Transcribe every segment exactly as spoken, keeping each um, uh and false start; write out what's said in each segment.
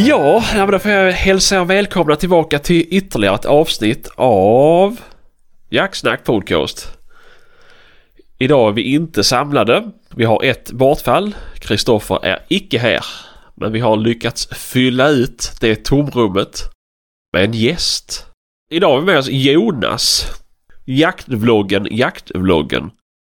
Ja, men då får jag hälsa er välkomna tillbaka till ytterligare ett avsnitt av Jaktsnack Podcast. Idag är vi inte samlade. Vi har ett bortfall. Kristoffer är icke här. Men vi har lyckats fylla ut det tomrummet med en gäst. Idag har vi med oss Jonas. Jaktvloggen, jaktvloggen.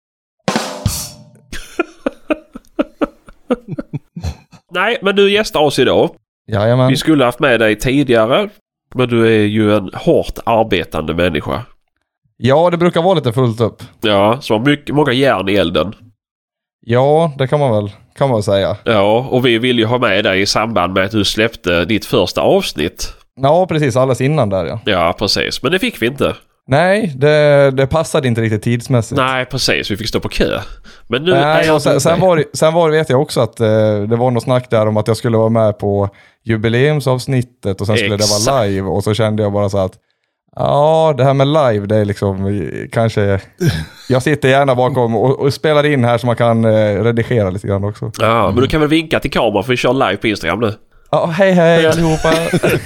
Nej, men du gästar oss idag. Jajamän. Vi skulle haft med dig tidigare, men du är ju en hårt arbetande människa. Ja, det brukar vara lite fullt upp. Ja, så mycket, många järn i elden. Ja, det kan man väl, kan man väl säga. Ja, och vi vill ju ha med dig i samband med att du släppte ditt första avsnitt. Ja, precis. Alldeles innan där, ja. Ja, precis. Men det fick vi inte. Nej, det, det passade inte riktigt tidsmässigt. Nej, precis. Vi fick stå på kö. Men nu Nej, är och sen, sen, var det, sen var det, vet jag också att eh, det var något snack där om att jag skulle vara med på jubileumsavsnittet och sen skulle Exakt. det vara live. Och så kände jag bara så att ja, det här med live, det är liksom kanske... Jag sitter gärna bakom och, och spelar in här så man kan eh, redigera lite grann också. Ja, mm. men du kan väl vinka till kameran för vi kör live på Instagram nu. Ja, hej hej allihopa.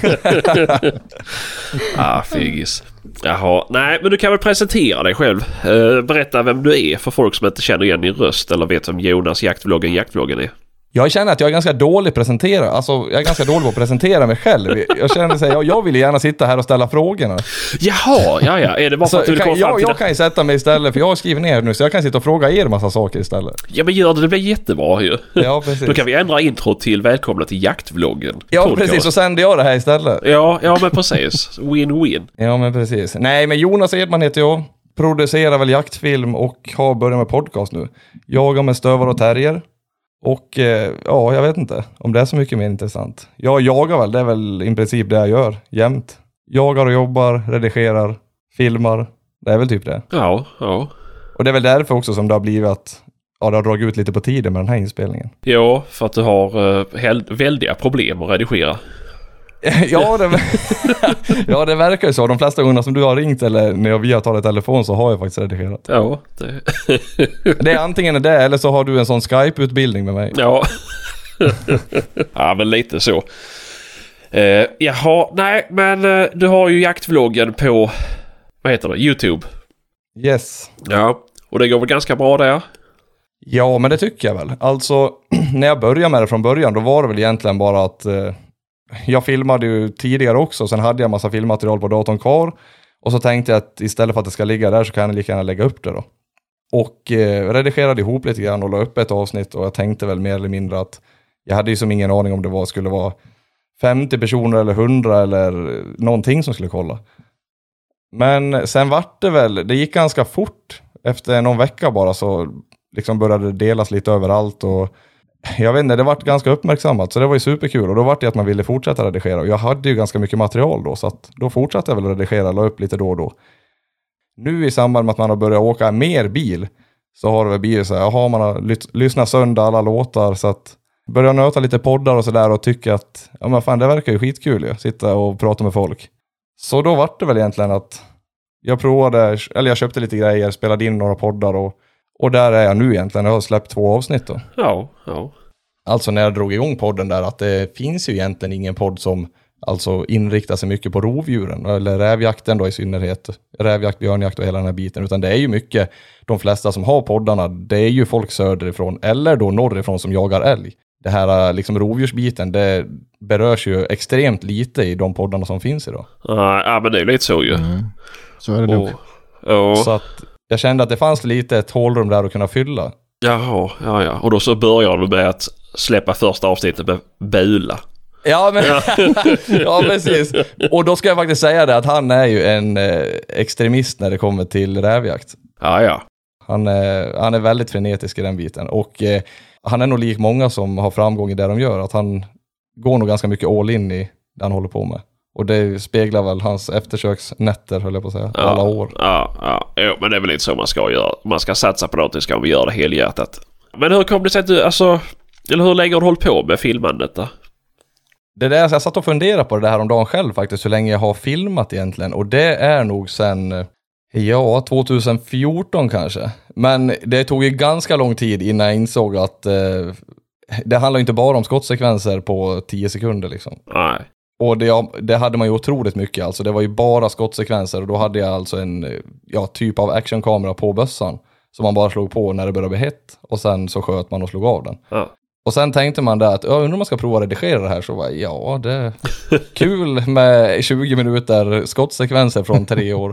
ah, fegis. Jaha, nej, men du kan väl presentera dig själv. Uh, berätta vem du är för folk som inte känner igen din röst eller vet vem Jonas jaktvloggen jaktvloggen är. Jag känner att jag är ganska dålig presentera. Alltså, jag är ganska dålig på att presentera mig själv. Jag känner sig, jag, jag vill gärna sitta här och ställa frågorna. Jaha, ja, ja. Är det bara för att du vill komma jag, fram till jag det? kan ju sätta mig istället, för jag har skrivit ner nu, så jag kan sitta och fråga er massa saker istället. Ja, men gör det, det blir jättebra ju. Ja, precis. Då kan vi ändra intro till välkomna till jaktvloggen. Ja, podcast. precis. Och sänder jag det här istället. Ja, ja, men precis. Win-win. Ja, men precis. Nej, men Jonas Edman heter jag. Producerar väl jaktfilm och har börjat med podcast nu. Jagar med stövar och terrier. Och eh, ja, jag vet inte om det är så mycket mer intressant. Jag jagar väl, det är väl i princip det jag gör jämt. Jagar och jobbar, redigerar, filmar. Det är väl typ det. Ja, ja. Och det är väl därför också som det har blivit att ja, det har dragit ut lite på tiden med den här inspelningen. Ja, för att du har uh, hel- väldiga problem att redigera. ja, det, ja, det verkar ju så. De flesta gånger som du har ringt eller när vi har talat i telefon så har jag faktiskt redigerat. Ja, det... det är antingen det eller så har du en sån Skype-utbildning med mig. Ja, ja men lite så. Uh, jaha, nej, men uh, du har ju jaktvloggen på, vad heter det, YouTube. Yes. Ja, och det går väl ganska bra där? Ja, men det tycker jag väl. Alltså, när jag började med det från början, då var det väl egentligen bara att uh, jag filmade ju tidigare också. Sen hade jag massa filmmaterial på datorn kvar. Och så tänkte jag att istället för att det ska ligga där så kan jag lika gärna lägga upp det då. Och eh, redigerade ihop lite grann och la upp ett avsnitt. Och jag tänkte väl mer eller mindre att jag hade ju som ingen aning om det var, skulle vara femtio personer eller hundra eller någonting som skulle kolla. Men sen vart det väl, det gick ganska fort. Efter någon vecka bara så liksom började det delas lite överallt och jag vet inte, det vart ganska uppmärksammat så det var ju superkul och då vart det att man ville fortsätta redigera och jag hade ju ganska mycket material då så att då fortsatte jag väl redigera och la upp lite då och då. Nu i samband med att man har börjat åka mer bil så har det väl blivit så här, jaha, man har lyt- lyssnat sönder alla låtar så att börjar nöta lite poddar och sådär och tycka att ja men fan det verkar ju skitkul ju, sitta och prata med folk. Så då vart det väl egentligen att jag provade, eller jag köpte lite grejer, spelade in några poddar och Och där är jag nu egentligen. Jag har släppt två avsnitt då. Ja, ja. Alltså när jag drog igång podden där att det finns ju egentligen ingen podd som alltså inriktar sig mycket på rovdjuren. Eller rävjakten då i synnerhet. Rävjakt, björnjakt och hela den här biten. Utan det är ju mycket, de flesta som har poddarna, det är ju folk söderifrån eller då norrifrån som jagar älg. Det här liksom rovdjursbiten, det berörs ju extremt lite i de poddarna som finns idag. Ja, men det är lite så ju. Mm. Så är det nog. Oh. Så att jag kände att det fanns lite ett hålrum där att kunna fylla. Jaha, ja, ja. Och då så börjar du med att släppa första avsnittet med Bula. Ja, men ja. ja, precis. Och då ska jag faktiskt säga det att han är ju en eh, extremist när det kommer till rävjakt. Ja, ja. Han, eh, han är väldigt frenetisk i den biten. Och eh, han är nog lik många som har framgång i det de gör. Att han går nog ganska mycket all in i det han håller på med. Och det speglar väl hans eftersöksnätter, höll jag på att säga, ja, alla år. Ja, ja. Jo, men det är väl inte så man ska göra. Man ska satsa på något, ska vi göra det helhjärtat. Men hur kom det sig att du, alltså, eller hur länge har du hållit på med filmandet då? Det där, jag satt och funderade på det här om dagen själv faktiskt, hur länge jag har filmat egentligen. Och det är nog sen, ja, tjugohundrafjorton kanske. Men det tog ju ganska lång tid innan jag insåg att eh, det handlar ju inte bara om skottsekvenser på tio sekunder liksom. Nej. Och det, det hade man ju otroligt mycket, alltså det var ju bara skottsekvenser och då hade jag alltså en ja, typ av actionkamera på bössan som man bara slog på när det började bli hett och sen så sköt man och slog av den. Ja. Och sen tänkte man där att jag undrar om man ska prova att redigera det här, så var ja, det är kul med tjugo minuter skottsekvenser från tre år.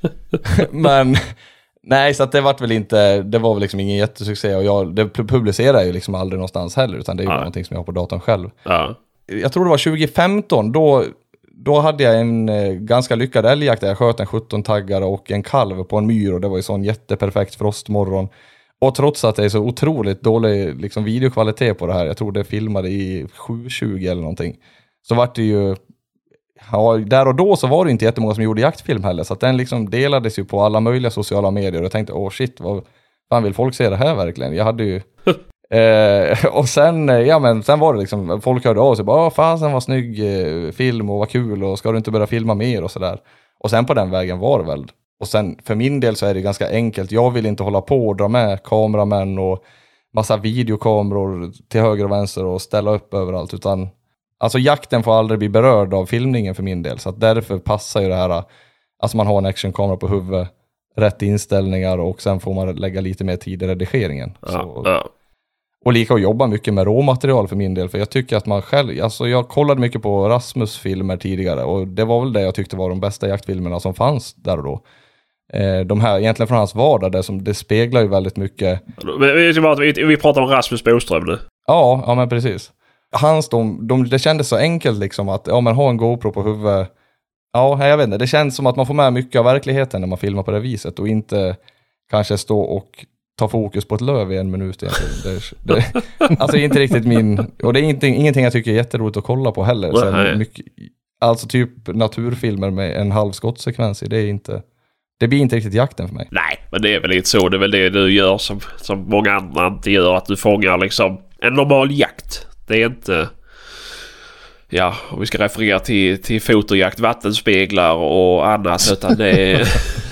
Men nej, så att det var väl inte, det var väl liksom ingen jättesuccé och jag, det publicerar jag ju liksom aldrig någonstans heller, utan det är ju ja. någonting som jag har på datorn själv. Ja. Jag tror det var tjugo femton, då, då hade jag en eh, ganska lyckad älgjakt där jag sköt en sjutton taggare och en kalv på en myr och det var ju sån jätteperfekt frostmorgon. Och trots att det är så otroligt dålig liksom, videokvalitet på det här, jag tror det filmade i sju tjugo eller någonting, så var det ju, ja, där och då så var det inte jättemånga som gjorde jaktfilm heller, så att den liksom delades ju på alla möjliga sociala medier och jag tänkte, åh shit, vad fan vill folk se det här verkligen? Jag hade ju eh, och sen, ja men sen var det liksom, folk hörde av sig, bara, fan sen var snygg eh, film och vad kul och ska du inte börja filma mer och sådär. Och sen på den vägen var det väl. Och sen för min del så är det ganska enkelt. Jag vill inte hålla på och dra med kameramän och massa videokameror till höger och vänster och ställa upp överallt. Utan alltså jakten får aldrig bli berörd av filmningen för min del. Så att därför passar ju det här. Alltså man har en actionkamera på huvudet, rätt inställningar och sen får man lägga lite mer tid i redigeringen. Ja, så, ja. Och lika att jobba mycket med råmaterial för min del. För jag tycker att man själv, alltså jag kollade mycket på Rasmus filmer tidigare och det var väl det jag tyckte var de bästa jaktfilmerna som fanns där och då. De här egentligen från hans vardag, det, som, det speglar ju väldigt mycket. Vi, vi pratar om Rasmus Boström nu. Ja, ja men precis. Hans, de, de, det kändes så enkelt liksom att ja, men ha en GoPro på huvudet. Ja, jag vet inte. Det känns som att man får med mycket av verkligheten när man filmar på det viset och inte kanske stå och ta fokus på ett löv i en minut egentligen. Det, det, alltså det är inte riktigt min, och det är inte, ingenting jag tycker är jätteroligt att kolla på heller. Så mycket, alltså typ naturfilmer med en halv skottsekvens i, det är inte... Det blir inte riktigt jakten för mig. Nej, men det är väl inte så. Det är väl det du gör som, som många andra inte gör. Att du fångar liksom en normal jakt. Det är inte... Ja, om vi ska referera till, till fotojakt, vattenspeglar och annat. Utan det är...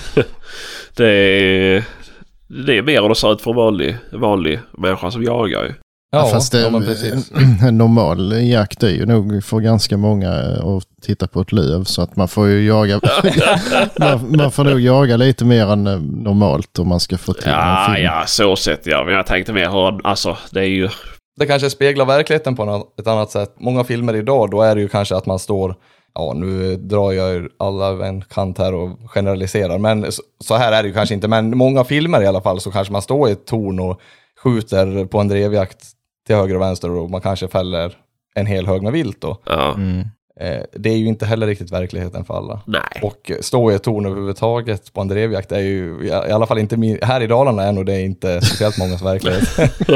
det är... Det är mer än att se ut för en vanlig, vanlig människa som jagar ju. Ja, ja, fast det, ja, en, en normal jakt är ju nog för ganska många att titta på ett löv, så att man får ju jaga man, man får nog jaga lite mer än normalt om man ska få till ja, en film. Ja, så sett ja. Men jag tänkte mer hur, alltså det är ju... Det kanske speglar verkligheten på ett annat sätt. Många filmer idag, då är det ju kanske att man står, ja nu drar jag alla en kant här och generaliserar, men så här är det ju kanske inte, men många filmer i alla fall så kanske man står i ett torn och skjuter på en drevjakt till höger och vänster och man kanske fäller en hel hög med vilt då. Ja. Mm. Eh, det är ju inte heller riktigt verkligheten för alla. Nej. Och stå i ett torn överhuvudtaget på en drevjakt är ju i alla fall inte min, här i Dalarna är nog det inte speciellt mångas verklighet.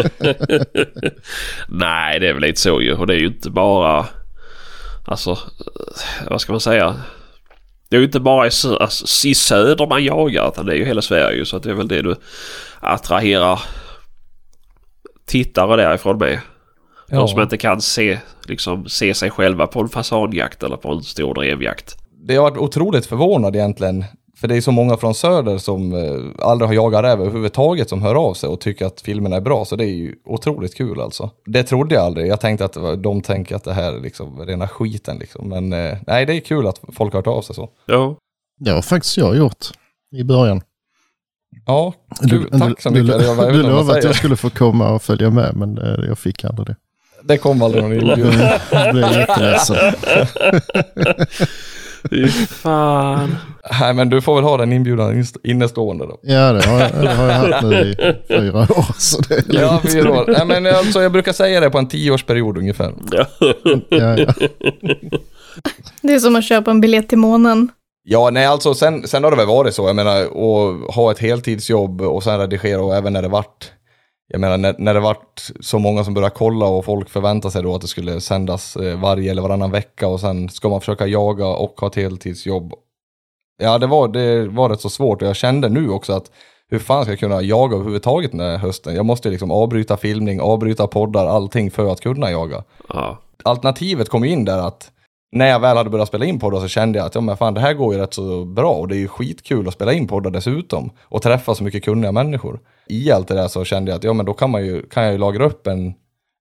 Nej, det är väl inte så ju. Och det är ju inte bara, alltså, vad ska man säga? Det är ju inte bara i, sö- alltså, i söder man jagar, utan det är ju hela Sverige. Så att det är väl det du attraherar tittare därifrån med. Ja. De som inte kan se, liksom, se sig själva på en fasanjakt eller på en stor drevjakt. Det har varit otroligt förvånad egentligen. För det är så många från söder som eh, aldrig har jagat räv överhuvudtaget som hör av sig och tycker att filmerna är bra. Så det är ju otroligt kul alltså. Det trodde jag aldrig. Jag tänkte att de tänker att det här är liksom rena skiten liksom. Men eh, nej, det är kul att folk har hört av sig så. Ja. Det har faktiskt jag gjort i början. Ja, kul. Du, tack så du, mycket. Du, jag du lovade att jag skulle få komma och följa med, men eh, jag fick aldrig det. Det kom aldrig någon inbjudan. Jag blev jätteledsen. Fy fan. Nej, men du får väl ha den inbjudan innestående då. Ja, det har jag, det har jag haft nu i fyra år. Så det är ja, fyra år. Nej, men alltså, jag brukar säga det på en tioårsperiod ungefär. Ja. Ja, ja. Det är som att köpa en biljett till månen. Ja, nej alltså sen, sen har det väl varit så. Jag menar, att ha ett heltidsjobb och sen redigera och även när det vart... Jag menar, när, när det vart så många som började kolla och folk förväntar sig då att det skulle sändas eh, varje eller varannan vecka och sen ska man försöka jaga och ha ett heltidsjobb. Ja, det var, det var rätt så svårt och jag kände nu också att hur fan ska jag kunna jaga överhuvudtaget den här hösten? Jag måste liksom avbryta filmning, avbryta poddar, allting för att kunna jaga. Ja. Alternativet kom in där att när jag väl hade börjat spela in poddar så kände jag att ja, men fan, det här går ju rätt så bra och det är ju skitkul att spela in poddar dessutom och träffa så mycket kunniga människor. I allt det där så kände jag att ja, men då kan, man ju, kan jag ju lagra upp en,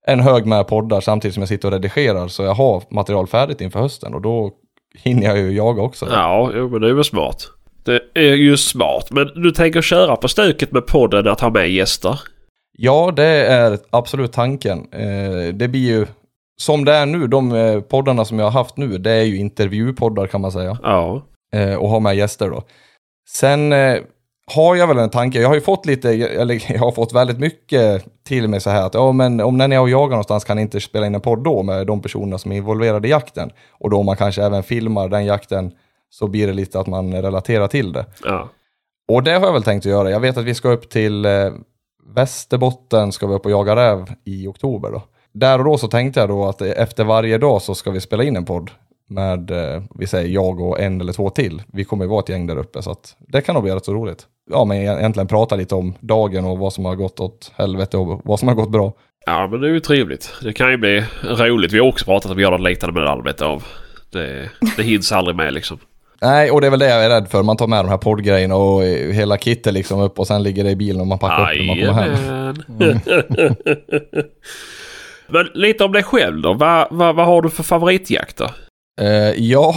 en hög med poddar samtidigt som jag sitter och redigerar, så jag har material färdigt inför hösten och då hinner jag ju jaga också. Ja, jo, men det är väl smart. Det är ju smart. Men du tänker köra på stöket med podden att ha med gäster? Ja, det är absolut tanken. Eh, det blir ju, som det är nu, de eh, poddarna som jag har haft nu, det är ju intervjupoddar kan man säga. Ja. Eh, och ha med gäster då. Sen eh, har jag väl en tanke, jag har ju fått lite, eller jag har fått väldigt mycket till mig så här att ja, men om när ni är och jagar någonstans kan ni inte spela in en podd då med de personerna som är involverade i jakten. Och då man kanske även filmar den jakten så blir det lite att man relaterar till det. Ja. Och det har jag väl tänkt att göra. Jag vet att vi ska upp till eh, Västerbotten, ska vi upp och jaga räv i oktober då. Där och då så tänkte jag då att efter varje dag så ska vi spela in en podd med, eh, vi säger jag och en eller två till. Vi kommer ju vara ett gäng där uppe så att det kan nog bli rätt så roligt. Ja, men egentligen prata lite om dagen och vad som har gått åt helvete och vad som har gått bra. Ja, men det är ju trevligt. Det kan ju bli roligt. Vi har också pratat om att göra något liknande med arbetet av. Det, det hinns aldrig med liksom. Nej, och det är väl det jag är rädd för. Man tar med de här poddgrejerna och hela kittet liksom upp och sen ligger det i bilen och man packar Aj, upp det och man kommer hem. Mm. Men lite om dig själv då. Vad, vad, vad har du för favoritjakt då? Uh, ja.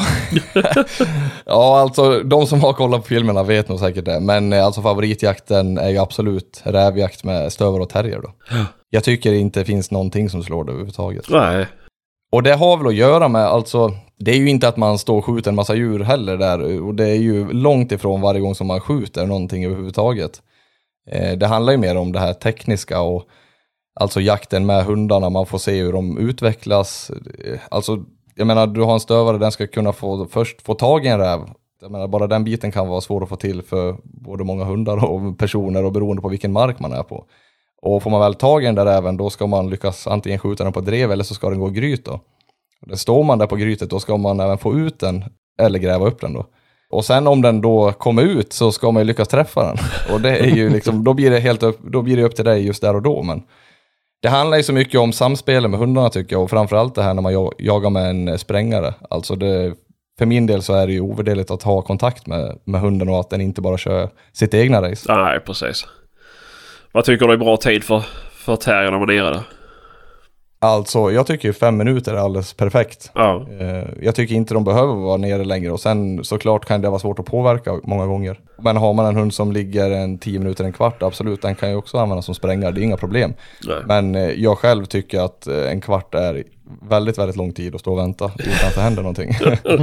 ja, alltså de som har kollat på filmerna vet nog säkert det. Men alltså favoritjakten är ju absolut rävjakt med stöver och terrier då. Ja. Jag tycker inte det finns någonting som slår det överhuvudtaget. Nej. Och det har väl att göra med, alltså det är ju inte att man står och skjuter en massa djur heller där. Och det är ju långt ifrån varje gång som man skjuter någonting överhuvudtaget. Eh, det handlar ju mer om det här tekniska och alltså jakten med hundarna. Man får se hur de utvecklas. Alltså jag menar, du har en stövare, den ska kunna få först få tag i en räv. Jag menar, bara den biten kan vara svår att få till för både många hundar och personer och beroende på vilken mark man är på. Och får man väl tag i den där räven, då ska man lyckas antingen skjuta den på drev eller så ska den gå gryt då. Och står man där på grytet, då ska man även få ut den eller gräva upp den då. Och sen om den då kommer ut så ska man ju lyckas träffa den. Och det är ju liksom, då blir det helt upp, då blir det upp till dig just där och då. Men det handlar ju så mycket om samspelet med hundarna tycker jag. Och framförallt det här när man jagar med en sprängare. Alltså det, för min del så är det ju ovärderligt att ha kontakt med, med hunden och att den inte bara kör sitt egna race. Nej, precis. Vad tycker du är bra tid för, för terrier när man är nere? Alltså, jag tycker ju fem minuter är alldeles perfekt. Ja. Jag tycker inte de behöver vara nere längre. Och sen såklart kan det vara svårt att påverka många gånger. Men har man en hund som ligger en tio minuter, en kvart, absolut, den kan ju också användas som sprängare. Det är inga problem. Nej. Men jag själv tycker att en kvart är väldigt, väldigt lång tid att stå och vänta utan att det händer någonting.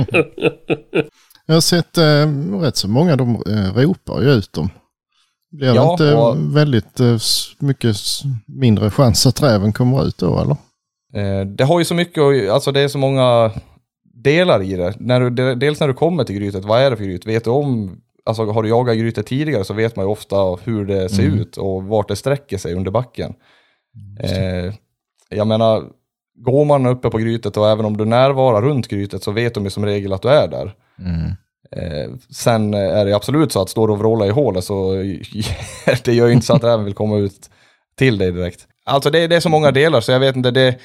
Jag har sett eh, rätt så många, de eh, ropar ju ut dem. Blir det ja, inte och, väldigt eh, mycket mindre chans att räven kommer ut då, eller? Eh, det har ju så mycket, alltså det är så många delar i det. När du, dels när du kommer till grytet, vad är det för gryt? Vet du om, alltså har du jagat grytet tidigare så vet man ju ofta hur det ser mm. ut och vart det sträcker sig under backen. Eh, jag menar, går man uppe på grytet och även om du närvarar runt grytet så vet de ju som regel att du är där. Mm. Eh, sen är det absolut så att står du och vrålar i hålet så det gör ju inte så att räven vill komma ut till dig direkt. Alltså det, det är så många delar så jag vet inte, det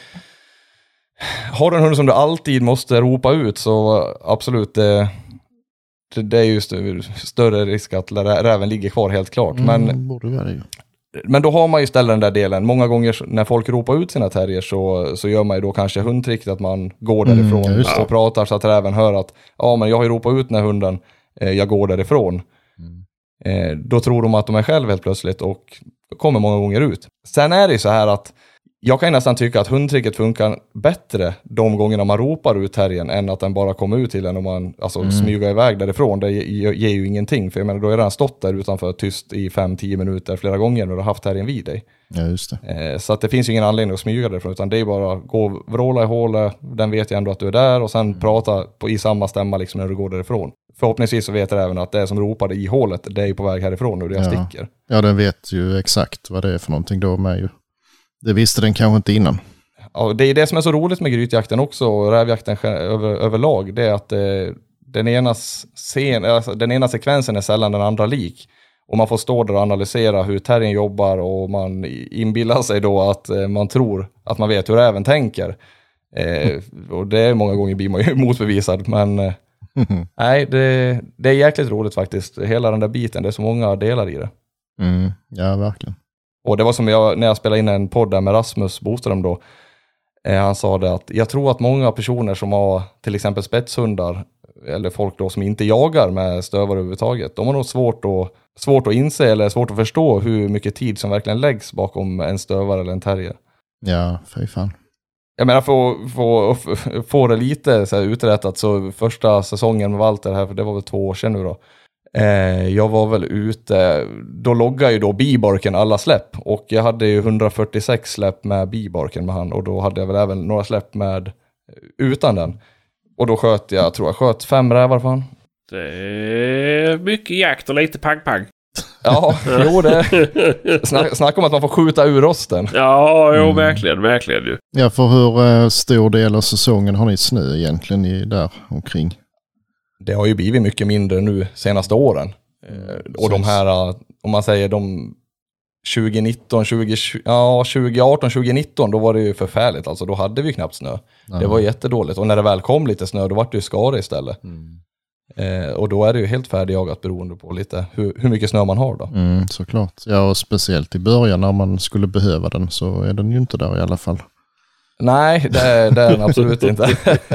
har du en hund som du alltid måste ropa ut så absolut det, det, det är ju st- större risk att räven ligger kvar helt klart. Mm, men, borde vara det. men då har man ju istället den där delen. Många gånger när folk ropar ut sina terrier så, så gör man ju då kanske hundtricket att man går därifrån mm, och pratar så att räven hör att ja men jag har ju ropat ut den här hunden, eh, jag går därifrån. Mm. Eh, då tror de att de är själv helt plötsligt och kommer många gånger ut. Sen är det ju så här att jag kan nästan tycka att hundtricket funkar bättre de gångerna man ropar ut terriern än att den bara kommer ut till en och man alltså, mm. smyger iväg därifrån. Det ger, ger ju ingenting. För jag menar, då har den stått där utanför tyst i fem till tio minuter flera gånger när du har haft terriern vid dig. Ja, just det. Eh, så att det finns ju ingen anledning att smyga därifrån utan det är bara gå och vråla i hålet. Den vet ju ändå att du är där och sen mm. prata på, i samma stämma liksom när du går därifrån. Förhoppningsvis så vet jag även att det som ropade i hålet, det är på väg härifrån och det jag ja. sticker. Ja, den vet ju exakt vad det är för någonting då med ju. Det visste den kanske inte innan. Ja, det är det som är så roligt med grytjakten också och rävjakten över, överlag. Det är att eh, den, ena scen, alltså, den ena sekvensen är sällan den andra lik. Och man får stå där och analysera hur terriern jobbar och man inbillar sig då att eh, man tror att man vet hur räven tänker. Eh, och det är många gånger blir man ju motbevisad. Men eh, mm. nej, det, det är jäkligt roligt faktiskt. Hela den där biten, det är så många delar i det. Mm, ja, verkligen. Och det var som jag, när jag spelade in en podd där med Rasmus Boström då. Eh, han sa det att jag tror att många personer som har till exempel spetshundar eller folk då som inte jagar med stövare överhuvudtaget, de har nog svårt att, svårt att inse eller svårt att förstå hur mycket tid som verkligen läggs bakom en stövare eller en terrier. Ja, fy fan. Jag menar, för, för, för, få det lite så här uträttat, så första säsongen med Walter här, för det var väl två år sedan nu då. Eh, jag var väl ute, då loggade ju då bibarken alla släpp. Och jag hade ju hundrafyrtiosex släpp med bibarken med han. Och då hade jag väl även några släpp med utan den. Och då sköt jag, tror jag sköt fem rävar för han. Det är mycket jakt och lite pang-pang. Ja, jo det. Snack, snacka om att man får skjuta ur rosten. Ja, jo, mm. verkligen, verkligen ju. Ja, för hur uh, stor del av säsongen har ni snö egentligen i, där omkring? Det har ju blivit mycket mindre nu senaste åren. Mm, och de här, om man säger de tjugonitton, tjugo, ja, tjugoarton, tjugonitton, då var det ju förfärligt. Alltså då hade vi knappt snö. Mm. Det var jättedåligt. Och när det väl kom lite snö, då var det ju skare istället. Mm. Eh, och då är det ju helt färdigjagat beroende på lite hur, hur mycket snö man har då. Mm, såklart. Ja, och speciellt i början när man skulle behöva den så är den ju inte där i alla fall. Nej, det är, det är den absolut inte.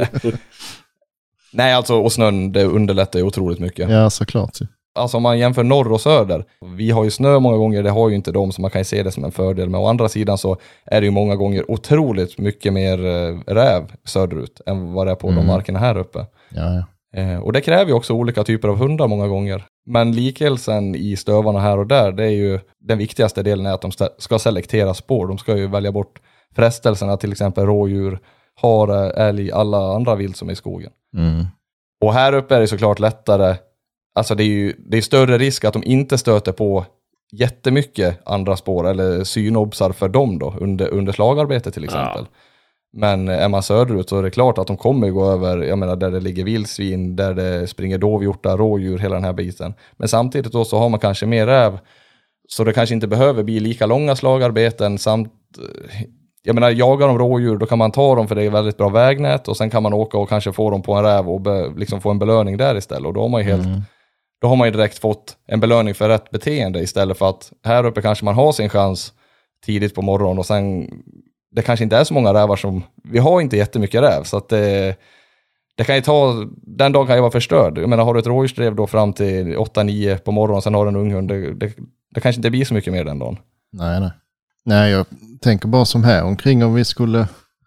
Nej, alltså, och snön, det underlättar ju otroligt mycket. Ja, såklart. Alltså om man jämför norr och söder, vi har ju snö många gånger, det har ju inte de, så man kan ju se det som en fördel. Men å andra sidan så är det ju många gånger otroligt mycket mer räv söderut än vad det är på mm. de markerna här uppe. Ja, ja. Eh, och det kräver ju också olika typer av hundar många gånger. Men likelsen i stövarna här och där, det är ju den viktigaste delen är att de ska selektera spår. De ska ju välja bort frestelserna, till exempel rådjur, hare, älg, alla andra vilt som är i skogen. Mm. Och här uppe är det såklart lättare, alltså det är ju det är större risk att de inte stöter på jättemycket andra spår eller synobsar för dem då under, under slagarbete till exempel. Ja. Men är man söderut så är det klart att de kommer gå över, jag menar, där det ligger vildsvin, där det springer dovhjortar, rådjur, hela den här biten. Men samtidigt då så har man kanske mer räv, så det kanske inte behöver bli lika långa slagarbeten. Samt, jag menar, jagar de rådjur, då kan man ta dem för det är väldigt bra vägnät, och sen kan man åka och kanske få dem på en räv och be, liksom få en belöning där istället. Och då har man ju helt, mm. då har man ju direkt fått en belöning för rätt beteende, istället för att här uppe kanske man har sin chans tidigt på morgonen och sen det kanske inte är så många rävar som, vi har inte jättemycket räv, så att det, det kan ju ta, den dagen kan ju vara förstörd. Jag menar, har du ett rådjursdrev då fram till åtta nio på morgonen, sen har du en unghund, det, det, det kanske inte blir så mycket mer den dagen. Nej, nej. Nej, jag tänker bara som här omkring, om vi skulle,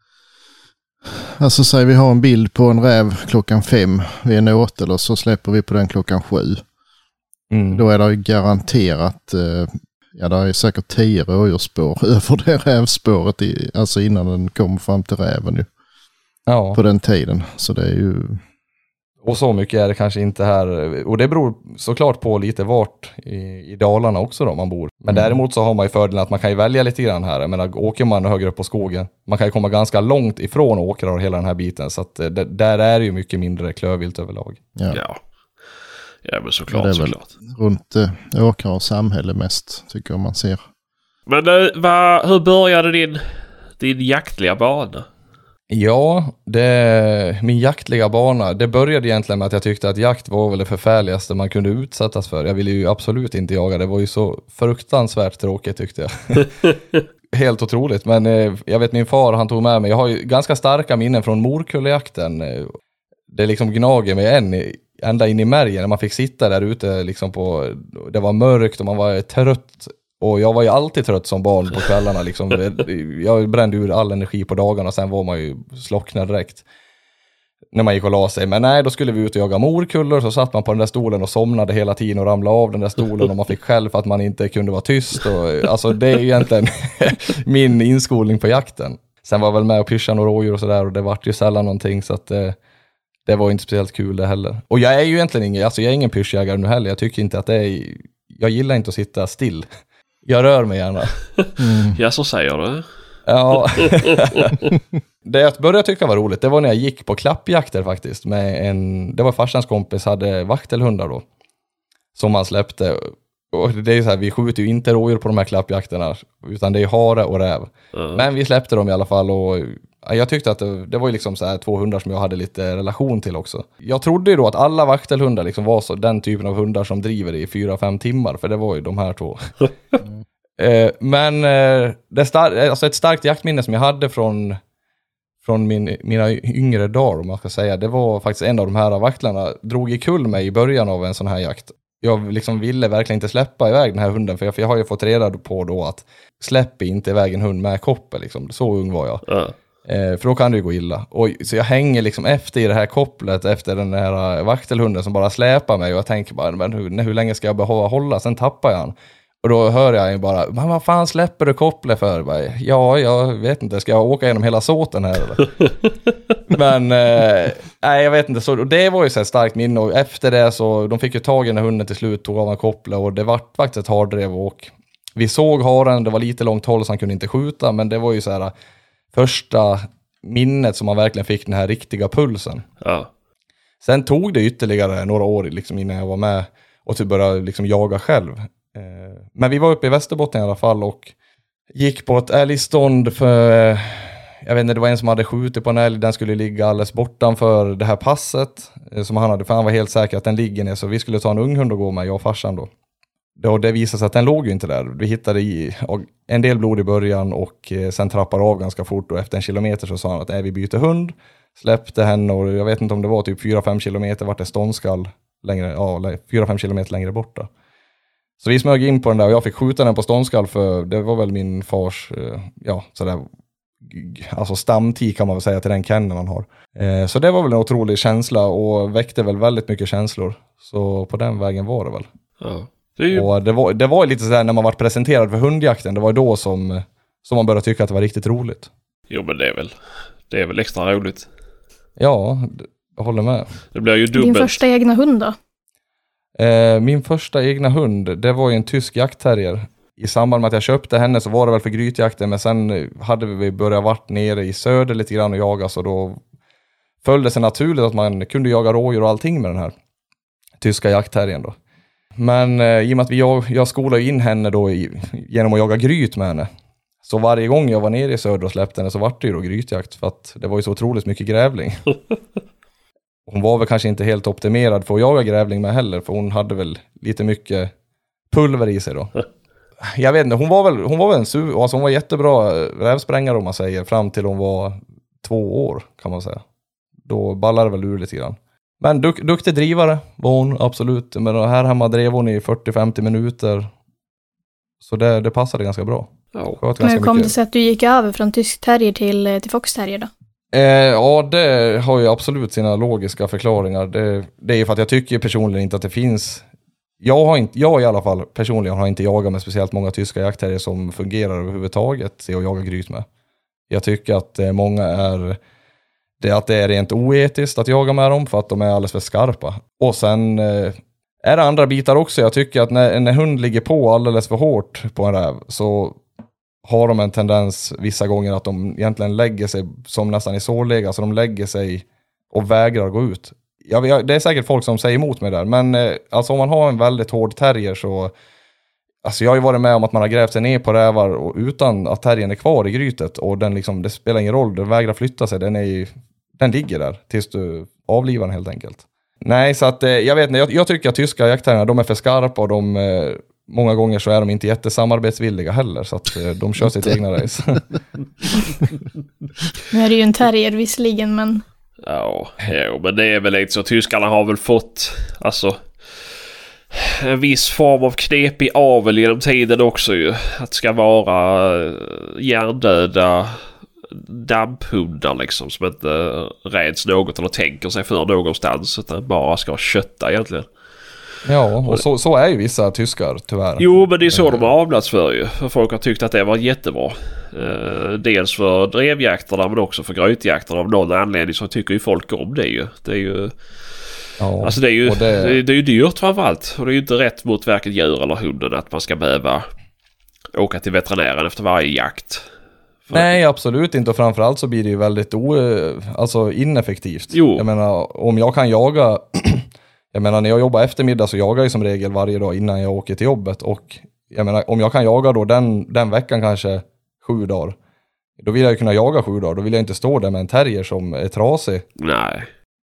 alltså säg vi har en bild på en räv klockan fem vid en åtel, och så släpper vi på den klockan sju. Mm. Då är det ju garanterat, eh, ja, det är säkert tio rådjursspår över det rävspåret i, alltså innan den kommer fram till räven ju. Ja. På den tiden. Så det är ju... Och så mycket är det kanske inte här. Och det beror såklart på lite vart i, i Dalarna också då man bor. Men mm. däremot så har man ju fördelen att man kan ju välja lite grann här. Jag menar, åker man högre upp på skogen, man kan ju komma ganska långt ifrån åkrar och hela den här biten. Så att det, där är det ju mycket mindre klövvilt överlag. Ja. Ja. Ja, men såklart, det är såklart. Runt äh, åkrar och samhälle mest, tycker jag man ser. Men äh, va, hur började din, din jaktliga bana? Ja, det, min jaktliga bana, det började egentligen med att jag tyckte att jakt var väl det förfärligaste man kunde utsättas för. Jag ville ju absolut inte jaga, det var ju så fruktansvärt tråkigt tyckte jag. Helt otroligt, men eh, jag vet min far, han tog med mig, jag har ju ganska starka minnen från morkullejakten. Det liksom gnager mig än ända in i märgen när man fick sitta där ute liksom på, det var mörkt och man var trött, och jag var ju alltid trött som barn på kvällarna liksom. Jag brände ur all energi på dagarna och sen var man ju slocknad direkt när man gick och la sig. Men nej, då skulle vi ut och jaga morkullor, så satt man på den där stolen och somnade hela tiden och ramlade av den där stolen, och man fick själv för att man inte kunde vara tyst. Och, alltså det är egentligen min inskolning på jakten. Sen var jag väl med och pyschade och rådjur och sådär, och det var ju sällan någonting, så att eh, det var inte speciellt kul det heller. Och jag är ju egentligen ingen, alltså jag är ingen pyschjägare nu heller. Jag tycker inte att det är, jag gillar inte att sitta still. Jag rör mig gärna. Mm. Ja, så säger du. Ja. Det jag började tycka var roligt, det var när jag gick på klappjakter faktiskt. Med en, det var farsans kompis, hade vaktelhundar då. Som han släppte. Och det är så här, vi skjuter ju inte rådjur på de här klappjakterna, utan det är hare och räv. Mm. Men vi släppte dem i alla fall, och jag tyckte att det, det var ju liksom så här två hundar som jag hade lite relation till också. Jag trodde ju då att alla vaktelhundar liksom var så, den typen av hundar som driver i fyra, fem timmar, för det var ju de här två. Mm. Eh, men eh, det star- alltså ett starkt jaktminne som jag hade från, från min, mina yngre dagar, om man ska säga, det var faktiskt en av de här vaktlarna drog i kull mig i början av en sån här jakt. Jag liksom ville verkligen inte släppa iväg den här hunden, för jag, för jag har ju fått reda på då att släpp inte iväg en hund med koppel, liksom. Så ung var jag. Ja. Eh, för då kan det ju gå illa. Och, så jag hänger liksom efter i det här kopplet, efter den här vaktelhunden som bara släpar mig, och jag tänker bara, men hur, hur länge ska jag behålla hålla? Sen tappar jag han. Och då hör jag ju bara, men vad fan släpper du kopplet för? Bara, ja, jag vet inte, ska jag åka genom hela såten här eller? Men, eh, nej jag vet inte, så det var ju så här starkt minne, och efter det så, de fick ju tag i den här hunden till slut, tog av en kopplet, och det var faktiskt ett hardrev, och vi såg haren, det var lite långt håll så han kunde inte skjuta, men det var ju så här första minnet som man verkligen fick den här riktiga pulsen. Ja. Sen tog det ytterligare några år liksom innan jag var med och typ började liksom jaga själv. Men vi var uppe i Västerbotten i alla fall och gick på ett älgstånd för, jag vet inte, det var en som hade skjutit på en älg, den skulle ligga alldeles bortanför det här passet som han hade, för han var helt säker att den ligger ner, så vi skulle ta en ung hund och gå med, jag och farsan då. Då det visade sig att den låg ju inte där. Vi hittade i, en del blod i början och sen trappade av ganska fort, och efter en kilometer så sa han att äh, vi byter hund, släppte henne, och jag vet inte om det var typ fyra fem kilometer vart det ståndskall längre, ja, fyra fem kilometer längre borta. Så vi smög in på den där och jag fick skjuta den på ståndskall, för det var väl min fars, ja, sådär, alltså stamtid kan man väl säga till den kennen han har. Eh, så det var väl en otrolig känsla och väckte väl väldigt mycket känslor. Så på den vägen var det väl. Ja. Det, ju... och det var, det var lite sådär när man var presenterad för hundjakten, det var då som, som man började tycka att det var riktigt roligt. Jo, men det är väl, det är väl extra roligt. Ja, jag håller med. Det blir ju dubbelt. Din första egna hund då? Eh, min första egna hund, det var ju en tysk jaktterrier. I samband med att jag köpte henne så var det väl för grytjakten, men sen hade vi börjat vart nere i söder lite grann och jaga, så då följde det sig naturligt att man kunde jaga rådjur och allting med den här tyska jaktterriern då. Men eh, i och med att vi, jag, jag skolade in henne då i, genom att jaga gryt med henne. Så varje gång jag var nere i söder och släppte henne så var det ju då grytjakt, för att det var ju så otroligt mycket grävling. Hon var väl kanske inte helt optimerad för att jaga grävling med heller, för hon hade väl lite mycket pulver i sig då. Jag vet inte, hon var väl, hon var väl en su- alltså hon var jättebra rävsprängare om man säger, fram till hon var två år kan man säga. Då ballade det väl ur lite grann. Men duk- duktig drivare var hon, absolut. Men här hemma drev hon i fyrtio till femtio minuter. Så det, det passade ganska bra. Ja. Men hur kom det sig att du gick över från tysk terrier till, till foxterrier då? Eh, ja, det har ju absolut sina logiska förklaringar. Det, det är ju för att jag tycker personligen inte att det finns... Jag har inte, jag i alla fall personligen har inte jagat med speciellt många tyska jaktterrier som fungerar överhuvudtaget till att jaga gryt med. Jag tycker att eh, många är... Det att det är rent oetiskt att jaga med dem för att de är alldeles för skarpa. Och sen eh, är det andra bitar också. Jag tycker att när en hund ligger på alldeles för hårt på en räv så har de en tendens vissa gånger att de egentligen lägger sig som nästan i sårläge. Alltså de lägger sig och vägrar gå ut. Jag, jag, det är säkert folk som säger emot mig där. Men eh, alltså om man har en väldigt hård terrier så... Alltså jag har ju varit med om att man har grävt sig ner på rävar och utan att terriern är kvar i grytet. Och den liksom, det spelar ingen roll, den vägrar flytta sig. Den, är ju, den ligger där tills du avlivar den helt enkelt. Nej, så att eh, jag vet inte. Jag, jag tycker att tyska jaktterrierna, de är för skarpa och de... Eh, många gånger så är de inte jättesamarbetsvilliga heller, så att eh, de kör sitt egna race. Nu är det ju en terrier visserligen, men... Ja, jo, men det är väl inte så. Tyskarna har väl fått alltså en viss form av knepig avel genom tiden också ju. Att det ska vara hjärndöda damphundar liksom, som inte räds något eller tänker sig för någonstans, utan bara ska kötta egentligen. Ja, och så, så är ju vissa tyskar tyvärr. Jo, men det är så de har avlats för ju. För folk har tyckt att det var jättebra. Eh, dels för drevjakterna men också för grytjakterna. Av någon anledning så tycker ju folk om det ju. Det är ju... Ja, alltså det är ju, det... det... det är ju dyrt framförallt. Och det är ju inte rätt mot varken djur eller hunden att man ska behöva åka till veterinären efter varje jakt. För... Nej, absolut inte. Och framförallt så blir det ju väldigt o... alltså ineffektivt. Jo. Jag menar, om jag kan jaga... Jag menar, när jag jobbar eftermiddag så jagar jag som regel varje dag innan jag åker till jobbet. Och jag menar, om jag kan jaga då den, den veckan kanske sju dagar. Då vill jag ju kunna jaga sju dagar. Då vill jag inte stå där med en terrier som är trasig. Nej.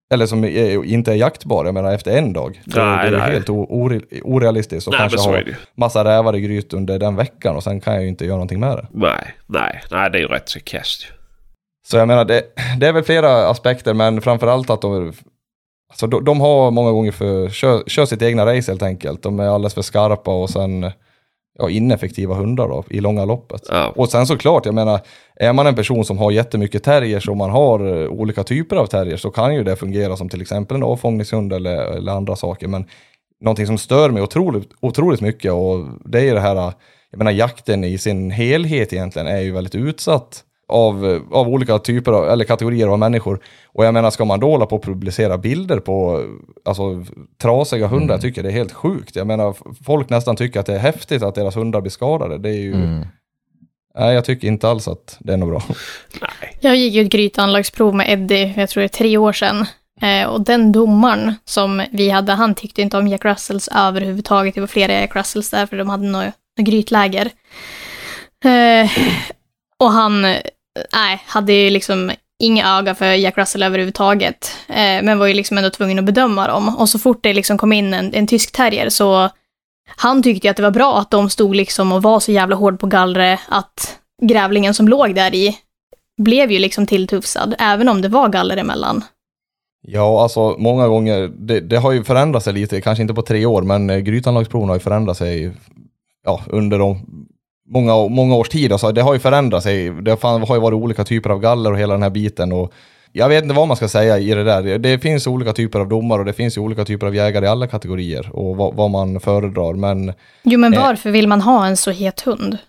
eller som är, inte är jaktbar, jag menar efter en dag. Det, nej, det är nej. helt o, ore, orealistiskt och nej, kanske ha massa rävar i gryt under den veckan och sen kan jag ju inte göra någonting med det. Nej, nej, nej, det är ju rätt så kast. Så jag menar, det, det är väl flera aspekter, men framförallt att de, alltså de, de har många gånger för kör, kör sitt egna race helt enkelt. De är alldeles för skarpa och sen ja, ineffektiva hundar då, i långa loppet. Ja. Och sen såklart, jag menar, är man en person som har jättemycket terriers och man har olika typer av terriers så kan ju det fungera som till exempel en avfångningshund eller, eller andra saker. Men någonting som stör mig otroligt, otroligt mycket, och det är det här, jag menar, jakten i sin helhet egentligen är ju väldigt utsatt av, av olika typer av, eller kategorier av människor. Och jag menar, ska man då hålla på att publicera bilder på alltså, trasiga hundar, mm. jag tycker det är helt sjukt. Jag menar, folk nästan tycker att det är häftigt att deras hundar blir skadade. Det är ju... Mm. Nej, jag tycker inte alls att det är något bra. Nej. Jag gick ju ett grytanlagsprov med Eddie, jag tror det är tre år sedan. Eh, och den domaren som vi hade, han tyckte inte om Jack Russells överhuvudtaget. Det var flera Jack Russells där, för de hade något, något grytläger. Eh, och han... Nej, hade ju liksom inga öga för Jack Russell överhuvudtaget. Eh, men var ju liksom ändå tvungen att bedöma dem. Och så fort det liksom kom in en, en tysk terrier så han tyckte ju att det var bra att de stod liksom och var så jävla hård på gallre att grävlingen som låg där i blev ju liksom tilltufsad, även om det var galler emellan. Ja, alltså många gånger, det, det har ju förändrat sig lite, kanske inte på tre år, men grytanlagsproven har ju förändrat sig ja, under de många, många års tid. Alltså, det har ju förändrat sig. Det har ju varit olika typer av galler och hela den här biten. Och jag vet inte vad man ska säga i det där. Det finns olika typer av domar och det finns ju olika typer av jägare i alla kategorier. Och vad, vad man föredrar. Men, jo, men varför eh, vill man ha en så het hund?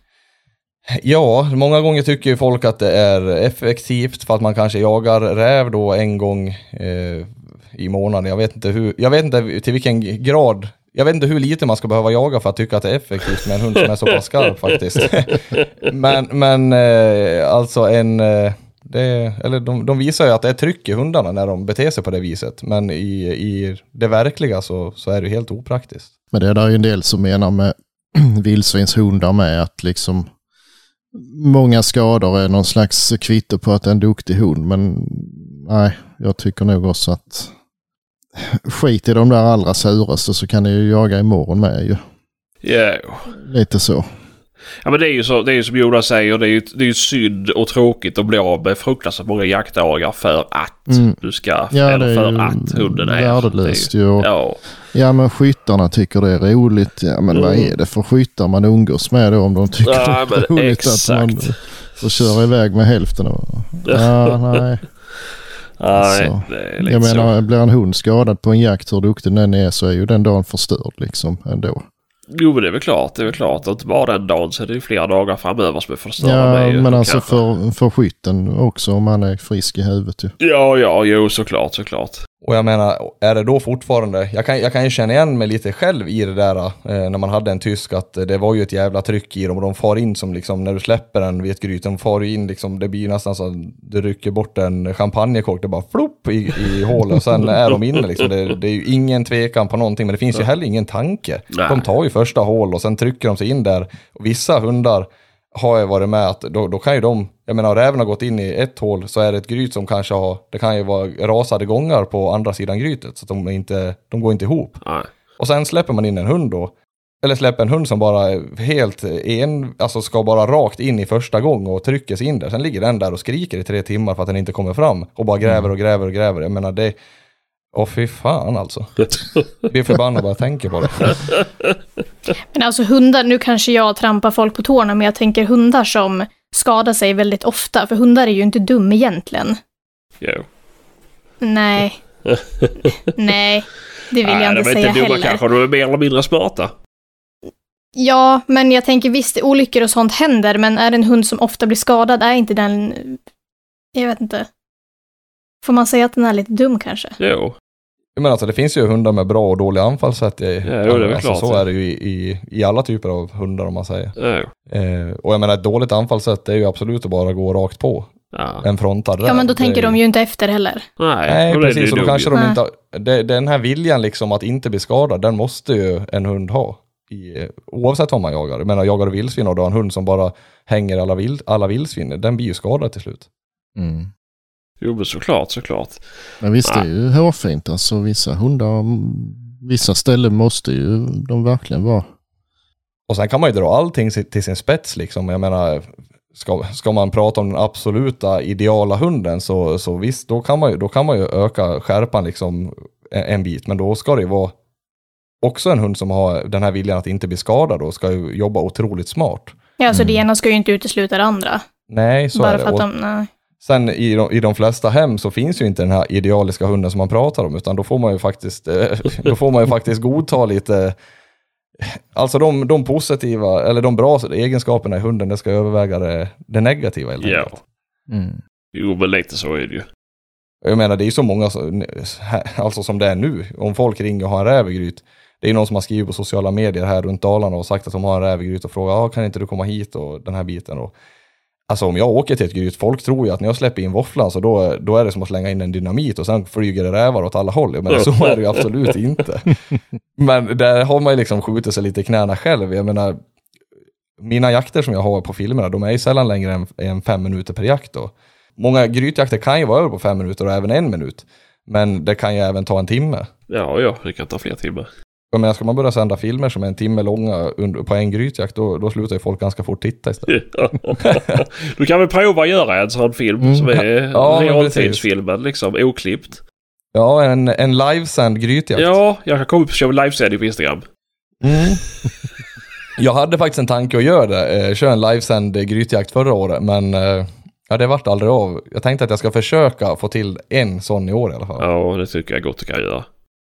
Ja, många gånger tycker ju folk att det är effektivt för att man kanske jagar räv då en gång eh, i månaden. Jag vet inte hur, jag vet inte till vilken grad. Jag vet inte hur lite man ska behöva jaga för att tycka att det är effektivt med en hund som är så pass skarp faktiskt. men men eh, alltså en... Eh, det, eller de, de visar ju att det är tryck i hundarna när de beter sig på det viset. Men i, i det verkliga så, så är det helt opraktiskt. Men det är där ju en del som menar med vildsvinshundar med att liksom många skador är någon slags kvitto på att det är en duktig hund. Men nej, jag tycker nog också att skit i de där allra suraste så kan ni ju jaga imorgon med ju. Ja. Yeah. Lite så. Ja, men det är ju så, det är ju som Jonas säger, det är ju, det är ju synd och tråkigt att bli av med fruktansvärt många jaktdagar för att mm. du ska, ja, eller för att hunden är värdelöst ju. ju. Ja. ja, men skyttarna tycker det är roligt. Ja, men mm. vad är det för skyttar man umgås med då om de tycker ja, det är roligt exakt. Att man får köra iväg med hälften av. Ja, nej. Nej, det är lite jag menar, så. Blir en hund skadad på en jakt hur duktig den är så är ju den dagen förstörd liksom ändå. Jo, men det är väl klart, det är väl klart att bara den dagen så är det ju flera dagar framöver som är förstörda. Ja, med, men alltså för, för skytten också om han är frisk i huvudet ju. Ja, ja, jo, såklart, såklart. Och jag menar, är det då fortfarande, jag kan, jag kan ju känna igen mig lite själv i det där eh, när man hade en tysk att eh, det var ju ett jävla tryck i dem och de far in som liksom, när du släpper den vid ett gryt, de far in liksom, det blir nästan så att du rycker bort en champagnekork, det bara flopp i, i hålet och sen är de inne liksom, det, det är ju ingen tvekan på någonting, men det finns ju heller ingen tanke. Nej. De tar ju första hål och sen trycker de sig in där och vissa hundar har jag varit med att då, då kan ju de, jag menar räven har gått in i ett hål så är det ett gryt som kanske har, det kan ju vara rasade gångar på andra sidan grytet så att de inte, de går inte ihop. Nej. Och sen släpper man in en hund då, eller släpper en hund som bara är helt en, alltså ska bara rakt in i första gång och trycker sig in där. Sen ligger den där och skriker i tre timmar för att den inte kommer fram och bara gräver och gräver och gräver. Jag menar det, åh fy fan alltså. Jag blir förbannad bara jag tänker på det. Men alltså hundar, nu kanske jag trampar folk på tårna, men jag tänker hundar som skadar sig väldigt ofta, för hundar är ju inte dum egentligen. Jo. Nej. Nej, det vill Nej, jag inte de är säga inte dumma, heller. Kanske de är mer eller mindre smarta. Ja, men jag tänker visst, olyckor och sånt händer, men är det en hund som ofta blir skadad, är inte den, jag vet inte. Får man säga att den är lite dum kanske? Jo. Men alltså det finns ju hundar med bra och dåliga anfallssätt. I, ja, jo, det är alltså, klart. Så är det ju i, i, i alla typer av hundar om man säger. Ja. Eh, och jag menar ett dåligt anfallssätt är ju absolut att bara gå rakt på. Ja. En frontad räv. Ja, men då tänker ju... de ju inte efter heller. Nej, Nej det precis. Och då kanske de Nej. inte har, det, den här viljan liksom att inte bli skadad, den måste ju en hund ha. I, oavsett vad man jagar. Jag menar, jagar du vildsvin och du har en hund som bara hänger alla, vild, alla vildsvin, den blir ju skadad till slut. Mm. Jo, men såklart, såklart. Men visst, det är ju hårfint. Alltså vissa hundar, vissa ställen måste ju de verkligen vara. Och sen kan man ju dra allting till sin spets liksom. Jag menar, ska, ska man prata om den absoluta ideala hunden så, så visst, då kan, man ju, då kan man ju öka skärpan liksom en, en bit. Men då ska det ju vara också en hund som har den här viljan att inte bli skadad och ska ju jobba otroligt smart. Ja, så Mm. det ena ska ju inte utesluta det andra. Nej, så Bara är det. för att Och de, nej. sen i de, i de flesta hem så finns ju inte den här idealiska hunden som man pratar om, utan då får man ju faktiskt, eh, då får man ju faktiskt godta lite, alltså de, de positiva eller de bra egenskaperna i hunden, det ska överväga det, det negativa helt Ja. enkelt. Mm. Jo, men lite så är det ju. Jag menar, det är ju så många, så- alltså som det är nu, om folk ringer och har en räv i gryt, det är ju någon som har skrivit på sociala medier här runt Dalarna och sagt att de har en räv i gryt och frågar, ah, kan inte du komma hit och den här biten. Och, alltså om jag åker till ett gryt, folk tror ju att när jag släpper in våfflan så då, då är det som att slänga in en dynamit och sen flyger det rävar åt alla håll. Men så är det ju absolut inte. Men där har man ju liksom skjutit sig lite i knäna själv. Jag menar, mina jakter som jag har på filmerna, de är ju sällan längre än, än fem minuter per jakt då. Många grytjakter kan ju vara över på fem minuter och även en minut. Men det kan ju även ta en timme. Ja, ja, det kan ta fler timmar. Jag menar, ska man börja sända filmer som är en timme långa under, på en grytjakt, då, då slutar ju folk ganska fort titta istället. Du kan väl prova att göra en sån film Mm. som är Ja, men realtidsfilmen, liksom oklippt. Ja, en, en livesänd grytjakt. Ja, jag kan komma upp och köra livesändning på Instagram. Mm. Jag hade faktiskt en tanke att göra det, eh, köra en livesänd grytjakt förra året, men eh, ja, det vart aldrig av. Jag tänkte att jag ska försöka få till en sån i år i alla fall. Ja, det tycker jag gott du kan göra.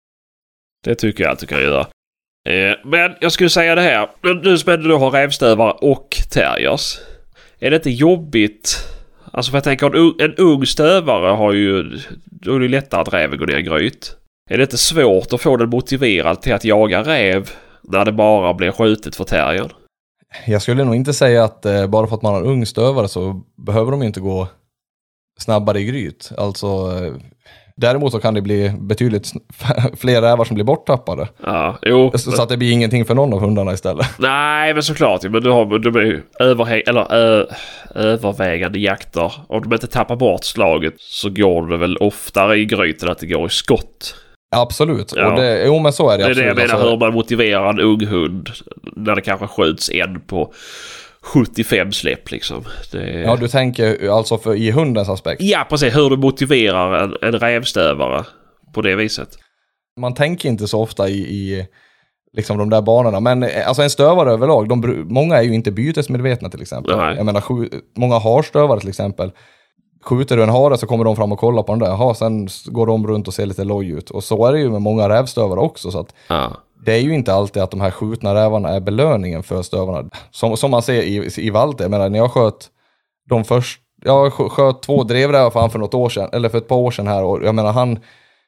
Det tycker jag att du kan göra. Eh, men jag skulle säga det här. Nu som du har rävstövare och terriers. Är det inte jobbigt? Alltså för jag tänker, en ung, en ung stövare har ju... Då är det lättare att räven går ner i gryt. Är det inte svårt att få den motiverad till att jaga räv när det bara blir skjutet för terriern? Jag skulle nog inte säga att eh, bara för att man har en ung stövare så behöver de inte gå snabbare i gryt. Alltså, eh, däremot så kan det bli betydligt sn- fler rävar som blir borttappade. Ja, jo. Så, så att det blir ingenting för någon av hundarna istället. Nej, men såklart. Men du har, de är ju överhäng, eller, ö, övervägande jakter. Om de inte tappar bort slaget så går det väl oftare i gryten att det går i skott. Absolut. Ja. Och det, jo, men så är det, Det är det absolut. jag menar, Alltså, hur man motiverar en ung hund när det kanske skjuts en på sjuttiofem släpp liksom. Det... ja, du tänker alltså för, i hundens aspekt. Ja, precis. Hur du motiverar en, en rävstövare på det viset. Man tänker inte så ofta i, i liksom de där banorna. Men eh, alltså en stövare överlag, de, bru- många är ju inte bytesmedvetna till exempel. Nej. Jag menar, sju, många harstövare till exempel. Skjuter du en hare så kommer de fram och kollar på den där. Aha, sen s- går de runt och ser lite loj ut. Och så är det ju med många rävstövare också. Så att Ja. det är ju inte alltid att de här skjutna rävarna är belöningen för stövarna. Som, som man ser i, i Valter. Jag menar, när jag sköt de först, jag skö- sköt två drevrävar för han för något år sedan, eller för ett par år sedan här, och jag menar han,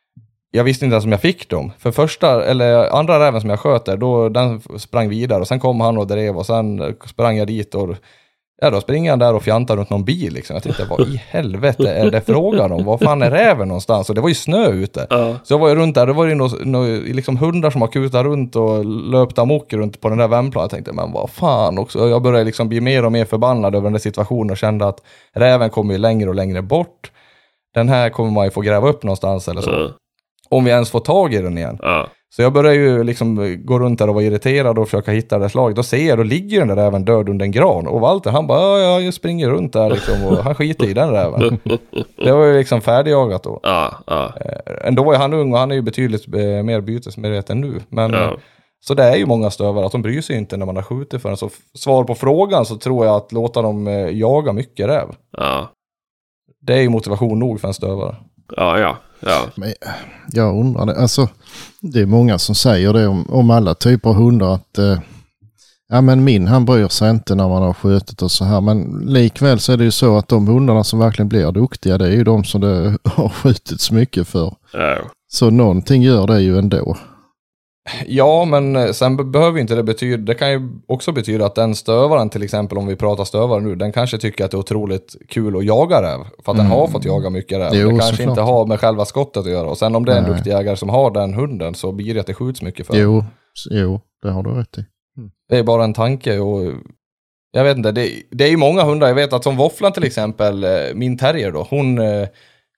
jag visste inte ens om jag fick dem. För första, eller andra räven som jag sköt där, då den sprang vidare och sen kom han och drev och sen sprang jag dit och ja, då springer han där och fjantar runt någon bil liksom. Jag tänkte, vad i helvete är det frågan om? Vad fan är räven någonstans? Och det var ju snö ute. Ja. Så jag var ju runt där, det var ju nå, nå, liksom hundar som har kutat runt och löpt amok runt på den där vändplanen. Jag tänkte, men vad fan också. Jag började liksom bli mer och mer förbannad över den där situationen och kände att räven kommer ju längre och längre bort. Den här kommer man ju få gräva upp någonstans eller så. Ja. Om vi ens får tag i den igen. Ja. Så jag började ju liksom gå runt där och vara irriterad och försöka hitta det slaget. Då ser jag, då ligger den där räven död under en gran. Och Walter, han bara, ja, ja, jag springer runt där liksom. Och han skiter i den räven. Det var ju liksom färdigjagat då. Ja. Ja. Ändå var han ung och han är ju betydligt eh, mer bytesmedveten nu. Men Ja. eh, så det är ju många stövare att de bryr sig inte när man har skjutit för en. Så f- svar på frågan så tror jag att låta dem eh, jaga mycket räv. Ja. Det är ju motivation nog för en stövare. Ja. Ja. Ja. Men jag undrar det. Alltså, det är många som säger det om, om alla typer av hundar att eh, ja, men min han bryr sig inte när man har skjutit och så här. Men likväl så är det ju så att de hundarna som verkligen blir duktiga, det är ju de som det har skjutits mycket för. Ja. Så någonting gör det ju ändå. Ja, men eh, sen be- behöver ju inte det betyda, det kan ju också betyda att den stövaren till exempel, om vi pratar stövare nu, den kanske tycker att det är otroligt kul att jaga räv. För att den Mm. har fått jaga mycket räv. Jo, det kanske såklart. inte har med själva skottet att göra. Och sen om det är en Nej. duktig jägare som har den hunden så blir det att det skjuts mycket för. Jo, jo, det har du rätt i. Det är bara en tanke och jag vet inte, det, det är ju många hundar, jag vet att som Våfflan till exempel, eh, min terrier då, hon, eh,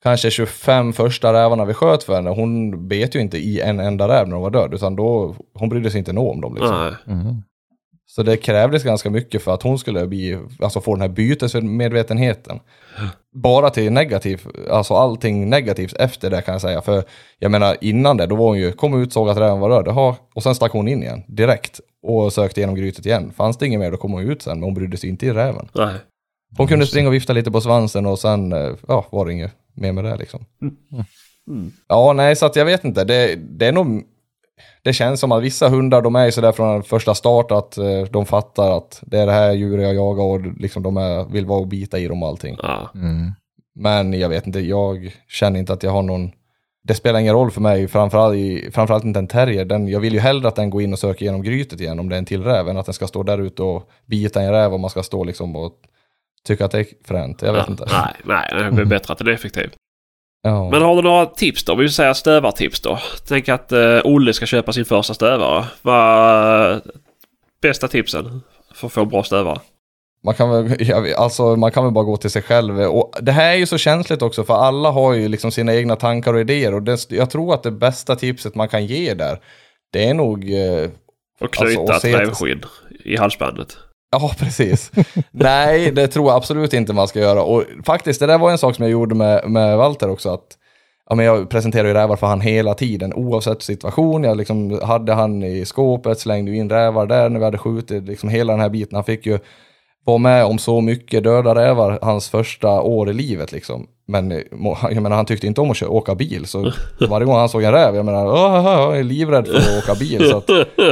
kanske tjugofem första rävarna vi sköt för henne, hon bet ju inte i en enda räv när hon var död, utan då, hon brydde sig inte nå om dem liksom. Mm. Så det krävdes ganska mycket för att hon skulle bli, alltså få den här bytesmedvetenheten. Bara till negativ, alltså allting negativt efter det kan jag säga. För jag menar innan det, då var hon ju, kom ut, såg att räven var röd, aha, och sen stack hon in igen direkt och sökte igenom grytet igen. Fanns det inget mer, då kom hon ut sen, men hon brydde sig inte i räven. Nej. Hon kunde springa och vifta lite på svansen och sen, ja, var det inget mer med det liksom. Mm. Ja, nej, så att jag vet inte, det, det är nog... Det känns som att vissa hundar, de är ju sådär från första start att eh, de fattar att det är det här djuret jag jagar och liksom de är, vill vara och bita i dem och allting. Ja. Mm. Men jag vet inte, jag känner inte att jag har någon... Det spelar ingen roll för mig, framförallt, i, framförallt inte en terrier. Den, jag vill ju hellre att den går in och söker igenom grytet igen om det är en till räv, än att den ska stå där ute och bita en räv och man ska stå liksom och tycka att det är fränt. Jag vet Ja. inte. Nej, nej, det är bättre att det är effektivt. Ja. Men har du några tips då? Vi vill säga stövartips då. Tänk att uh, Olle ska köpa sin första stövare. Vad uh, bästa tipsen för att få bra stövare? Man kan väl, ja, alltså, man kan väl bara gå till sig själv. Och det här är ju så känsligt också, för alla har ju liksom sina egna tankar och idéer. Och det, jag tror att det bästa tipset man kan ge där, det är nog... Eh, och knyta alltså, ett rävskinn i halsbandet. Ja, precis. Nej, det tror jag absolut inte man ska göra. Och faktiskt, det där var en sak som jag gjorde med, med Walter också. Att, ja, men jag presenterade ju rävar för han hela tiden, oavsett situation. Jag liksom hade han i skåpet, slängde in rävar där när vi hade skjutit. Liksom hela den här biten. Han fick ju vara med om så mycket döda rävar hans första år i livet. Liksom. Men jag menar, han tyckte inte om att köra, åka bil. Så varje gång han såg en räv, jag menar, åh, jag är livrädd för att åka bil. Så, att,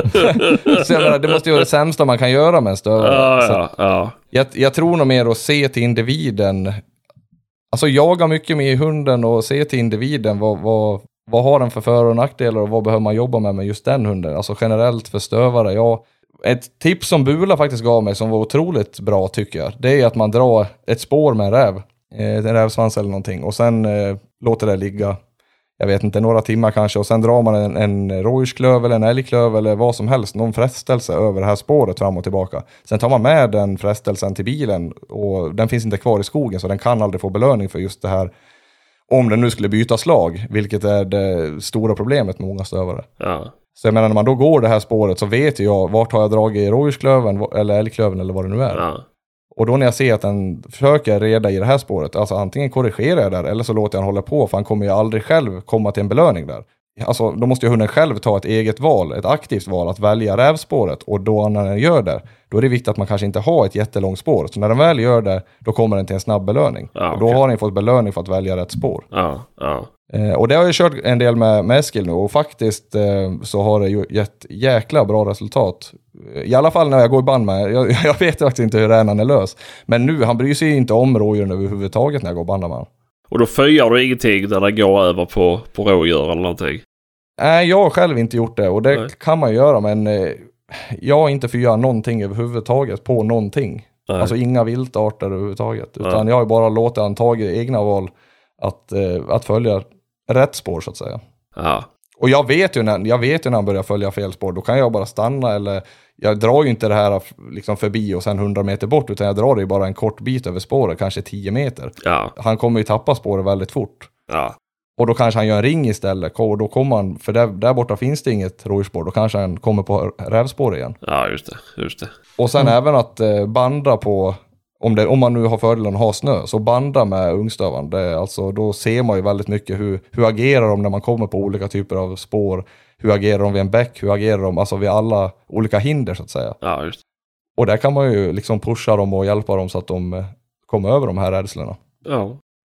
så jag menar, det måste ju vara det sämsta man kan göra med en stövare. Ja, så ja, ja. Jag, jag tror nog mer att se till individen. Alltså jaga mycket med hunden och se till individen. Vad, vad, vad har den för för- och nackdelar och vad behöver man jobba med med just den hunden? Alltså generellt för stövare, ja. Ett tips som Bula faktiskt gav mig som var otroligt bra tycker jag. Det är att man drar ett spår med en räv. Eh, en rävsvans eller någonting. Och sen eh, låter det ligga, jag vet inte, några timmar kanske. Och sen drar man en, en rådjursklöv eller en älgklöv eller vad som helst. Någon frestelse över det här spåret fram och tillbaka. Sen tar man med den frestelsen till bilen. Och den finns inte kvar i skogen så den kan aldrig få belöning för just det här. Om den nu skulle byta slag. Vilket är det stora problemet med många stövare. Ja. Så jag menar, när man då går det här spåret så vet jag vart har jag dragit i rådjursklöven eller älgklöven eller vad det nu är. Ja. Och då när jag ser att den försöker reda i det här spåret, alltså antingen korrigerar jag där eller så låter jag den hålla på, för han kommer ju aldrig själv komma till en belöning där. Alltså då måste ju hunden själv ta ett eget val, ett aktivt val att välja rävspåret, och då när den gör det, då är det viktigt att man kanske inte har ett jättelångt spår. Så när den väl gör det, då kommer den till en snabb belöning. Ja, och då okay. har den fått belöning för att välja rätt spår. Ja, ja. Eh, och det har jag kört en del med, med Eskil nu, och faktiskt eh, så har det ju gett jäkla bra resultat. I alla fall när jag går i band med, jag, jag vet faktiskt inte hur ränan är lös. Men nu, han bryr sig inte om rådjuren överhuvudtaget när jag går i band med honom. Och då föjar du ingenting när det går över på, på rådjur eller någonting? Nej, jag har själv inte gjort det, och det Nej. kan man göra, men eh, jag har inte fyrat någonting överhuvudtaget på någonting. Nej. Alltså inga viltarter överhuvudtaget. Utan Nej. jag har bara låtit han ta egna val att, eh, att följa rätt spår så att säga. Ja. Och jag vet ju när, jag vet ju när han börjar följa fel spår, då kan jag bara stanna, eller jag drar ju inte det här liksom förbi och sen hundra meter bort, utan jag drar det ju bara en kort bit över spåret, kanske tio meter. Ja. Han kommer ju tappa spåret väldigt fort. Ja. Och då kanske han gör en ring istället, och då kommer han, för där, där borta finns det inget rådjursspår, då kanske han kommer på rävspår igen. Ja, just det. Just det. Och sen mm. även att eh, bandra på, om, det, om man nu har fördelen att ha snö, så bandra med ungstövan. Det, alltså, då ser man ju väldigt mycket hur, hur agerar de när man kommer på olika typer av spår. Hur agerar de vid en bäck? Hur agerar de alltså vid alla olika hinder så att säga? Ja, just det. Och där kan man ju liksom pusha dem och hjälpa dem så att de eh, kommer över de här rädslorna. Ja.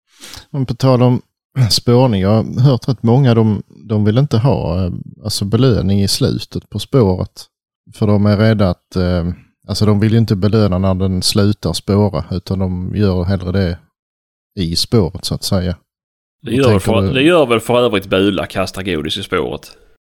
Men på tal om spårning, jag har hört att många de, de vill inte ha alltså belöning i slutet på spåret. För de är rädda att eh, alltså de vill ju inte belöna när den slutar spåra, utan de gör hellre det i spåret så att säga. Det gör, väl för, du... det gör väl för övrigt Bula, kasta godis i spåret.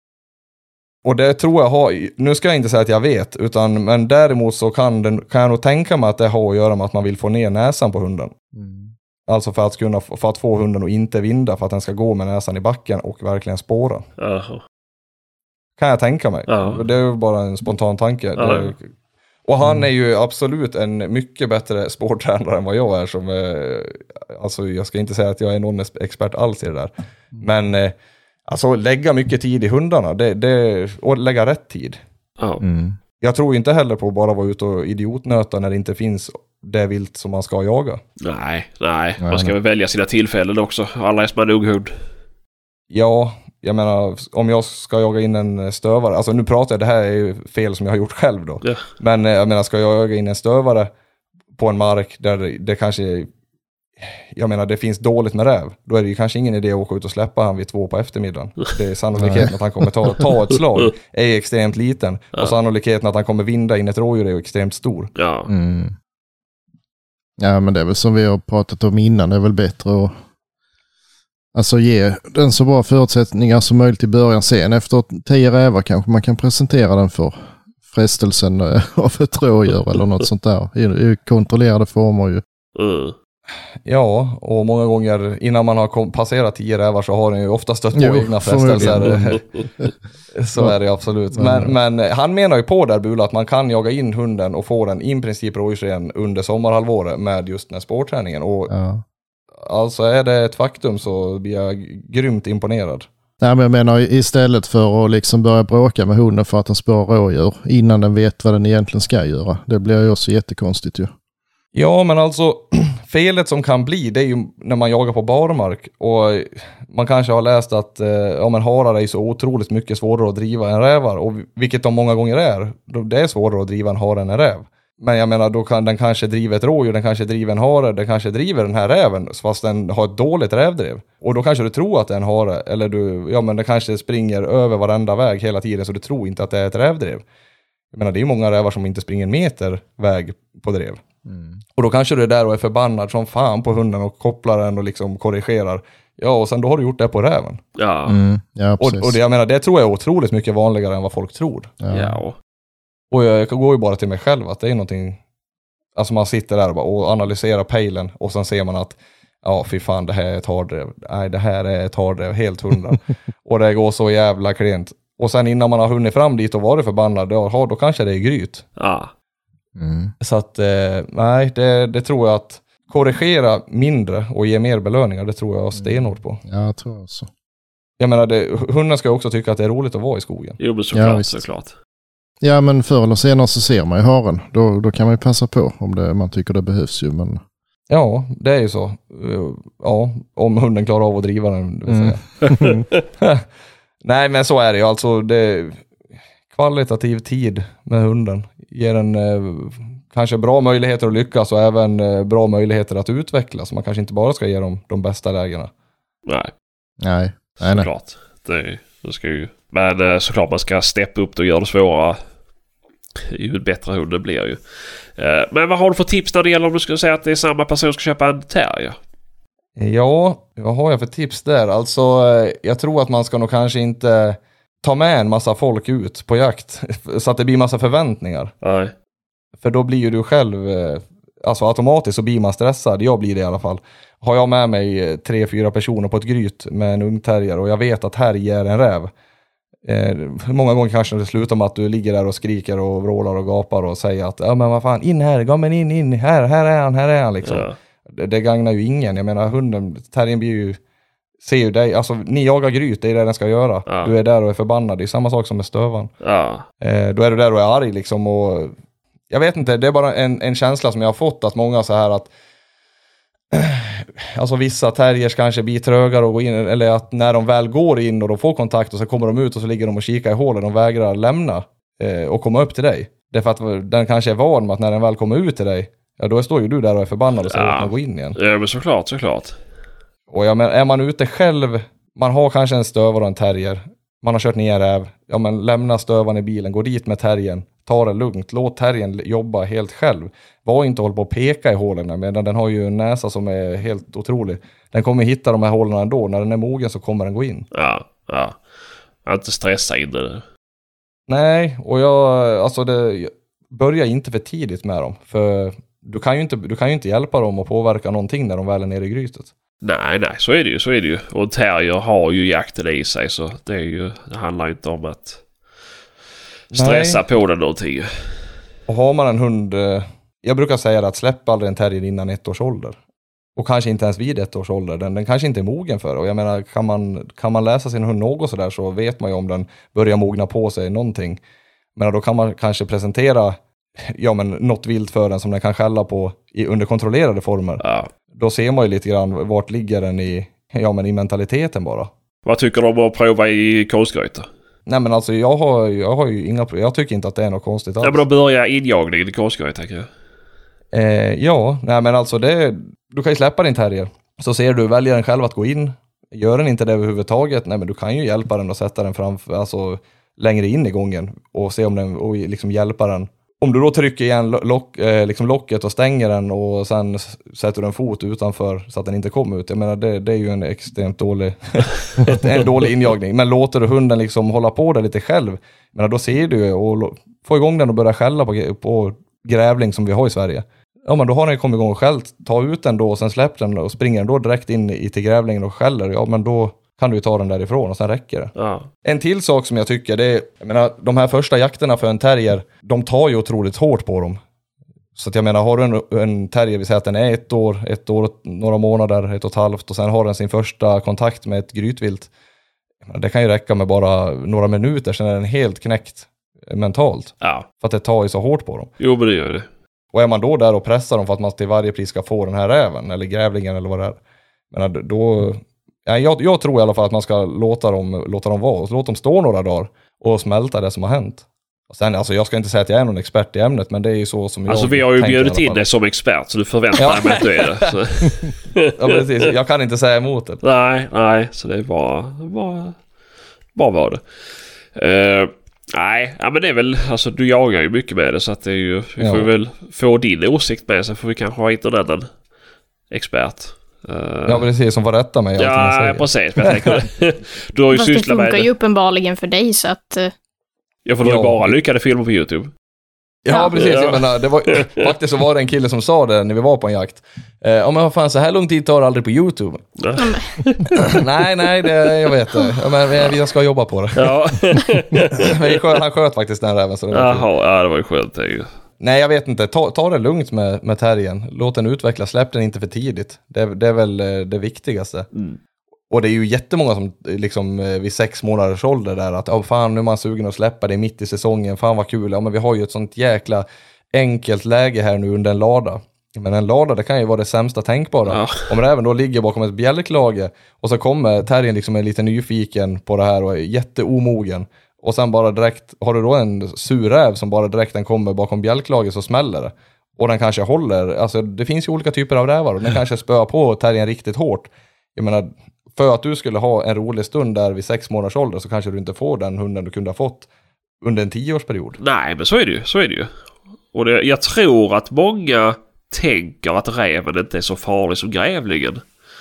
Och det tror jag har, nu ska jag inte säga att jag vet, utan, men däremot så kan, den, kan jag nog tänka mig att det har att göra med att man vill få ner näsan på hunden. Mm. Alltså för att, kunna, för att få hunden att inte vinda, för att den ska gå med näsan i backen och verkligen spåra. Jaha. Kan jag tänka mig. Ja. Det är ju bara en spontan tanke. Ja. Det, Och han mm. är ju absolut en mycket bättre sporttränare än vad jag är. Som, eh, alltså jag ska inte säga att jag är någon expert alls i det där. Mm. Men eh, alltså lägga mycket tid i hundarna. Det, det, och lägga rätt tid. Oh. Mm. Jag tror inte heller på att bara vara ute och idiotnöta när det inte finns det vilt som man ska jaga. Nej, nej. Man ska väl välja sina tillfällen också. Alla är som en unghund. Ja, jag menar, om jag ska jaga in en stövare, alltså nu pratar jag, det här är ju fel som jag har gjort själv då. Ja. Men jag menar, ska jag jaga in en stövare på en mark där det kanske, jag menar, det finns dåligt med räv, då är det ju kanske ingen idé att åka ut och släppa han vid två på eftermiddagen. Det är sannolikheten att han kommer ta, ta ett slag är extremt liten. Ja. Och sannolikheten att han kommer vinda in ett rådjur är extremt stor. Ja. Mm. Ja, men det är väl som vi har pratat om innan, det är väl bättre att alltså ge den så bra förutsättningar som möjligt i början. Sen efter tio rävar kanske man kan presentera den för frestelsen av ett rådjur eller något sånt där. I, i kontrollerade former ju. Mm. Ja, och många gånger innan man har kom, passerat tio rävar så har den ju ofta stött på jo, egna frestelser. Så är det absolut. Men, men han menar ju på där, Bula, att man kan jaga in hunden och få den i princip rådjursren under sommarhalvåret med just den här spårträningen. Och ja. Alltså är det ett faktum så blir jag grymt imponerad. Nej, men jag menar istället för att liksom börja bråka med hunden för att den spår rådjur innan den vet vad den egentligen ska göra. Det blir ju också jättekonstigt ju. Ja, men alltså felet som kan bli, det är ju när man jagar på barmark. Och man kanske har läst att eh, ja, men harar är så otroligt mycket svårare att driva än rävar. Och vilket de många gånger är. Det är svårare att driva en hare än en räv. Men jag menar, då kan den kanske driva ett rådjur, den kanske driver en hare, den kanske driver den här räven fast den har ett dåligt rävdrev. Och då kanske du tror att det är en hare, eller du, ja men den kanske springer över varenda väg hela tiden så du tror inte att det är ett rävdrev. Jag menar, det är ju många rävar som inte springer en meter väg på drev. Mm. Och då kanske du är där och är förbannad som fan på hunden och kopplar den och liksom korrigerar. Ja, och sen då har du gjort det på räven. Ja. Mm. Ja, och, och det, jag menar, det tror jag är otroligt mycket vanligare än vad folk tror. Ja. ja. Och jag, jag går ju bara till mig själv att det är någonting, alltså man sitter där och, bara, och analyserar pejlen och sen ser man att ja, fy fan, det här är ett hardrev. Nej, det här är ett hardrev, helt hundra. Och det går så jävla klent. Och sen innan man har hunnit fram dit och varit förbannad, då, då kanske det är gryt. Ja. Mm. Så att, eh, nej, det, det tror jag att korrigera mindre och ge mer belöningar, det tror jag stenhårt på. Ja, jag tror också. Jag menar, det, hunden ska också tycka att det är roligt att vara i skogen. Jo, men såklart, ja, såklart. Ja, men förr eller senare så ser man ju haren. Då, då kan man ju passa på om det, man tycker det behövs ju. Men... Ja, det är ju så. Ja, om hunden klarar av att driva den, det vill mm. säga. Nej, men så är det ju. Alltså, det, kvalitativ tid med hunden ger en eh, kanske bra möjligheter att lyckas och även eh, bra möjligheter att utvecklas. Man kanske inte bara ska ge dem de bästa lägena. Nej. Nej, nej, nej. Såklart. Det, det ska ju... Men såklart man ska steppa upp och göra det svåra. Ju bättre hund det blir ju. Men vad har du för tips när det gäller om du skulle säga att det är samma person som ska köpa en terrier? Ja, vad har jag för tips där? Alltså, jag tror att man ska nog kanske inte ta med en massa folk ut på jakt så att det blir massa förväntningar. Nej. För då blir ju du själv, alltså automatiskt så blir man stressad. Jag blir det i alla fall. Har jag med mig tre, fyra personer på ett gryt med en ungterrier och jag vet att här är en räv. Eh, många gånger kanske det slutar med att du ligger där och skriker och vrålar och gapar och säger att ja men vad fan, in här, gå men in, in, här, här är han, här är han liksom. Ja. Det, det gagnar ju ingen, jag menar hunden, terriern blir ju, ser ju dig, alltså ni jagar gryt, det är det den ska göra. Ja. Du är där och är förbannad, det är samma sak som med stövan. Ja. Eh, då är du där och är arg liksom och jag vet inte, det är bara en, en känsla som jag har fått att många så här att alltså vissa terriers kanske blir trögare och gå in, eller att när de väl går in och de får kontakt och så kommer de ut och så ligger de och kikar i hålen och vägrar lämna eh, och komma upp till dig. Det är för att den kanske är van med att när den väl kommer ut till dig, ja då står ju du där och är förbannad och så ja. gå in igen. Ja men såklart, såklart. Och ja, men är man ute själv, man har kanske en stövare och en terrier, man har kört ner räv, ja men lämna stövan i bilen, gå dit med terriern, ta det lugnt, låt terriern jobba helt själv. Var inte hålla på att peka i hålen, medan den har ju en näsa som är helt otrolig. Den kommer hitta de här hålen ändå, när den är mogen så kommer den gå in. Ja, ja. Jag inte stressa in det. Nej, och jag, alltså det, börja inte för tidigt med dem, för du kan ju inte, du kan ju inte hjälpa dem att påverka någonting när de väl är nere i grytet. Nej, nej, så är det ju, så är det ju. Och terrier har ju jakten i sig, så det är ju, det handlar inte om att stressa nej. på den någonting. Och har man en hund, jag brukar säga att släpp aldrig en terrier innan ett års ålder. Och kanske inte ens vid ett års ålder. Den, den kanske inte är mogen för. Och jag menar, kan man, kan man läsa sin hund något sådär så vet man ju om den börjar mogna på sig någonting. Men då kan man kanske presentera ja, men något vilt för den som den kan skälla på i, under kontrollerade former. Ja. Då ser man ju lite grann vart ligger den i, ja, men i mentaliteten bara. Vad tycker du om att prova i konstgryta? Nej men alltså jag har, jag har ju inga, jag tycker inte att det är något konstigt alls. Ja men då börjar injagningen i konstgryta tänker jag. Eh, ja, nej men alltså det, du kan ju släppa din terrier. Så ser du, väljer den själv att gå in. Gör den inte det överhuvudtaget, nej men du kan ju hjälpa den och sätta den framför, alltså längre in i gången. Och se om den, och liksom hjälpa den. Om du då trycker igen lock, eh, liksom locket och stänger den och sen sätter du en fot utanför så att den inte kommer ut. Jag menar det, det är ju en extremt dålig, ett, en dålig injagning. Men låter du hunden liksom hålla på det lite själv, men då ser du och får igång den och börja skälla på, på grävling som vi har i Sverige. Ja men då har den kommit igång själv, ta ut den då och sen släpp den och springer den då direkt in i till grävlingen och skäller. Ja men då kan du ju ta den därifrån och sen räcker det. Ja. En till sak som jag tycker det är, jag menar de här första jakterna för en terrier, de tar ju otroligt hårt på dem. Så att jag menar, har du en, en terrier, vi säger att den är ett år, ett år, några månader, ett och ett halvt och sen har den sin första kontakt med ett grytvilt. Det kan ju räcka med bara några minuter, sen är den helt knäckt mentalt. Ja. För att det tar ju så hårt på dem. Jo men det gör det. Och är man då där och pressar dem för att man till varje pris ska få den här räven eller grävlingen eller vad det är. Men då, ja, jag, jag tror i alla fall att man ska låta dem, låta dem vara. Låt dem stå några dagar och smälta det som har hänt. Och sen, alltså jag ska inte säga att jag är någon expert i ämnet, men det är ju så som jag Alltså vi har ju bjudit in dig dig som expert så du förväntar ja. dig att du är det. Så. Ja precis, jag kan inte säga emot det. Nej, nej, så det är bara, bara, bara var det. Uh, nej, ja, men det är väl, alltså du jagar ju mycket med det så att det är ju, vi får ja. väl få din åsikt med så får vi kanske ha inte en annan expert. Uh, ja precis, som får rätta mig. Ja, precis. Men jag tänker, du har ju fast det sysslat med funkar det. ju uppenbarligen för dig så att... Uh... Jag får nog ja. bara lyckade filmer på YouTube. Ja, Ja. precis. Ja. Jag menar, det var, faktiskt så var det en kille som sa det när vi var på en jakt. Eh, ja, men vad fan, så här lång tid tar det aldrig på YouTube. Ja. nej, nej, det, jag vet det. Ja, men jag ska jobba på det. Ja. Men sköt, han sköt faktiskt den räven. Så det var Jaha, ja det var ju skönt det ju. nej, jag vet inte. Ta, ta det lugnt med, med terriern. Låt den utvecklas. Släpp den inte för tidigt. Det, det är väl det viktigaste. Mm. Och det är ju jättemånga som liksom vid sex månaders ålder där att oh, fan, nu är man sugen att släppa det mitt i säsongen. Fan vad kul. Ja, men vi har ju ett sånt jäkla enkelt läge här nu under en lada. Men en lada, det kan ju vara det sämsta tänkbara. Ja. Om räven då ligger bakom ett bjälklage och så kommer terriern liksom är lite nyfiken på det här och är jätteomogen. Och sen bara direkt, har du då en sur räv som bara direkt den kommer bakom bjälklaget så smäller det. Och den kanske håller, alltså det finns ju olika typer av rävar och den kanske spöar på terriern riktigt hårt. Jag menar, för att du skulle ha en rolig stund där vid sex månaders ålder så kanske du inte får den hunden du kunde ha fått under en tioårsperiod. Nej, men så är det ju. Så är det ju. Och det, jag tror att många tänker att räven inte är så farlig som grävlingen.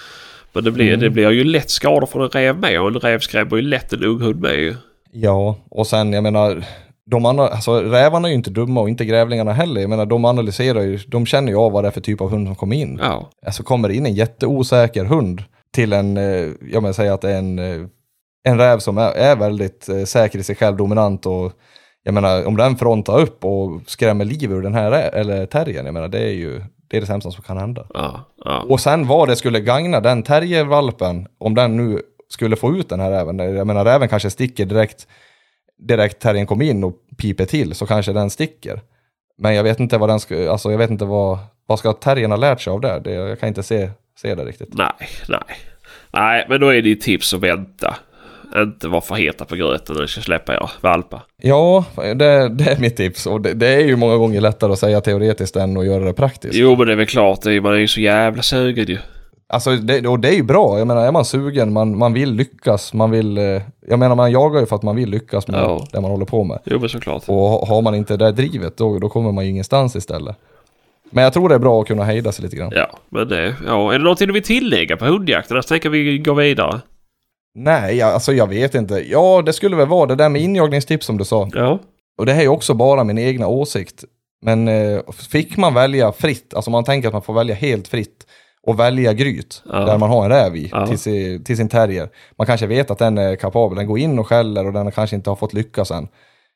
Men det blir, mm. det blir ju lätt skador för en räv med och en räv skrämmer ju lätt en ung hund med ju. Ja, och sen jag menar, de andra, alltså rävarna är ju inte dumma och inte grävlingarna heller. Jag menar, de analyserar ju, de känner ju av vad det är för typ av hund som kommer in. Ja. Alltså kommer det in en jätteosäker hund till en, jag menar säga att det är en, en räv som är, är väldigt säker i sig själv, dominant och jag menar om den frontar upp och skrämmer liv ur den här eller terriern, jag menar det är ju det är det sämsta som kan hända. Ja, ja. Och sen vad det skulle gagna den terriervalpen om den nu skulle få ut den här räven. Jag menar räven kanske sticker direkt direkt terriern kommer in och piper till så kanske den sticker. Men jag vet inte vad den ska, alltså jag vet inte vad vad ska terriern ha lärt sig av det? det jag kan inte se se det riktigt. Nej, nej. Nej, men då är det ju tips att vänta. Inte vara för heta på gröten när du ska släppa er valpa. Ja, det, det är mitt tips. Och det, det är ju många gånger lättare att säga teoretiskt än att göra det praktiskt. Jo, men det är väl klart. Det är, man är ju så jävla sugen ju. Alltså, det, och det är ju bra. Jag menar, är man sugen, man, man vill lyckas. Man vill, jag menar, man jagar ju för att man vill lyckas med Ja. det man håller på med. Jo, men såklart. Och har man inte det drivet, då, då kommer man ju ingenstans istället. Men jag tror det är bra att kunna hejda sig lite grann. Ja, men det... Ja, är det någonting du vill tillägga på hundjakten? Så tänker vi gå vidare. Nej, jag, alltså jag vet inte. Ja, det skulle väl vara det där med injagningstips som du sa. Ja. Och det här är ju också bara min egna åsikt. Men eh, fick man välja fritt, alltså man tänker att man får välja helt fritt och välja gryt Ja. där man har en räv i Ja. till, sin, till sin terrier. Man kanske vet att den är kapabel, den går in och skäller och den kanske inte har fått lyckas än.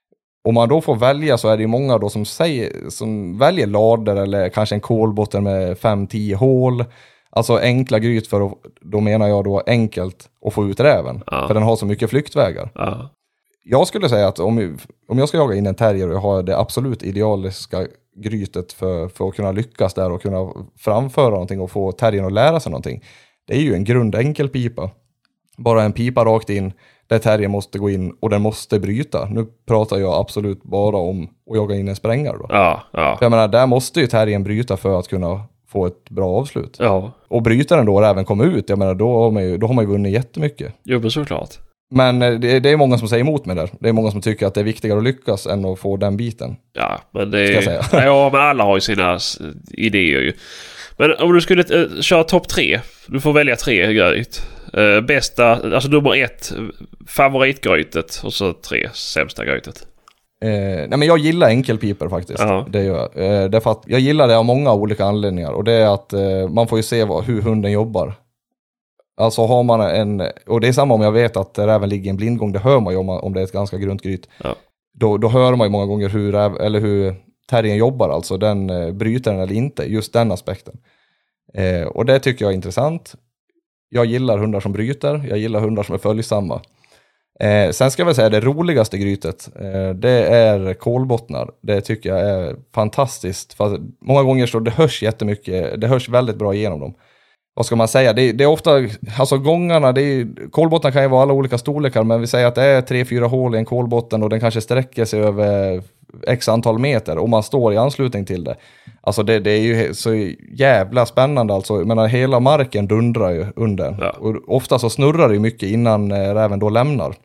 Om man då får välja så är det ju många då som, säger, som väljer lader eller kanske en kolbotten med fem till tio hål. Alltså enkla gryt för att, då menar jag då enkelt att få ut räven. Ja. För den har så mycket flyktvägar. Ja. Jag skulle säga att om, om jag ska jaga in en terrier och jag har det absolut idealiska grytet för, för att kunna lyckas där och kunna framföra någonting och få terriern att lära sig någonting. Det är ju en grundenkel pipa. Bara en pipa rakt in där terriern måste gå in och den måste bryta. Nu pratar jag absolut bara om att jaga in en sprängare då. Ja, ja. För jag menar, där måste ju terriern bryta för att kunna få ett bra avslut. Ja. Och bryter den då och även kommer ut, jag menar, då har man ju, då har man ju vunnit jättemycket. Jo, men såklart. Men det, det är många som säger emot mig där. Det är många som tycker att det är viktigare att lyckas än att få den biten. Ja, men det är, ja, men alla har ju sina idéer ju. Men om du skulle uh, köra topp tre, du får välja tre gryt. Uh, bästa, alltså nummer ett, favoritgrytet och så tre sämsta grytet. Eh, nej men jag gillar enkelpiper faktiskt. Uh-huh. Det gör jag. Eh, därför att jag gillar det av många olika anledningar. Och det är att eh, man får ju se vad, hur hunden jobbar. Alltså har man en, och det är samma om jag vet att räven ligger i en blindgång, det hör man ju om, man, om det är ett ganska grunt gryt. Ja. Då, då hör man ju många gånger hur, räv, eller hur terriern jobbar, alltså den eh, bryter den eller inte, just den aspekten. Eh, och det tycker jag är intressant. Jag gillar hundar som bryter, jag gillar hundar som är följsamma. Eh, sen ska jag väl säga det roligaste grytet, eh, det är kolbottnar. Det tycker jag är fantastiskt. För många gånger så det hörs jättemycket, det hörs väldigt bra igenom dem. Vad ska man säga? Det, det är ofta, alltså gångarna, det är, kolbottnar kan ju vara alla olika storlekar, men vi säger att det är tre, fyra hål i en kolbotten och den kanske sträcker sig över x antal meter och man står i anslutning till det. Alltså det, det är ju så jävla spännande alltså. Jag menar, hela marken dundrar ju under. Ja. Och ofta så snurrar det ju mycket innan räven då lämnar.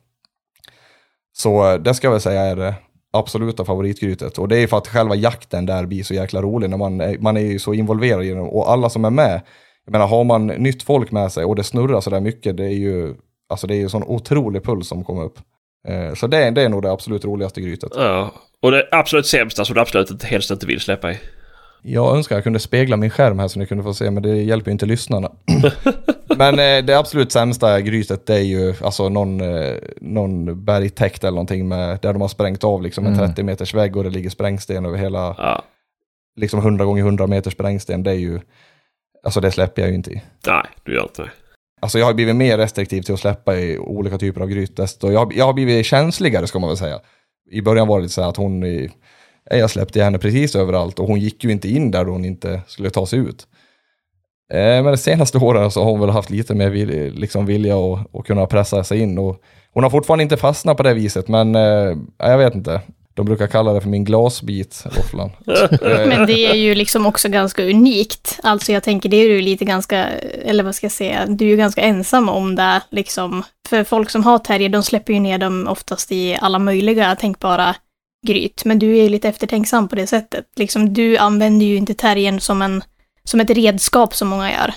Så det ska jag väl säga är det absoluta favoritgrytet. Och det är för att själva jakten där blir så jäkla rolig när man, man är ju så involverad i den. Och alla som är med, jag menar, har man nytt folk med sig och det snurrar så där mycket, det är ju, alltså det är ju sån otrolig puls som kommer upp. Eh, så det, det är nog det absolut roligaste grytet. Ja, och det absolut sämsta som du absolut inte, helst inte vill släppa i. Jag önskar jag kunde spegla min skärm här så ni kunde få se, men det hjälper ju inte lyssnarna. Men eh, det absolut sämsta grytet, det är ju alltså någon, eh, någon bergtäkt eller någonting med, där de har sprängt av liksom en mm. trettio meters vägg och det ligger sprängsten över hela, ja. Liksom hundra gånger hundra meters sprängsten. Det är ju, alltså det släpper jag ju inte i. Nej, du gör inte det. Alltså jag har blivit mer restriktiv till att släppa i olika typer av gryttest. Och jag har, jag har blivit känsligare, ska man väl säga. I början var det lite så här att hon, i, jag släppte henne precis överallt. Och hon gick ju inte in där då hon inte skulle ta sig ut. Eh, men de senaste åren så har hon väl haft lite mer vil, liksom vilja att, att kunna pressa sig in. Och hon har fortfarande inte fastnat på det viset, men eh, jag vet inte. De brukar kalla det för min glasbit, våfflan. Men det är ju liksom också ganska unikt. Alltså jag tänker, det är ju lite ganska, eller vad ska jag säga, du är ju ganska ensam om det liksom. För folk som har terrier, de släpper ju ner dem oftast i alla möjliga tänkbara gryt. Men du är ju lite eftertänksam på det sättet. Liksom, du använder ju inte terriern som, en, som ett redskap som många gör.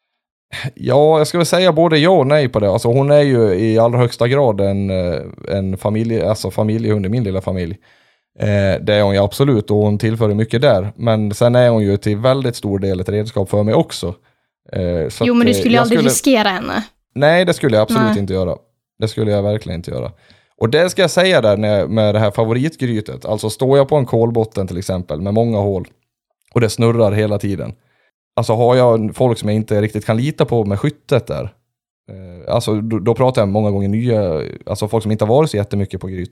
Ja, jag ska väl säga både ja och nej på det. Alltså hon är ju i allra högsta grad en, en familj, alltså familjehund i min lilla familj. Eh, det är hon ju absolut och hon tillför mycket där. Men sen är hon ju till väldigt stor del ett redskap för mig också. Eh, så jo, men du skulle ju aldrig skulle... riskera henne. Nej, det skulle jag absolut nej. inte göra. Det skulle jag verkligen inte göra. Och det ska jag säga där när, med det här favoritgrytet. Alltså står jag på en kolbotten till exempel med många hål och det snurrar hela tiden. Alltså har jag folk som jag inte riktigt kan lita på med skyttet där. Eh, alltså då, då pratar jag många gånger nya, alltså folk som inte har varit så jättemycket på gryt.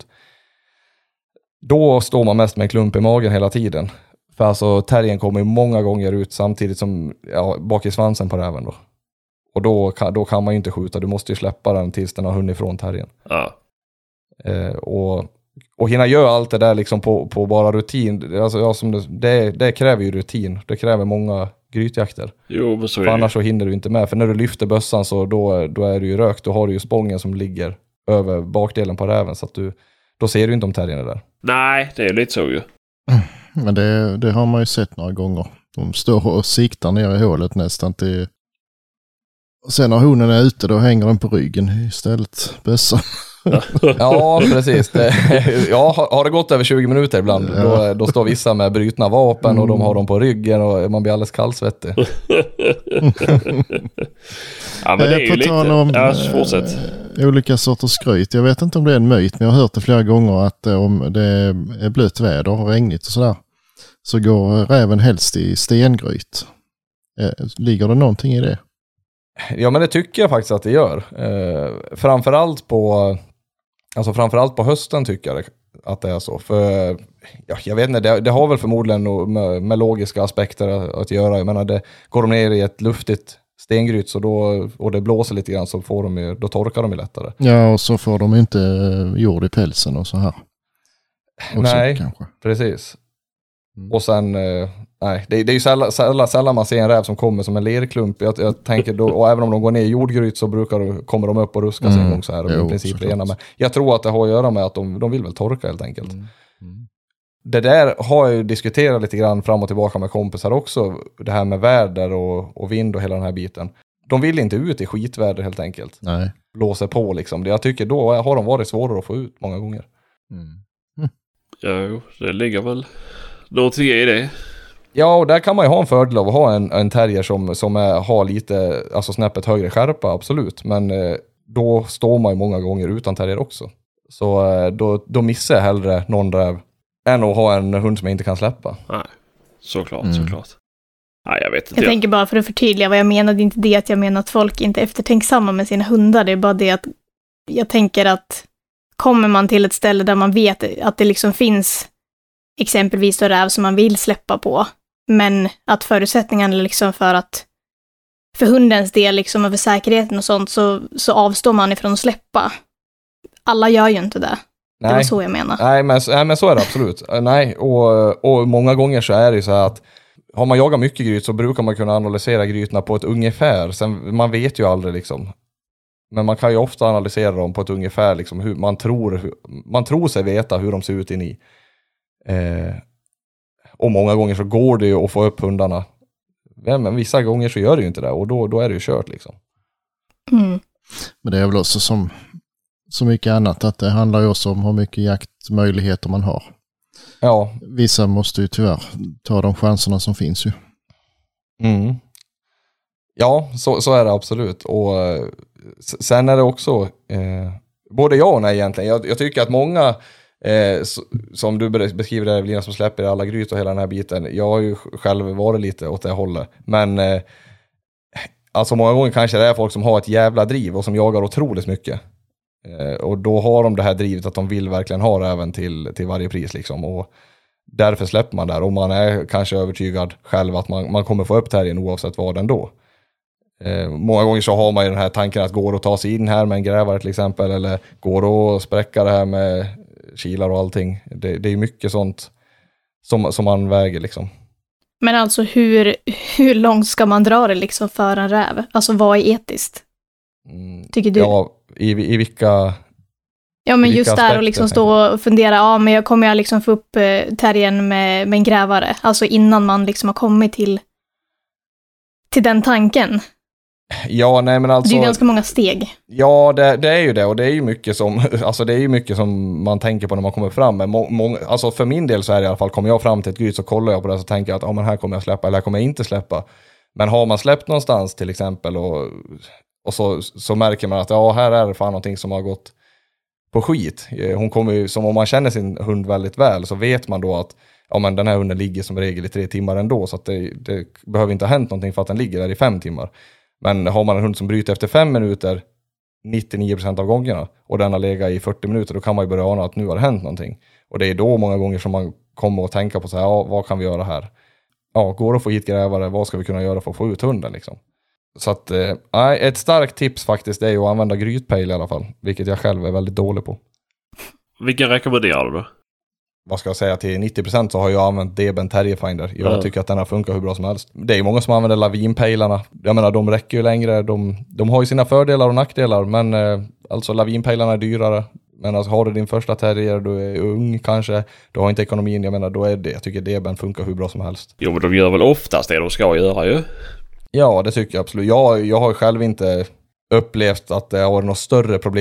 Då står man mest med en klump i magen hela tiden. För alltså terriern kommer många gånger ut samtidigt som, ja, bak i svansen på räven då. Och då kan, då kan man ju inte skjuta, du måste ju släppa den tills den har hunnit ifrån terriern. Ja. Eh, och, och hinna göra allt det där liksom på, på bara rutin. Alltså, ja, som det, det, det kräver ju rutin. Det kräver många grytjakter. Jo, men så är för annars så hinner du inte med. För när du lyfter bössan så då, då är du ju rökt. Då har du ju spången som ligger över bakdelen på räven. Så att du, då ser du inte om terrierna där. Nej, det är lite så ju. Men det, det har man ju sett några gånger. De står och siktar ner i hålet nästan till... Och sen när honen är ute då hänger den på ryggen istället. Bössan. Ja, precis. Det, ja, har- har det gått över tjugo minuter ibland, då, då står vissa med brutna vapen och de har dem på ryggen och man blir alldeles kallsvettig. Ja, men det är ju på lite... tal om Ja, fortsätt. eh, olika sorters skryt. Jag vet inte om det är en myt, men jag har hört det flera gånger att eh, om det är blött väder och regnigt och sådär, så går räven helst i stengryt. Eh, ligger det någonting i det? Ja, men det tycker jag faktiskt att det gör. Eh, framförallt på alltså framförallt på hösten tycker jag att det är så. För ja, jag vet inte, det, det har väl förmodligen nog med, med logiska aspekter att, att göra. Jag menar, det går de ner i ett luftigt stengryt så då, och det blåser lite grann, så får de ju, då torkar de ju lättare. Ja, och så får de inte eh, jord i pälsen och så här. Och Nej, så, kanske. precis. Mm. Och sen, eh, nej, det, det är ju sällan, sällan, sällan man ser en räv som kommer som en lerklump. Jag, jag tänker då, och även om de går ner i jordgryt så brukar de, kommer de upp och ruska sig Mm. en gång så här. Och Jo, i princip såklart. rena med. Jag tror att det har att göra med att de, de vill väl torka helt enkelt. Mm. Mm. Det där har jag ju diskuterat lite grann fram och tillbaka med kompisar också. Det här med väder och, och vind och hela den här biten. De vill inte ut i skitväder helt enkelt. Nej. Blåser på liksom. Jag tycker då har de varit svårare att få ut många gånger. Mm. Ja, jo, det ligger väl någonting i det. Ja, och där kan man ju ha en fördel av att ha en, en terrier som, som är, har lite, alltså snäppet högre skärpa, absolut. Men eh, då står man ju många gånger utan terrier också. Så eh, då, då missar jag hellre någon räv än att ha en hund som jag inte kan släppa. Nej, såklart, Mm. såklart. Nej, jag vet inte. Jag tänker bara för att förtydliga vad jag menade, inte det att jag menar att folk inte är eftertänksamma med sina hundar, det är bara det att jag tänker att kommer man till ett ställe där man vet att det liksom finns exempelvis då räv som man vill släppa på, men att förutsättningarna liksom för att för hundens del liksom och för säkerheten och sånt så, så avstår man ifrån att släppa. Alla gör ju inte det. Det var Nej. så jag menar. Nej, men, nej, men så är det absolut. Eh, Nej, och, och många gånger så är det ju så här att har man jagat mycket gryt så brukar man kunna analysera grytorna på ett ungefär. Sen, man vet ju aldrig liksom. Men man kan ju ofta analysera dem på ett ungefär, liksom hur man tror, hur, man tror sig veta hur de ser ut in i. Eh, och många gånger så går det ju att få upp hundarna. Ja, men vissa gånger så gör det ju inte det, och då, då är det ju kört liksom. Mm. Men det är väl också som så mycket annat att det handlar ju också om hur mycket jaktmöjligheter man har. Ja. Vissa måste ju tyvärr ta de chanserna som finns ju. Mm. Ja, så, så är det absolut. Och eh, s- sen är det också eh, både ja och nej egentligen. Jag, jag tycker att många eh, s- som du be- beskriver det, Evelina, som släpper i alla gryt och hela den här biten. Jag har ju själv varit lite åt det hållet. Men eh, alltså många gånger kanske det är folk som har ett jävla driv och som jagar otroligt mycket. Eh, och då har de det här drivet att de vill verkligen ha det även till, till varje pris liksom. Och därför släpper man där. Och man är kanske övertygad själv att man, man kommer få upp terriern oavsett vad den då. Eh, många gånger så har man ju den här tanken att går att ta sig in här med en grävare till exempel. Eller går att spräcka det här med kilar och allting. Det, det är ju mycket sånt som, som man väger liksom. Men alltså hur, hur långt ska man dra det liksom för en räv? Alltså vad är etiskt? Mm, Tycker du? ja, i, i vilka... Ja, men Vilka just där aspekter, och liksom tänker stå och fundera, ja men jag kommer jag liksom få upp eh, terriern med, med en grävare, alltså innan man liksom har kommit till till den tanken. Ja, nej men alltså... Det är ju ganska många steg. Ja, det, det är ju det, och det är ju mycket som alltså det är ju mycket som man tänker på när man kommer fram. Men må, må, alltså för min del så är det i alla fall, kommer jag fram till ett gryt så kollar jag på det så tänker jag att ja, men här kommer jag släppa eller här kommer jag inte släppa. Men har man släppt någonstans till exempel och, och så, så märker man att ja, här är det fan någonting som har gått på skit. Hon kommer ju, som om man känner sin hund väldigt väl så vet man då att ja, men den här hunden ligger som regel i tre timmar ändå, så att det, det behöver inte ha hänt någonting för att den ligger där i fem timmar. Men har man en hund som bryter efter fem minuter nittionio procent av gångerna och den har legat i fyrtio minuter, då kan man ju börja ana att nu har det hänt någonting. Och det är då många gånger som man kommer att tänka på så här, ja, vad kan vi göra här? Ja, går det att få hit grävare? Vad ska vi kunna göra för att få ut hunden liksom? Så att, eh, ett starkt tips faktiskt är ju att använda grytpejl i alla fall, vilket jag själv är väldigt dålig på. Vilken rekommenderar du då? Vad ska jag säga, till nittio procent så har jag använt Deben Terrierfinder. Jag Ja. tycker att den har funkat hur bra som helst. Det är ju många som använder lavinpejlarna. Jag menar, de räcker ju längre. De, de har ju sina fördelar och nackdelar, men eh, alltså lavinpejlarna är dyrare. Men alltså, har du din första terrier, du är ung kanske, du har inte ekonomin, jag menar, då är det, jag tycker Deben funkar hur bra som helst. Jo, men de gör väl oftast det de ska göra ju. Ja, det tycker jag absolut. Jag, jag har själv inte upplevt att det har varit något större problem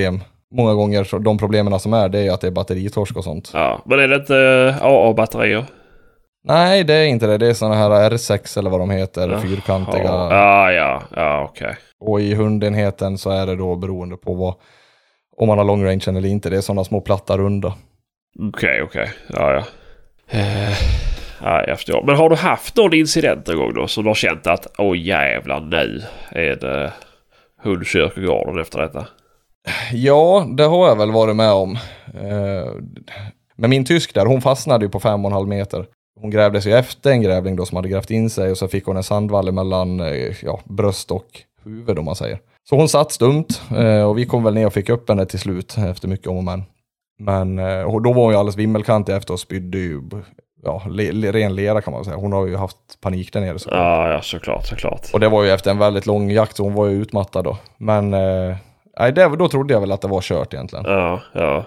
många gånger så de problemen som är, det är att det är batteritorsk och sånt. Ja, men är det inte A A-batterier? Nej, det är inte det. Det är såna här R sex eller vad de heter, Ja. fyrkantiga. Ja, ja, ja, okej. Okay. Och i hundenheten så är det då beroende på vad, om man har long range eller inte. Det är sådana små platta runda. Okej, okay, okej. Okay. Ja, ja. Eh, ja, jag förstår. Men har du haft någon incident en gång då som du har känt att åh jävlar, nu är det hundkyrkogården efter detta? Ja, det har jag väl varit med om. Eh, men min tysk där, hon fastnade ju på fem och en halv meter. Hon grävde sig efter en grävling då som hade grävt in sig och så fick hon en sandvall mellan ja, bröst och huvud om man säger. Så hon satt stumt och vi kom väl ner och fick upp henne till slut efter mycket om och men. Men och då var hon ju alldeles vimmelkantig efter och spydde ju ja, le, le, ren lera kan man säga. Hon har ju haft panik där nere. Såklart. Ja, ja, såklart, såklart. Och det var ju efter en väldigt lång jakt så hon var ju utmattad då. Men nej, det, då trodde jag väl att det var kört egentligen. Ja, ja.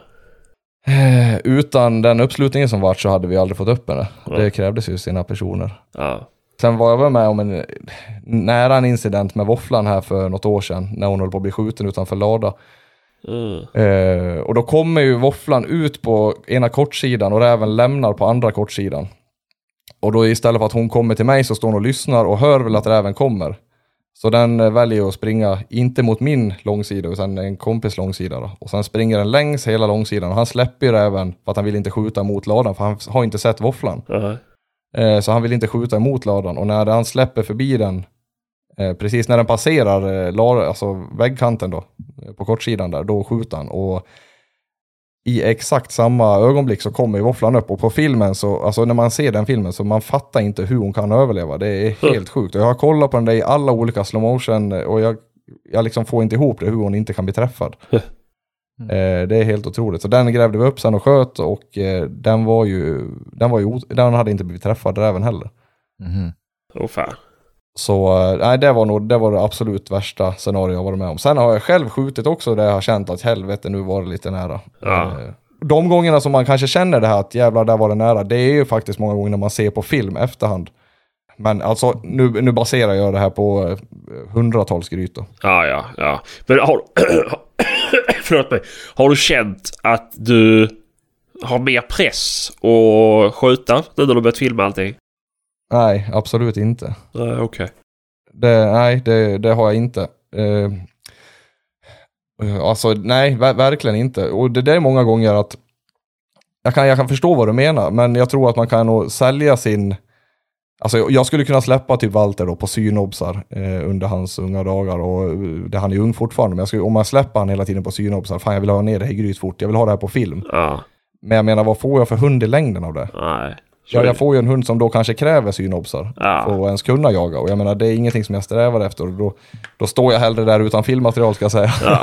Utan den uppslutningen som var så hade vi aldrig fått upp henne. Ja. Det krävdes ju sina personer. Ja. Sen var jag väl med om en nära en incident med våfflan här för något år sedan. När hon höll på att bli skjuten utanför lada. Mm. Eh, och då kommer ju våfflan ut på ena kortsidan och räven lämnar på andra kortsidan. Och då istället för att hon kommer till mig så står hon och lyssnar och hör väl att räven kommer. Så den eh, väljer att springa inte mot min långsida utan en kompis långsida då. Och sen springer den längs hela långsidan och han släpper ju räven för att han vill inte skjuta mot ladan för han har inte sett våfflan. Uh-huh. Eh, så han vill inte skjuta emot ladan och när han släpper förbi den eh, precis när den passerar eh, la, alltså väggkanten då eh, på kortsidan där, då skjuter han och i exakt samma ögonblick så kommer ju våfflan upp och på filmen så, alltså när man ser den filmen så man fattar inte hur hon kan överleva. Det är helt mm. sjukt. Och jag har kollat på den där i alla olika slow motion och jag, jag liksom får inte ihop det hur hon inte kan bli träffad. Mm. Eh, det är helt otroligt. Så den grävde vi upp sen och sköt och eh, den var ju, den var ju, den hade inte blivit träffad även heller. Mm. Oh, fan. Så nej, det var nog det var det absolut värsta scenario jag varit med om. Sen har jag själv skjutit också där jag har känt att helvete nu var det lite nära. Ja. De gångerna som man kanske känner det här att jävlar där var det nära, det är ju faktiskt många gånger när man ser på film efterhand. Men alltså nu, nu baserar jag det här på hundratals grytor. Ja, ja, ja. Men har, förlåt mig, har du känt att du har mer press att skjuta nu när du börjat filma allting? Nej, absolut inte. Nej, okej. Okay. Det, nej, det, det har jag inte. Uh, alltså, nej, ver- verkligen inte. Och det, det är många gånger att jag kan, jag kan förstå vad du menar, men jag tror att man kan nog sälja sin... Alltså, jag skulle kunna släppa typ Walter då på synobsar eh, under hans unga dagar och det, han är ung fortfarande, men jag skulle, om man släpper han hela tiden på synobsar, fan jag vill ha ner det här gryt fort, jag vill ha det här på film. Ja. Men jag menar, vad får jag för hund i längden av det? Nej. Ja, jag får ju en hund som då kanske kräver synobsar ja. för att ens kunna jaga. Och jag menar, det är ingenting som jag strävar efter. Och då, då står jag hellre där utan filmmaterial, ska jag säga. Ja.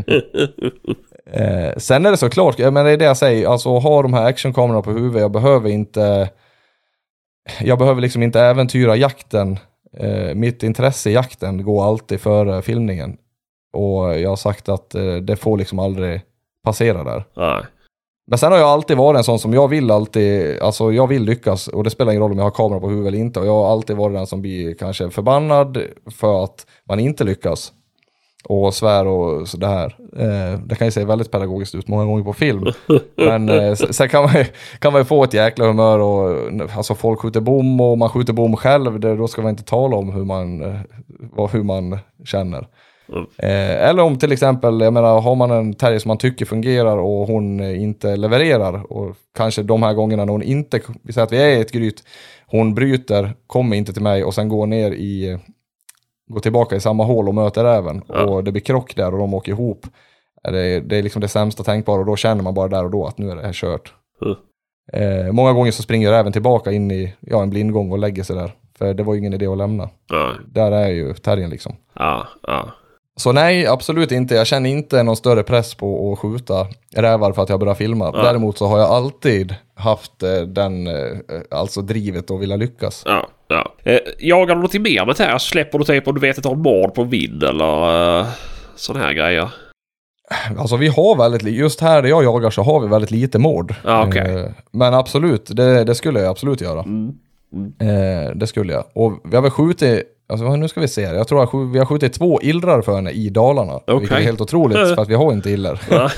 eh, sen är det såklart, jag menar, det är det jag säger. Alltså, ha de här actionkamerorna på huvudet. Jag behöver inte... Jag behöver liksom inte äventyra jakten. Eh, mitt intresse i jakten går alltid före filmningen. Och jag har sagt att eh, det får liksom aldrig passera där. Nej. Men sen har jag alltid varit en sån som jag vill alltid, alltså jag vill lyckas och det spelar ingen roll om jag har kamera på huvudet eller inte och jag har alltid varit den som blir kanske förbannad för att man inte lyckas och svär och sådär. Eh, det kan ju se väldigt pedagogiskt ut många gånger på film. Men eh, sen kan man, kan man ju få ett jäkla humör och alltså folk skjuter bom och man skjuter bom själv, det, då ska man inte tala om hur man, eh, hur man känner. Mm. Eh, eller om till exempel, jag menar, har man en terrier som man tycker fungerar och hon inte levererar och kanske de här gångerna när hon inte, vi säger att vi är i ett gryt, hon bryter, kommer inte till mig och sen går ner i, går tillbaka i samma hål och möter även mm. och det blir krock där och de åker ihop. Det, det är liksom det sämsta tänkbara och då känner man bara där och då att nu är det här kört. Mm. Eh, många gånger så springer även tillbaka in i ja, en blindgång och lägger sig där. För det var ju ingen idé att lämna. Mm. Där är ju terriern liksom. Ja, ja. Så nej, absolut inte. Jag känner inte någon större press på att skjuta rävar för att jag börjar filma. Ja. Däremot så har jag alltid haft eh, den, eh, alltså drivet att vilja lyckas. Ja, ja. Eh, jagar du något mer med det här? Släpper du typ om du vet att du har mord på vind eller eh, sån här grejer? Alltså vi har väldigt, just här där jag jagar så har vi väldigt lite mord. Ja, okay. eh, men absolut, det, det skulle jag absolut göra. Mm. Mm. Eh, det skulle jag. Och vi har väl skjutit alltså nu ska vi se, jag tror att vi har skjutit två illrar för henne i Dalarna, okay. vilket är helt otroligt för att vi har inte iller.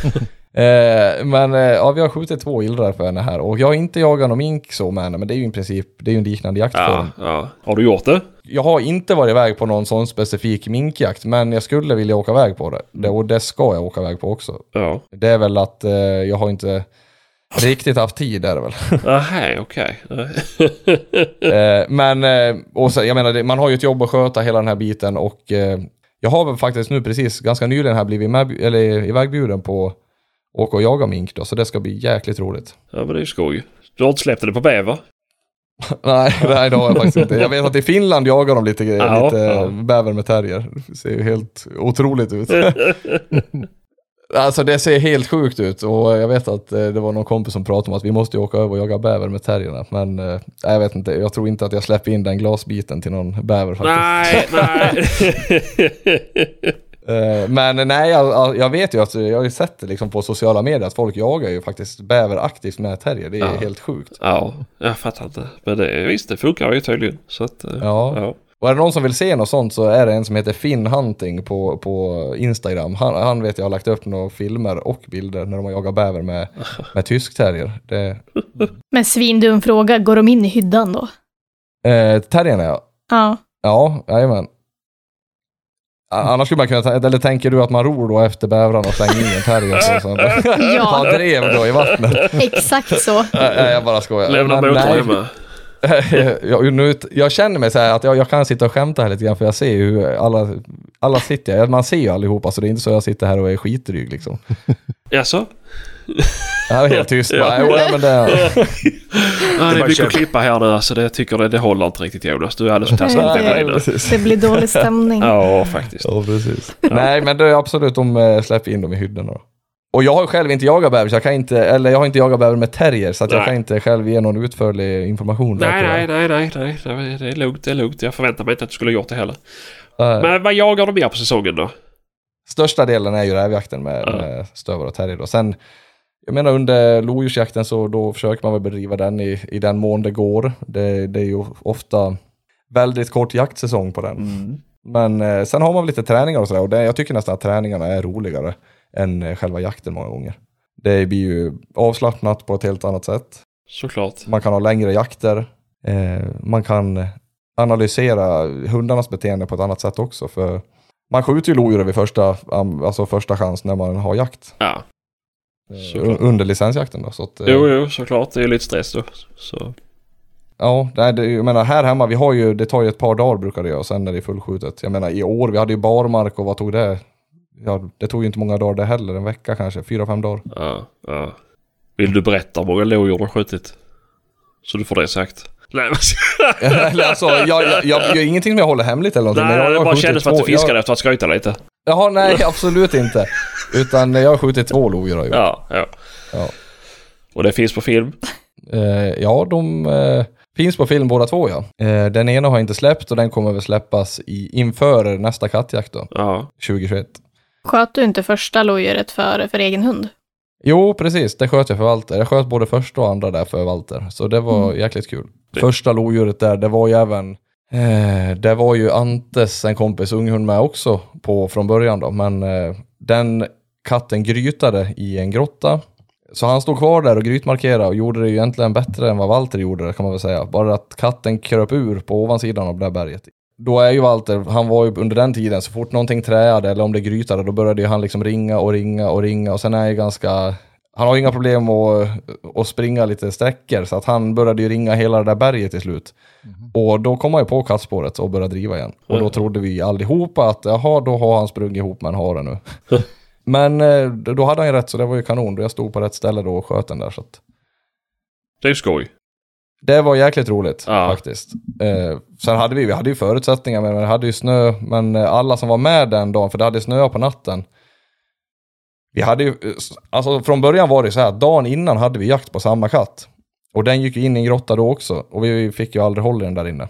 eh, men eh, ja, vi har skjutit två illrar för henne här och jag har inte jagat någon mink så med henne, men det är ju i princip, det är ju en liknande jaktform. Ja, ja. Har du gjort det? Jag har inte varit iväg på någon sån specifik minkjakt, men jag skulle vilja åka iväg på det, det och det ska jag åka iväg på också. Ja. Det är väl att eh, jag har inte riktigt haft tid är det väl. Aha, okej. Okay. eh, men, eh, och så, jag menar, det, man har ju ett jobb att sköta hela den här biten och eh, jag har väl faktiskt nu precis ganska nyligen här blivit med, eller ivägbjuden på åka och jaga mink då, så det ska bli jäkligt roligt. Ja, men det är ju skoj. Du har inte släppt det på bäver? nej, nej, det har jag faktiskt inte. Jag vet att i Finland jagar de lite, ja, lite ja. bäver med terrier. Det ser ju helt otroligt ut. Alltså det ser helt sjukt ut och jag vet att eh, det var någon kompis som pratade om att vi måste åka över och jaga bäver med terrierna, men eh, jag vet inte, jag tror inte att jag släpper in den glasbiten till någon bäver faktiskt. Nej, nej. eh, men nej, jag, jag vet ju att jag har ju sett det liksom på sociala medier att folk jagar ju faktiskt bäver aktivt med terrier, det är ja. helt sjukt. Ja, jag fattar inte, men det, visst, det funkar ju tydligen. Så att, eh, ja. ja. Och är det någon som vill se något sånt så är det en som heter Finn Hunting på, på Instagram. Han, han vet jag har lagt upp några filmer och bilder när de har jagat bäver med, med tysk terrier. Det... Men svindum fråga, går de in i hyddan då? Eh, terrierna ja. Ja. Ja, jajamän. Annars skulle man kunna, eller tänker du att man ror då efter bävran och slänger in en terrier och sånt? Ja. Ta drev då i vattnet. Exakt så. Nej, jag bara skojar. Lämna motorn hemma. jag, nu, jag känner mig så här att jag, jag kan sitta och skämta här lite grann för jag ser ju hur alla, alla sitter, man ser ju allihopa så det är inte så jag sitter här och är skitdryg liksom. Jaså? Jag är helt tyst. Ja. Bara, ja, men det... ja, det är mycket att klippa här nu så det tycker det, det håller inte riktigt Jonas. Du är alldeles för taskig med dig. Det blir dålig stämning. Ja, faktiskt. Ja, precis. Ja. Nej, men det är absolut de släpper in dem i hydden då. Och jag har själv inte jagat bäver, så jag kan inte, eller jag har inte jagat bäver med terrier så att jag kan inte själv ge någon utförlig information. Nej, nej, nej, nej, nej, det är lugnt, det är lugnt. Jag förväntar mig inte att du skulle ha gjort det heller. Uh, Men vad jagar du mer på säsongen då? Största delen är ju rävjakten med, uh. med stövar och terrier då. Sen, jag menar under lodjursjakten så då försöker man väl bedriva den i, i den mån det går. Det, det är ju ofta väldigt kort jaktsäsong på den. Mm. Men eh, sen har man väl lite träningar och sådär och det, jag tycker nästan att träningarna är roligare än själva jakten många gånger. Det blir ju avslappnat på ett helt annat sätt. Såklart. Man kan ha längre jakter. Eh, man kan analysera hundarnas beteende på ett annat sätt också. För man skjuter ju lodjur vid första, alltså första chans när man har jakt. Ja. Eh, under licensjakten då. Så att, eh, jo, jo, såklart. Det är ju lite stress då. Så. Ja, det, jag menar här hemma, vi har ju, det tar ju ett par dagar brukar det göra och sen är det fullskjutet. Jag menar i år, vi hade ju barmark och vad tog det? Ja, det tog ju inte många dagar det heller, en vecka kanske, fyra, fem dagar. Ja, ja. Vill du berätta hur många lodjur du har skjutit? Så du får det sagt. Nej, alltså, jag, jag, jag, jag, jag, ingenting som jag håller hemligt eller någonting. Nej, men jag, det jag bara kändes för att du fiskade jag... efter att skryta lite. Jaha, nej, absolut inte. Utan jag har skjutit två lodjur. Ja, ja, ja. Och det finns på film? Uh, ja, de uh, finns på film båda två, ja. Uh, den ena har inte släppt och den kommer väl släppas i, inför nästa kattjakt då. Ja. tjugohundratjugoett. Sköt du inte första lodjuret för, för egen hund? Jo, precis. Det sköt jag för Walter. Jag sköt både första och andra där för Walter. Så det var mm. jäkligt kul. Det. Första lodjuret där, det var ju även... Eh, det var ju Antes, en kompis unghund med också på, från början då. Men eh, den katten grytade i en grotta. Så han stod kvar där och grytmarkerade och gjorde det ju egentligen bättre än vad Walter gjorde, kan man väl säga. Bara att katten kröp ur på ovansidan av det där berget. Då är ju Walter, han var ju under den tiden, så fort någonting träade eller om det grytade, då började ju han liksom ringa och ringa och ringa. Och sen är ju ganska, han har ju inga problem att, att springa lite sträckor, så att han började ju ringa hela det där berget till slut. Mm. Och då kom han ju på kattspåret och började driva igen. Och då trodde vi allihopa att jaha, då har han sprungit ihop med en hare nu. Men då hade han ju rätt, så det var ju kanon. Då jag stod på rätt ställe då och sköt den där. Så att... Det är skoj. Det var jäkligt roligt, ja. Faktiskt. Eh, sen hade vi, vi hade ju förutsättningar, men vi hade ju snö. Men alla som var med den dagen, för det hade snö på natten. Vi hade ju, alltså från början var det så här, dagen innan hade vi jakt på samma katt. Och den gick in i en grotta då också. Och vi fick ju aldrig hålla den där inne.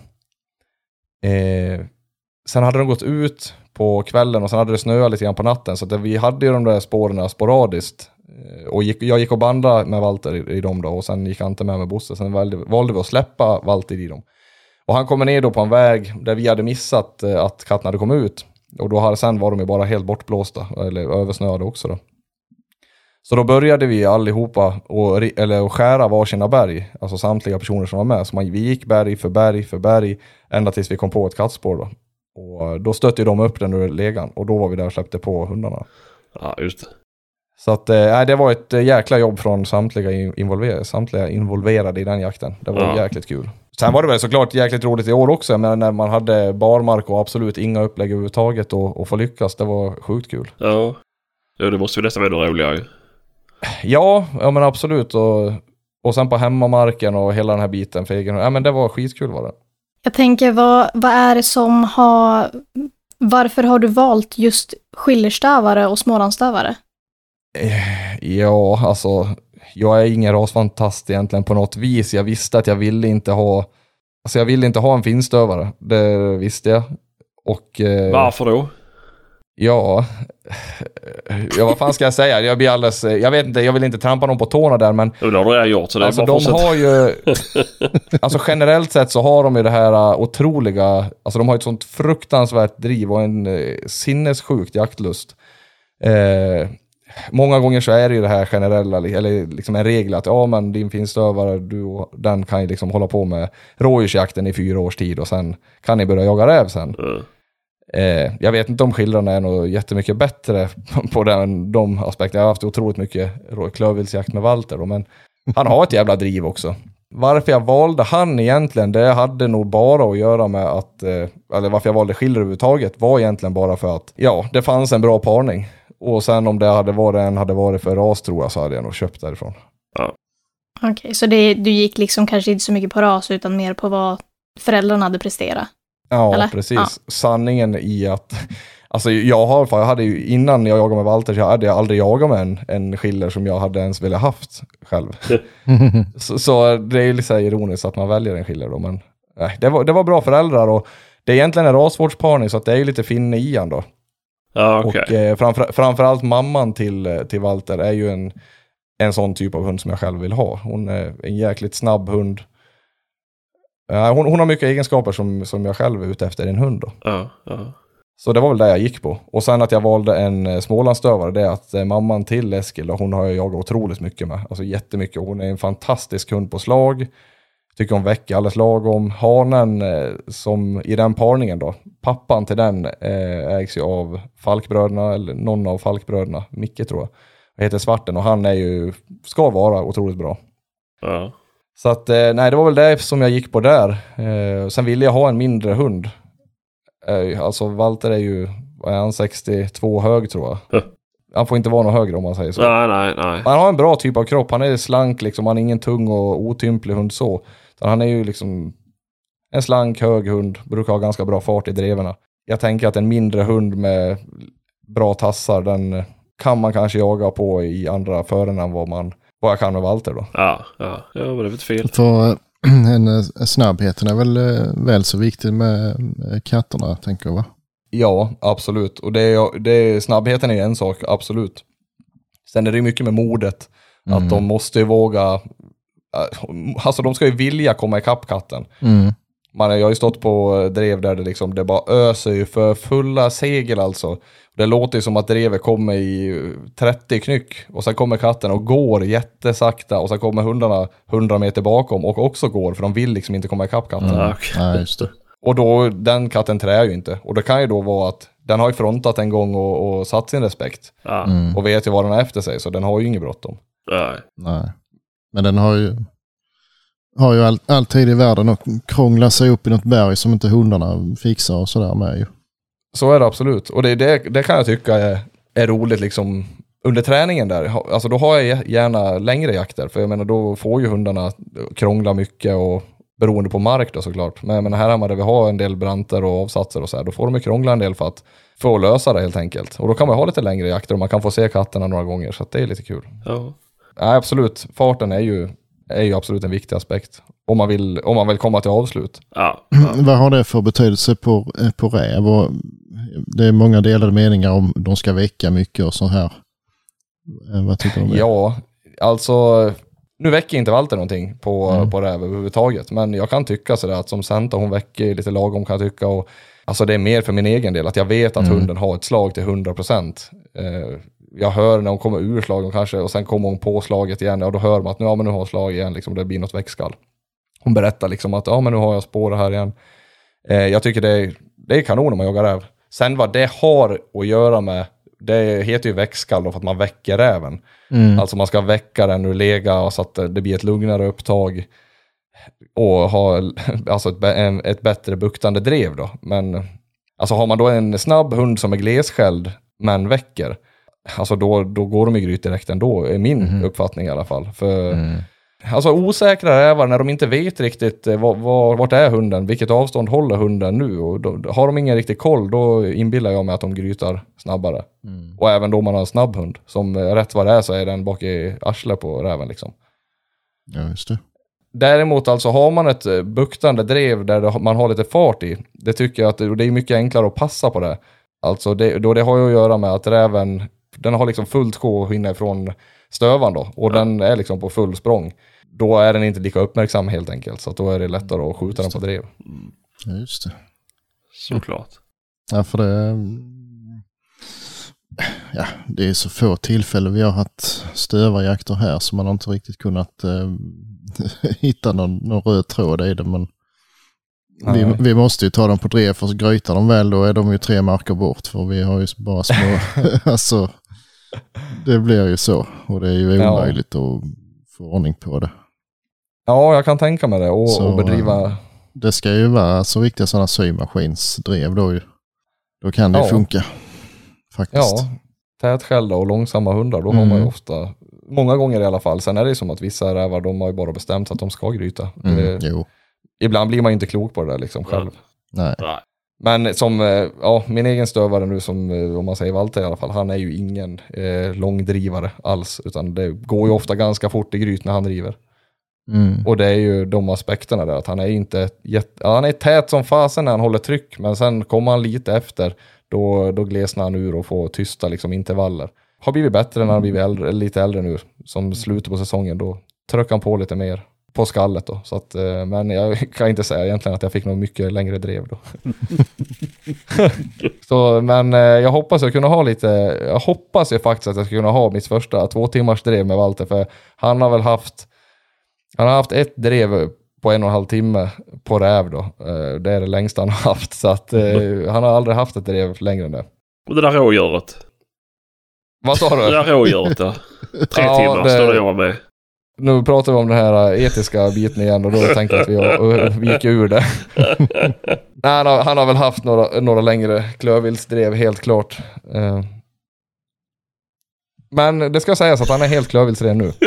Eh, sen hade de gått ut på kvällen och sen hade det snöat lite grann på natten. Så att vi hade ju de där spåren sporadiskt. Och gick, jag gick och bandade med Walter i, i dem då. Och sen gick han inte med med Bosse. Sen valde, valde vi att släppa Walter i dem. Och han kommer ner då på en väg där vi hade missat eh, att katterna hade kommit ut. Och då hade, sen var de ju bara helt bortblåsta, eller översnöade också då. Så då började vi allihopa och, eller, och skära varsina berg, alltså samtliga personer som var med. Så man, vi gick berg för berg för berg ända tills vi kom på ett kattspår då. Och då stötte de upp den ur legan och då var vi där och släppte på hundarna. Ja, just det. Så att, eh, det var ett jäkla jobb från samtliga, involver- samtliga involverade i den jakten. Det var ja. jäkligt kul. Sen var det väl såklart jäkligt roligt i år också, men när man hade barmark och absolut inga upplägg överhuvudtaget och, och få lyckas, det var sjukt kul. Ja, ja det måste ju nästan vara roligare. Ja, ja men absolut. Och, och sen på hemmamarken och hela den här biten för egen. Ja men det var skitkul var det. Jag tänker, vad, vad är det som har... Varför har du valt just skillerstövare och smålandsstövare? Ja, alltså... Jag är ingen rasfantast egentligen på något vis. Jag visste att jag ville inte ha... Alltså jag ville inte ha en finstövare. Det visste jag. Och... Eh, Varför då? Ja... Ja, vad fan ska jag säga? Jag blir alldeles... Jag vet inte, jag vill inte trampa någon på tårna där, men... Jo, det har jag gjort, så det alltså, är bara de har ju... Alltså generellt sett så har de ju det här otroliga... Alltså de har ett sånt fruktansvärt driv och en eh, sinnessjukt jaktlust. Eh... Många gånger så är det ju det här generella, eller liksom en regel att ja men din finstövare, du, den kan ju liksom hålla på med rådjursjakten i fyra års tid och sen kan ni börja jaga räv sen. Mm. Eh, jag vet inte om skildrarna är något jättemycket bättre på den, de aspekterna. Jag har haft otroligt mycket klövviltsjakt med Walter då, men han har ett jävla driv också. Varför jag valde han egentligen, det hade nog bara att göra med att, eh, eller varför jag valde skildrar överhuvudtaget var egentligen bara för att, ja, det fanns en bra parning. Och sen om det hade varit en hade varit för ras tror jag så hade jag nog köpt därifrån. Ja. Okej, okay, så det, du gick liksom kanske inte så mycket på ras utan mer på vad föräldrarna hade presterat? Ja, eller? Precis. Ja. Sanningen i att, alltså jag har, jag hade ju innan jag jagade med Walter så hade jag aldrig jagat med en, en skiller som jag hade ens velat haft själv. så, så det är lite så ironiskt att man väljer en skiller då, men nej, det var, det var bra föräldrar och det är egentligen en rasvårdsparning så att det är ju lite finne i han då. Ah, okay. Och eh, framför, framförallt mamman till, till Walter är ju en, en sån typ av hund som jag själv vill ha. Hon är en jäkligt snabb hund. Uh, hon, hon har mycket egenskaper som, som jag själv är ute efter i en hund då. Uh, uh. Så det var väl det jag gick på. Och sen att jag valde en eh, smålandsstövare, det är att eh, mamman till Eskil, hon har jag jagat otroligt mycket med. Alltså jättemycket. Hon är en fantastisk hund på slag. Tycker hon väcker alldeles lagom. Hanen eh, som i den parningen då. Pappan till den eh, ägs ju av Falkbröderna. Eller någon av Falkbröderna. Micke tror jag. Han heter Svarten och han är ju, ska vara otroligt bra. Ja. Så att, eh, nej det var väl det som jag gick på där. Eh, sen ville jag ha en mindre hund. Eh, alltså Walter är ju, vad är han, sextiotvå hög tror jag. Han får inte vara något högre om man säger så. Nej, nej, nej. Han har en bra typ av kropp. Han är slank liksom. Han är ingen tung och otymplig hund så. Så han är ju liksom en slank, hög hund. Brukar ha ganska bra fart i dreverna. Jag tänker att en mindre hund med bra tassar, den kan man kanske jaga på i andra fören än vad, man, vad jag kan med Walter då. Ja, ja, ja men det är väl fel. För en, snabbheten är väl väl så viktig med katterna, tänker jag va? Ja, absolut. Och det är, det är, snabbheten är en sak, absolut. Sen är det mycket med modet. Mm. Att de måste ju våga... Alltså de ska ju vilja komma ikapp katten. Mm. Man, jag har ju stått på drev där det liksom, det bara öser ju för fulla segel alltså. Det låter ju som att drevet kommer i trettio knyck. Och sen kommer katten och går jättesakta. Och sen kommer hundarna hundra meter bakom och också går. För de vill liksom inte komma ikapp katten. Mm. Ja, just det. Och då, den katten trär ju inte. Och det kan ju då vara att den har ju frontat en gång och, och satt sin respekt. Mm. Och vet ju vad den är efter sig. Så den har ju inget bråttom. Nej. Nej. Men den har ju, har ju all, alltid i världen att krångla sig upp i något berg som inte hundarna fixar och sådär med ju. Så är det absolut. Och det, det, det kan jag tycka är, är roligt liksom under träningen där. Alltså då har jag gärna längre jakter. För jag menar då får ju hundarna krångla mycket och beroende på mark då såklart. Men, men här hemma där vi har en del branter och avsatser och så här, då får de ju krångla en del för att få lösa det helt enkelt. Och då kan man ha lite längre jakter och man kan få se katterna några gånger. Så att det är lite kul. Ja. Ja, absolut. Farten är ju, är ju absolut en viktig aspekt. Om man vill, om man vill komma till avslut. Ja, ja. Vad har det för betydelse på, på räv? Och det är många delade meningar om de ska väcka mycket och så här. Vad tycker du om det? Ja, alltså Nu väcker inte Walter någonting på, Mm. på räv överhuvudtaget. Men jag kan tycka sådär att som Senta, hon väcker lite lagom kan jag tycka. Och, alltså det är mer för min egen del. Att jag vet att Mm. hunden har ett slag till hundra procent. Eh, jag hör när hon kommer ur slagen kanske. Och sen kommer hon på slaget igen. Och då hör man att nu, ja, men nu har hon slag igen. Liksom, det blir något väckskall. Hon berättar liksom att ja, men nu har jag spår här igen. Eh, jag tycker det är, det är kanon om man jagar räv. Sen vad det har att göra med, det heter ju väckskall då för att man väcker räven. Mm. Alltså man ska väcka den ur lega så att det blir ett lugnare upptag och ha alltså ett, en, ett bättre buktande drev då. Men alltså har man då en snabb hund som är glesskälld men väcker, alltså då, då går de i gryt direkt ändå, är min Mhm. uppfattning i alla fall. För Mm. alltså osäkra rävar när de inte vet riktigt eh, var, var, vart är hunden, vilket avstånd håller hunden nu, och då, har de ingen riktig koll, då inbillar jag mig att de grytar snabbare. Mm. Och även då man har en snabb hund som eh, rätt vad det är så är den bak i arslet på räven liksom. Ja, just det. Däremot alltså har man ett eh, buktande drev där det, man har lite fart i, det tycker jag att det, det är mycket enklare att passa på det. Alltså det, då det har ju att göra med att räven, den har liksom fullt sjå att hinna ifrån stövan då, och Ja. den är liksom på full språng. Då är den inte lika uppmärksam helt enkelt, så att då är det lättare att skjuta den på drev. Ja, just det. Såklart. Ja, för det... Ja, det är så få tillfällen vi har haft stövarjakter här så man har inte riktigt kunnat eh, hitta någon, någon röd tråd i det. Men vi, Nej. vi måste ju ta dem på drev, för så grytar de väl, då är de ju tre marker bort, för vi har ju bara små... alltså, det blir ju så, och det är ju Ja. omöjligt att få ordning på det. Ja, jag kan tänka mig det, och, Så, och bedriva... Det ska ju vara så riktiga sådana symaskinsdrev då ju. Då kan det ju Ja. funka. Faktiskt. Ja, tätskällda och långsamma hundar, då har Mm. man ju ofta, många gånger i alla fall. Sen är det ju som att vissa rävar, de har ju bara bestämt att de ska gryta. Mm, Det, jo. ibland blir man ju inte klok på det där liksom själv. Nej. Nej. Men som, eh, ja, min egen stövare nu som, eh, om man säger Walter i alla fall, han är ju ingen eh, långdrivare alls, utan det går ju ofta ganska fort i gryt när han driver. Mm. Och det är ju de aspekterna där, att han är inte jätte, ja, han är tät som fasen när han håller tryck, men sen kommer han lite efter, då, då glesnar han ur och får tysta liksom intervaller. Har blivit bättre när han blivit äldre, lite äldre nu, som slutet på säsongen, då trycker han på lite mer på skallet då. Så att, eh, men jag kan inte säga egentligen att jag fick något mycket längre drev då. Så, men eh, jag hoppas jag kunna ha lite, jag hoppas ju faktiskt att jag ska kunna ha mitt första två timmars drev med Walter, för han har väl haft han har haft ett drev på en och en halv timme på räv då. Eh, det är det längsta han har haft, så att eh, han har aldrig haft ett drev längre än det. Och det där rådjuret. Vad sa Det du? där rådjuret då. Tre Ja, timmar det- står det jag var med. Nu pratar vi om den här etiska biten igen, och då tänker jag att vi, har, vi gick ur det. Nej, han, har, han har väl haft några, några längre klövviltsdrev, helt klart. Eh, Men det ska sägas att han är helt klövviltsren nu.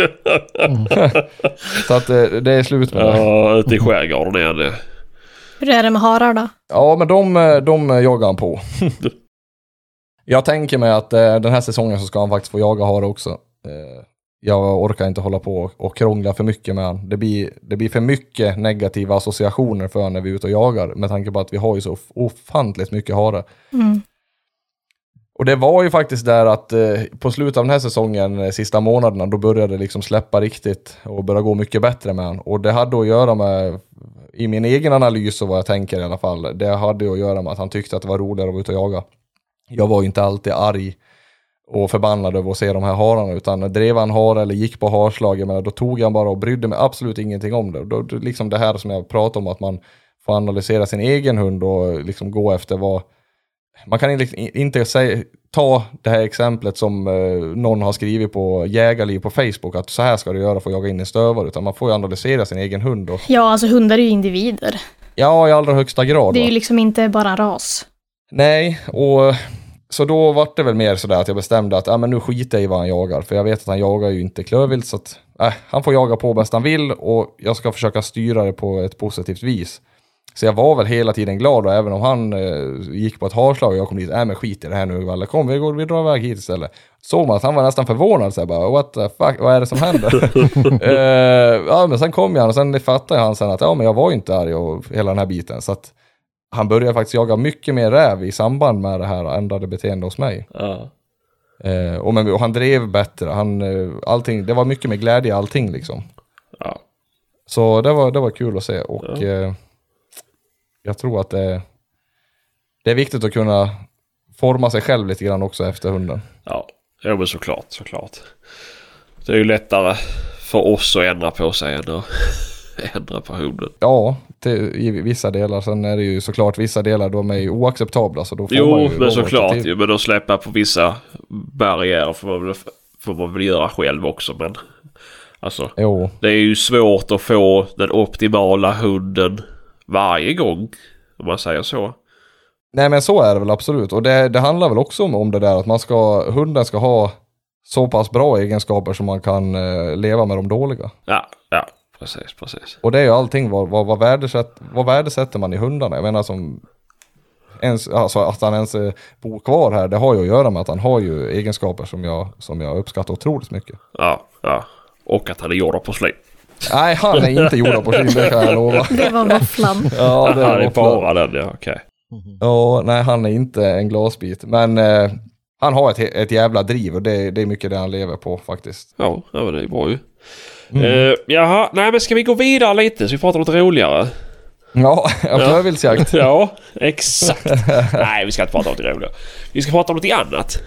Så att eh, det är slut med det. Ja, ute i skärgården är det. Hur är det med harar då? Ja, men de, de jagar han på. Jag tänker mig att eh, den här säsongen så ska han faktiskt få jaga hare också. Eh, jag orkar inte hålla på och krångla för mycket med han. Det blir, det blir för mycket negativa associationer för när vi är ute och jagar, med tanke på att vi har ju så ofantligt mycket hare. Mm. Och det var ju faktiskt där att eh, på slutet av den här säsongen, eh, sista månaderna, då började det liksom släppa riktigt och börja gå mycket bättre med han. Och det hade att göra med, i min egen analys och vad jag tänker i alla fall, det hade att göra med att han tyckte att det var roligare att vara ute och jaga. Jag var ju inte alltid arg och förbannad över att se de här hararna, utan drev han hare eller gick på harslag, jag menar, då tog han bara och brydde mig absolut ingenting om det. Då, då, liksom det här som jag pratade om, att man får analysera sin egen hund och liksom gå efter vad man kan inte säga, ta det här exemplet som eh, någon har skrivit på Jägarliv på Facebook, att så här ska du göra för att jaga in en stövare, utan man får ju analysera sin egen hund. Och, Ja, alltså hundar är ju individer. ja, i allra högsta grad. Det är Va? ju liksom inte bara en ras. Nej, och så då var det väl mer sådär att jag bestämde att ah, men nu skiter jag i vad han jagar, för jag vet att han jagar ju inte klövvilt, så att äh, han får jaga på bäst han vill, och jag ska försöka styra det på ett positivt vis. Så jag var väl hela tiden glad, och även om han eh, gick på ett harslag och jag kom dit, nej men skit i det här nu, Valle, kom vi går vi drar iväg hit istället. Så man att han var nästan förvånad, så här, bara, what the fuck, vad är det som händer? eh, ja, men sen kom jag och sen fattade han sen att ja, men jag var ju inte arg och hela den här biten, så att han började faktiskt jaga mycket mer räv i samband med det här ändrade beteende hos mig. Ja. Eh, och, men, och han drev bättre. Han, eh, allting, det var mycket med glädje allting liksom. Ja. Så det var, det var kul att se. Och Ja. eh, jag tror att det, det är viktigt att kunna forma sig själv lite grann också efter hunden. Ja, ja men såklart, såklart. Det är ju lättare för oss att ändra på sig än att ändra på hunden. Ja, till, i vissa delar. Sen är det ju såklart vissa delar de är ju oacceptabla. Så då får man Jo, ju men såklart. till. Ju, men att släppa på vissa barriärer får man väl, får man väl göra själv också. Men alltså, Jo. det är ju svårt att få den optimala hunden varje gång, om man säger så. Nej, men så är det väl absolut. Och det, det handlar väl också om, om det där att man ska, hunden ska ha så pass bra egenskaper som man kan eh, leva med de dåliga. Ja, ja, precis, precis. Och det är ju allting, vad, vad, vad, värdesätt, vad värdesätter man i hundarna? Jag menar som, ens, alltså att han ens eh, bor kvar här, det har ju att göra med att han har ju egenskaper som jag, som jag uppskattar otroligt mycket. Ja, ja. Och att han är gjord av porslin. Nej, han är inte gjord av porslin, det kan jag lova. Det var våfflan. Ja, det han är är våfflan. bara den, ja, okej. Okay. Ja, nej, han är inte en glasbit. Men eh, han har ett, ett jävla driv och det, det är mycket det han lever på faktiskt. Ja, ja men det är bra ju. Mm. Uh, jaha, nej men ska vi gå vidare lite så vi pratar lite roligare? Ja, klövviltsjakt. Ja, exakt. Nej, vi ska inte prata om det roliga. Vi ska prata om något annat.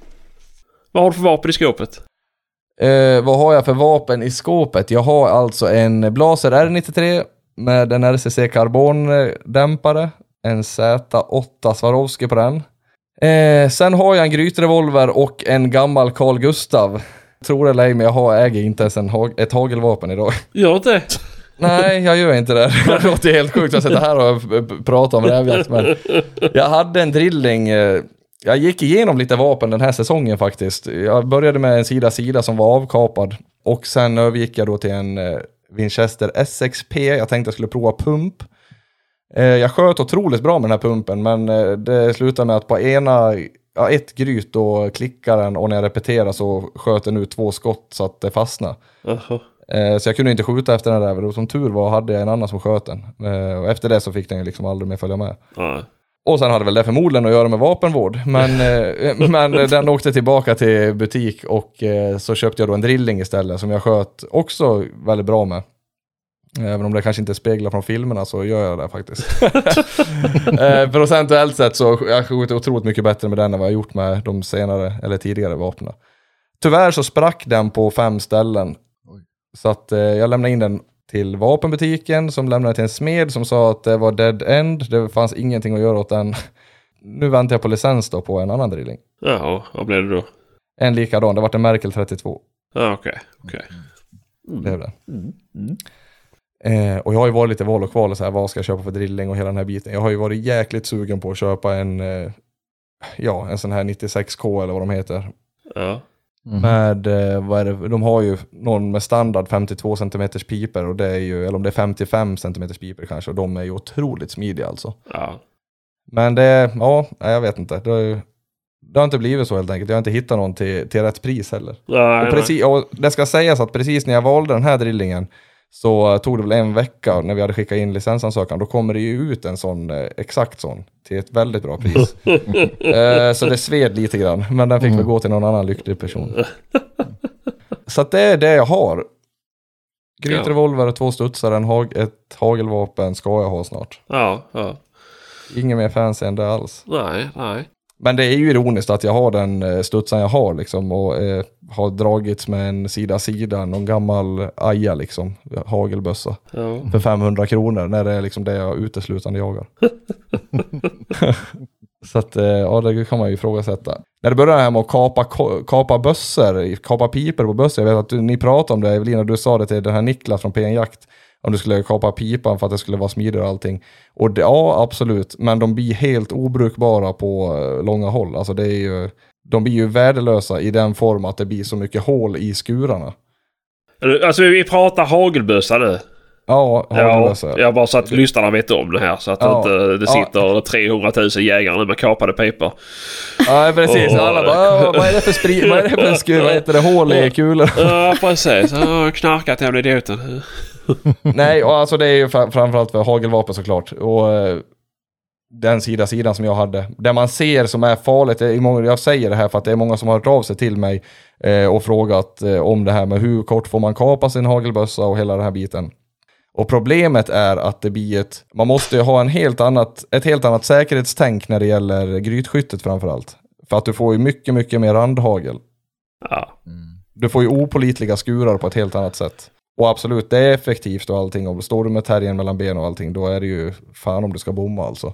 Vad har du för vapen i skåpet? Eh, vad har jag för vapen i skåpet? Jag har alltså en Blaser R nittiotre med en R C C karbondämpare. En Z åtta Swarovski på den. Eh, sen har jag en grytrevolver och en gammal Carl Gustav. Tror eller ej, men jag har, äger inte ens en ha- ett hagelvapen idag. Gör inte. Nej, jag gör inte det. Det låter helt sjukt att sitta här och prata om rävjakt. Men jag hade en drilling. eh, Jag gick igenom lite vapen den här säsongen faktiskt. Jag började med en sida-sida som var avkapad. Och sen övergick jag då till en eh, Winchester S X P. Jag tänkte jag skulle prova pump. Eh, jag sköt otroligt bra med den här pumpen. Men eh, det slutade med att på ena, ja, ett gryt då klickade den. Och när jag repeterade så sköt den ut två skott så att det fastnade. Uh-huh. Eh, så jag kunde inte skjuta efter den där. Och som tur var hade jag en annan som sköt den. Eh, och efter det så fick den ju liksom aldrig mer följa med. Uh-huh. Och sen hade väl det förmodligen att göra med vapenvård. Men, eh, men den åkte tillbaka till butik och eh, så köpte jag då en drilling istället som jag sköt också väldigt bra med. Även om det kanske inte speglar från filmerna så gör jag det faktiskt. eh, procentuellt sett så jag skjuter otroligt mycket bättre med den än vad jag gjort med de senare eller tidigare vapnen. Tyvärr så sprack den på fem ställen. Så att eh, jag lämnade in den till vapenbutiken som lämnade till en smed som sa att det var dead end. Det fanns ingenting att göra åt den. Nu väntar jag på licens då på en annan drilling. Jaha, vad blev det då? En likadan, det var en Merkel trettiotvå. Ja, okej, okej. Det blev det. Mm. Mm. Eh, och jag har ju varit lite val och kval och så här, vad ska jag köpa för drilling och hela den här biten. Jag har ju varit jäkligt sugen på att köpa en, eh, ja, en sån här nittiosex K eller vad de heter. Ja. Mm. Med, eh, vad är det? De har ju någon med standard femtiotvå centimeters piper och det är ju, eller om det är femtiofem centimeters piper kanske, och de är ju otroligt smidiga alltså. Ja. Men det, ja, jag vet inte. Det har, ju, det har inte blivit så helt enkelt. Jag har inte hittat någon till, till rätt pris heller. Nej, Och, precis, och det ska sägas att precis när jag valde den här drillingen så tog det väl en vecka när vi hade skickat in licensansökan. Då kommer det ju ut en sån, eh, exakt sån, till ett väldigt bra pris. eh, så det sved lite grann. Men den fick Mm. väl gå till någon annan lycklig person. Så att det är det jag har. Grytrevolver och två studsar, en hag, ett hagelvapen ska jag ha snart. Ja, ja. Ingen mer fancy än det alls. Nej, nej. Men det är ju ironiskt att jag har den eh, studsan jag har liksom och eh, har dragits med en sida-sida, någon gammal aja liksom, hagelbössa, Ja. för femhundra kronor när det är liksom det jag uteslutande jagar. Så att, eh, ja, det kan man ju ifrågasätta. När det börjar här med att kapa, kapa bössor, kapa piper på bössor, jag vet att du, ni pratade om det, Evelina, du sa det till den här Niklas från P N Jakt, om du skulle kapa pipan för att det skulle vara smidigare och allting. Och det, ja, absolut. Men de blir helt obrukbara på uh, långa håll. Alltså det är ju, de blir ju värdelösa i den form att det blir så mycket hål i skurarna. Alltså vi pratar hagelbössa nu. Ja, Ja, hagelbössa. jag bara så att lyssnarna vet om det här. Så att Ja. inte det sitter trehundratusen jägare med kapade pipor. Ja, precis. Åh. Alla bara, "Åh, vad är det för sprit? Vad är det för en skur? Vad heter det? Hål i kulor?" Ja, precis. Ja, knarkat jävla idioten. Nej, och alltså det är ju fr- framförallt för hagelvapen såklart. Och eh, den sida sidan som jag hade. Det man ser som är farligt, är många, jag säger det här för att det är många som har hört av sig till mig eh, och frågat eh, om det här med hur kort får man kapa sin hagelbössa och hela den här biten. Och problemet är att det blir ett, man måste ha en helt annat, ett helt annat säkerhetstänk när det gäller grytskyttet framförallt. För att du får ju mycket, mycket mer randhagel. Ja. Mm. Du får ju opålitliga skurar på ett helt annat sätt. Och absolut, det är effektivt och allting. Om du står med terriern mellan ben och allting, då är det ju fan om du ska bomma alltså.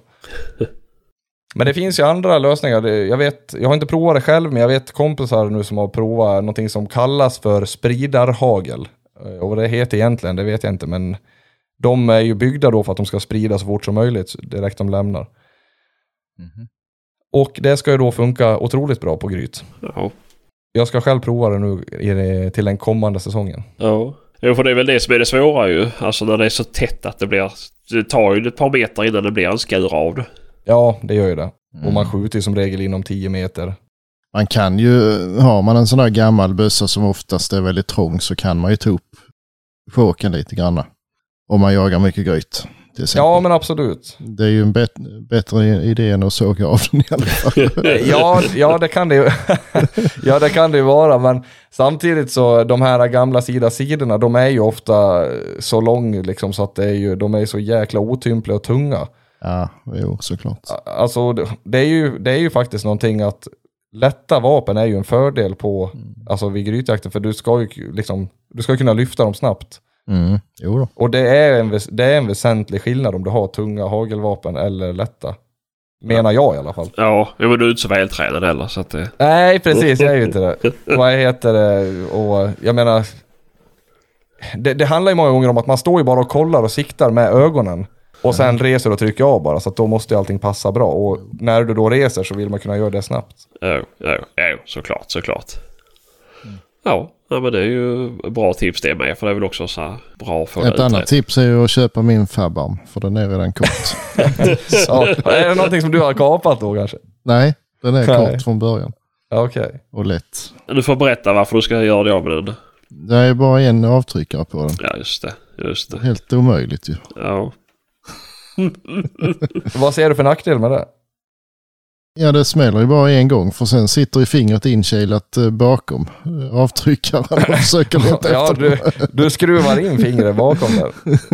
Men det finns ju andra lösningar. Jag vet, jag har inte provat det själv, men jag vet kompisar nu som har provat någonting som kallas för spridarhagel. Och vad det heter egentligen, det vet jag inte, men de är ju byggda då för att de ska sprida så fort som möjligt direkt de lämnar. Mm-hmm. Och det ska ju då funka otroligt bra på gryt. Ja. Jag ska själv prova det nu till den kommande säsongen. Ja. Jo, för det är väl det som är det svåra ju. Alltså när det är så tätt att det blir... Det tar ju ett par meter innan det blir en skur av det. Ja, det gör ju det. Mm. Och man skjuter ju som regel inom tio meter. Man kan ju, har man en sån här gammal bössa som oftast är väldigt trång, så kan man ju ta upp choken lite grann. Om man jagar mycket gryt. Ja, men absolut. Det är ju en bet- bättre idé än att såga av den i alla fall. ja, ja, det kan det ju. ja, det kan det ju vara. Men samtidigt så, de här gamla sida sidorna, de är ju ofta så lång liksom, så att det är ju, de är så jäkla otympliga och tunga. Ja, jo, såklart. Alltså, det är ju, det är ju faktiskt någonting att lätta vapen är ju en fördel på, mm. alltså vid grytjakten, för du ska ju liksom, du ska kunna lyfta dem snabbt. Mm, jo då. Och det är, en, det är en väsentlig skillnad om du har tunga hagelvapen eller lätta. Menar jag i alla fall. Ja, men du är inte så vältränad heller. Så att det... Nej, precis. Jag är ju inte det. Vad heter det? Och jag menar, det, det handlar ju många gånger om att man står ju bara och kollar och siktar med ögonen. Och sen mm. reser och trycker av bara. Så att då måste ju allting passa bra. Och när du då reser så vill man kunna göra det snabbt. Ja, ja, ja, såklart, såklart. Mm. Ja. Ja, men det är ju bra tips det med, för det är väl också så här bra för ett annat rätt. Tips är ju att köpa min Fabarm, för den är redan kort. Så, är det någonting som du har kapat då kanske? Nej, den är Nej. kort från början. Okej. Okay. Och lätt. Du får berätta varför du ska göra det av med den. Det är bara en avtryckare på den. Ja, just det. Just det. Helt omöjligt ju. Ja. Vad ser du för nackdel med det? Ja, det smäller ju bara en gång, för sen sitter ju fingret inkilat bakom avtryckaren och försöker leta ja, efter du, du skruvar in fingret bakom där.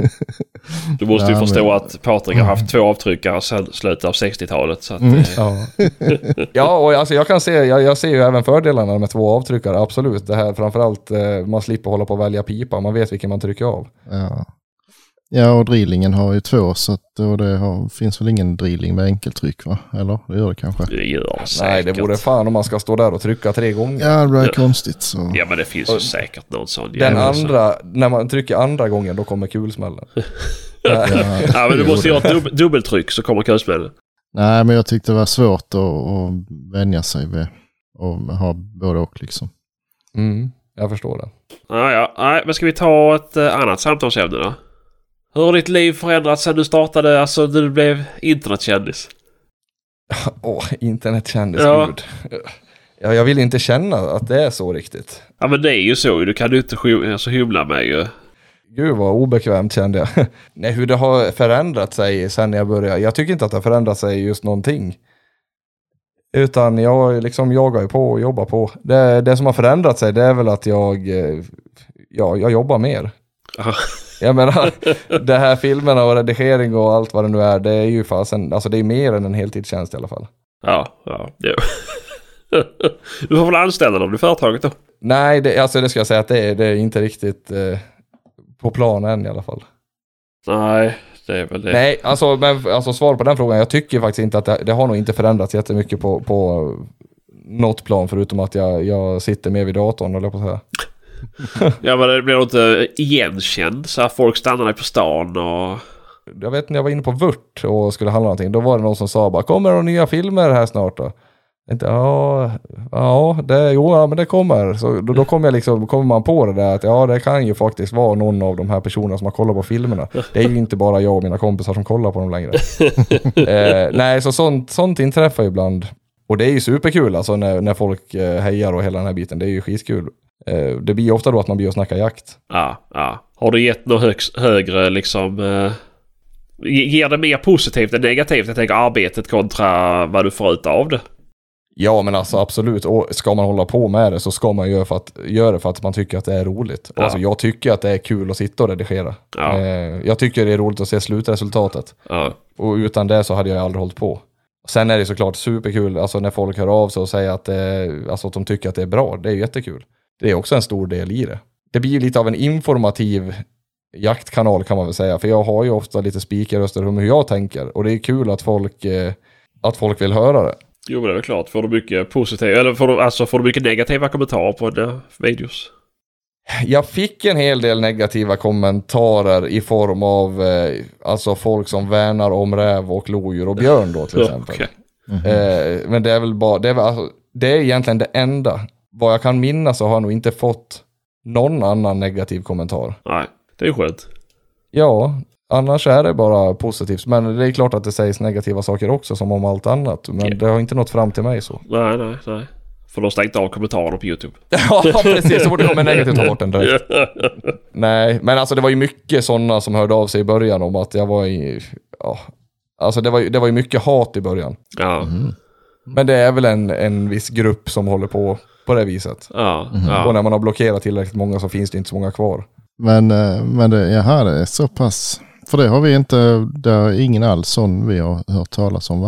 Du måste ju ja, förstå men... att Patrik har haft två avtryckare sedan slutet av sextiotalet. Så att, mm. ja. ja, och alltså jag kan se, jag, jag ser ju även fördelarna med två avtryckare, absolut. Det här framförallt, man slipper hålla på att välja pipa, man vet vilken man trycker av. Ja. Ja, och drillingen har ju två, så att, och det har, finns väl ingen drilling med enkeltryck, va? Eller? Det gör det kanske. Det gör det säkert. Nej, det borde fan om man ska stå där och trycka tre gånger. Ja, det blir ja. konstigt. Så. Ja, men det finns ju säkert någon sån. Den andra, när man trycker andra gången, då kommer kulsmällen. ja. ja, men du måste göra ett dub- dubbeltryck så kommer kulsmällen. Nej, men jag tyckte det var svårt att, att vänja sig vid och ha både och liksom. Mm, jag förstår det. Ja, ja. Nej, men ska vi ta ett uh, annat samtalsämne då? Hur har ditt liv förändrats sedan du startade, alltså när du blev internetkändis? Åh, oh, internetkändis, ja. gud. Ja, jag vill inte känna att det är så riktigt. Ja, men det är ju så. Du kan ju inte sk- alltså, hymla med ju. Gud vad obekvämt kände jag. Nej, hur det har förändrat sig sedan jag började. Jag tycker inte att det har förändrat sig just någonting. Utan jag liksom jagar ju på och jobbar på. Det, det som har förändrat sig, det är väl att jag, ja, jag jobbar mer. Aha. Jag menar, det här filmerna och redigering och allt vad det nu är, det är ju fasen, alltså det är mer än en heltidstjänst i alla fall. Ja, ja, det du får väl anställa dem i företaget då? Nej, det, alltså det ska jag säga att det är, det är inte riktigt eh, på plan än i alla fall. Nej, det är väl det. Nej, alltså, men, alltså svar på den frågan, jag tycker faktiskt inte att det, det har nog inte förändrats jättemycket på, på något plan, förutom att jag, jag sitter med vid datorn, eller på så här. Ja, men det blir inte igenkänd så att folk stannar där på stan och... Jag vet när jag var inne på Vurt och skulle handla någonting, då var det någon som sa bara, kommer det några nya filmer här snart då? Inte, ja, ja, det, jo, ja, men det kommer. Så då, då kommer jag liksom, kommer man på det där att ja, det kan ju faktiskt vara någon av de här personerna som har kollat på filmerna. Det är ju inte bara jag och mina kompisar som kollar på dem längre. eh, nej, så sånt, sånt inträffar ibland. Och det är ju superkul alltså när, när folk eh, hejar och hela den här biten. Det är ju skitkul. Eh, det blir ofta då att man blir och snackar jakt. Ja, ja. Har du gett något högst, högre liksom... Eh... ger det mer positivt än negativt? Jag tänker arbetet kontra vad du får ut av det. Ja, men alltså absolut. Och ska man hålla på med det så ska man göra, för att, göra det för att man tycker att det är roligt. Ja. Alltså, jag tycker att det är kul att sitta och redigera. Ja. Eh, jag tycker det är roligt att se slutresultatet. Ja. Och utan det så hade jag aldrig hållit på. Sen är det såklart superkul alltså, när folk hör av sig och säger att, det, alltså, att de tycker att det är bra. Det är jättekul. Det är också en stor del i det. Det blir lite av en informativ jaktkanal kan man väl säga. För jag har ju ofta lite spikarröster om hur jag tänker. Och det är kul att folk, eh, att folk vill höra det. Jo, men det är väl klart. Får du mycket positiva, eller får du, alltså, får du mycket negativa kommentarer på dina videos? Jag fick en hel del negativa kommentarer i form av eh, alltså folk som värnar om räv och lodjur och björn då till exempel. Okay. Mm-hmm. Eh, men det är väl bara, det är, väl, alltså, det är egentligen det enda. Vad jag kan minnas så har jag nog inte fått någon annan negativ kommentar. Nej, det är ju skönt. Ja, annars är det bara positivt. Men det är klart att det sägs negativa saker också som om allt annat. Men okay. Det har inte nått fram till mig så. Nej, nej, nej. För de stängt av kommentarer på YouTube. Ja, precis. Så borde det komma negativt ta bort den direkt. Nej, men alltså det var ju mycket sådana som hörde av sig i början om att jag var i... Ja, alltså det var, det var ju mycket hat i början. Ja. Mm. Men det är väl en, en viss grupp som håller på på det viset. Ja. Mm. Ja. Och när man har blockerat tillräckligt många så finns det inte så många kvar. Men, men det, jaha, det är så pass... För det har vi inte... Det är ingen alls sån vi har hört talas om, va?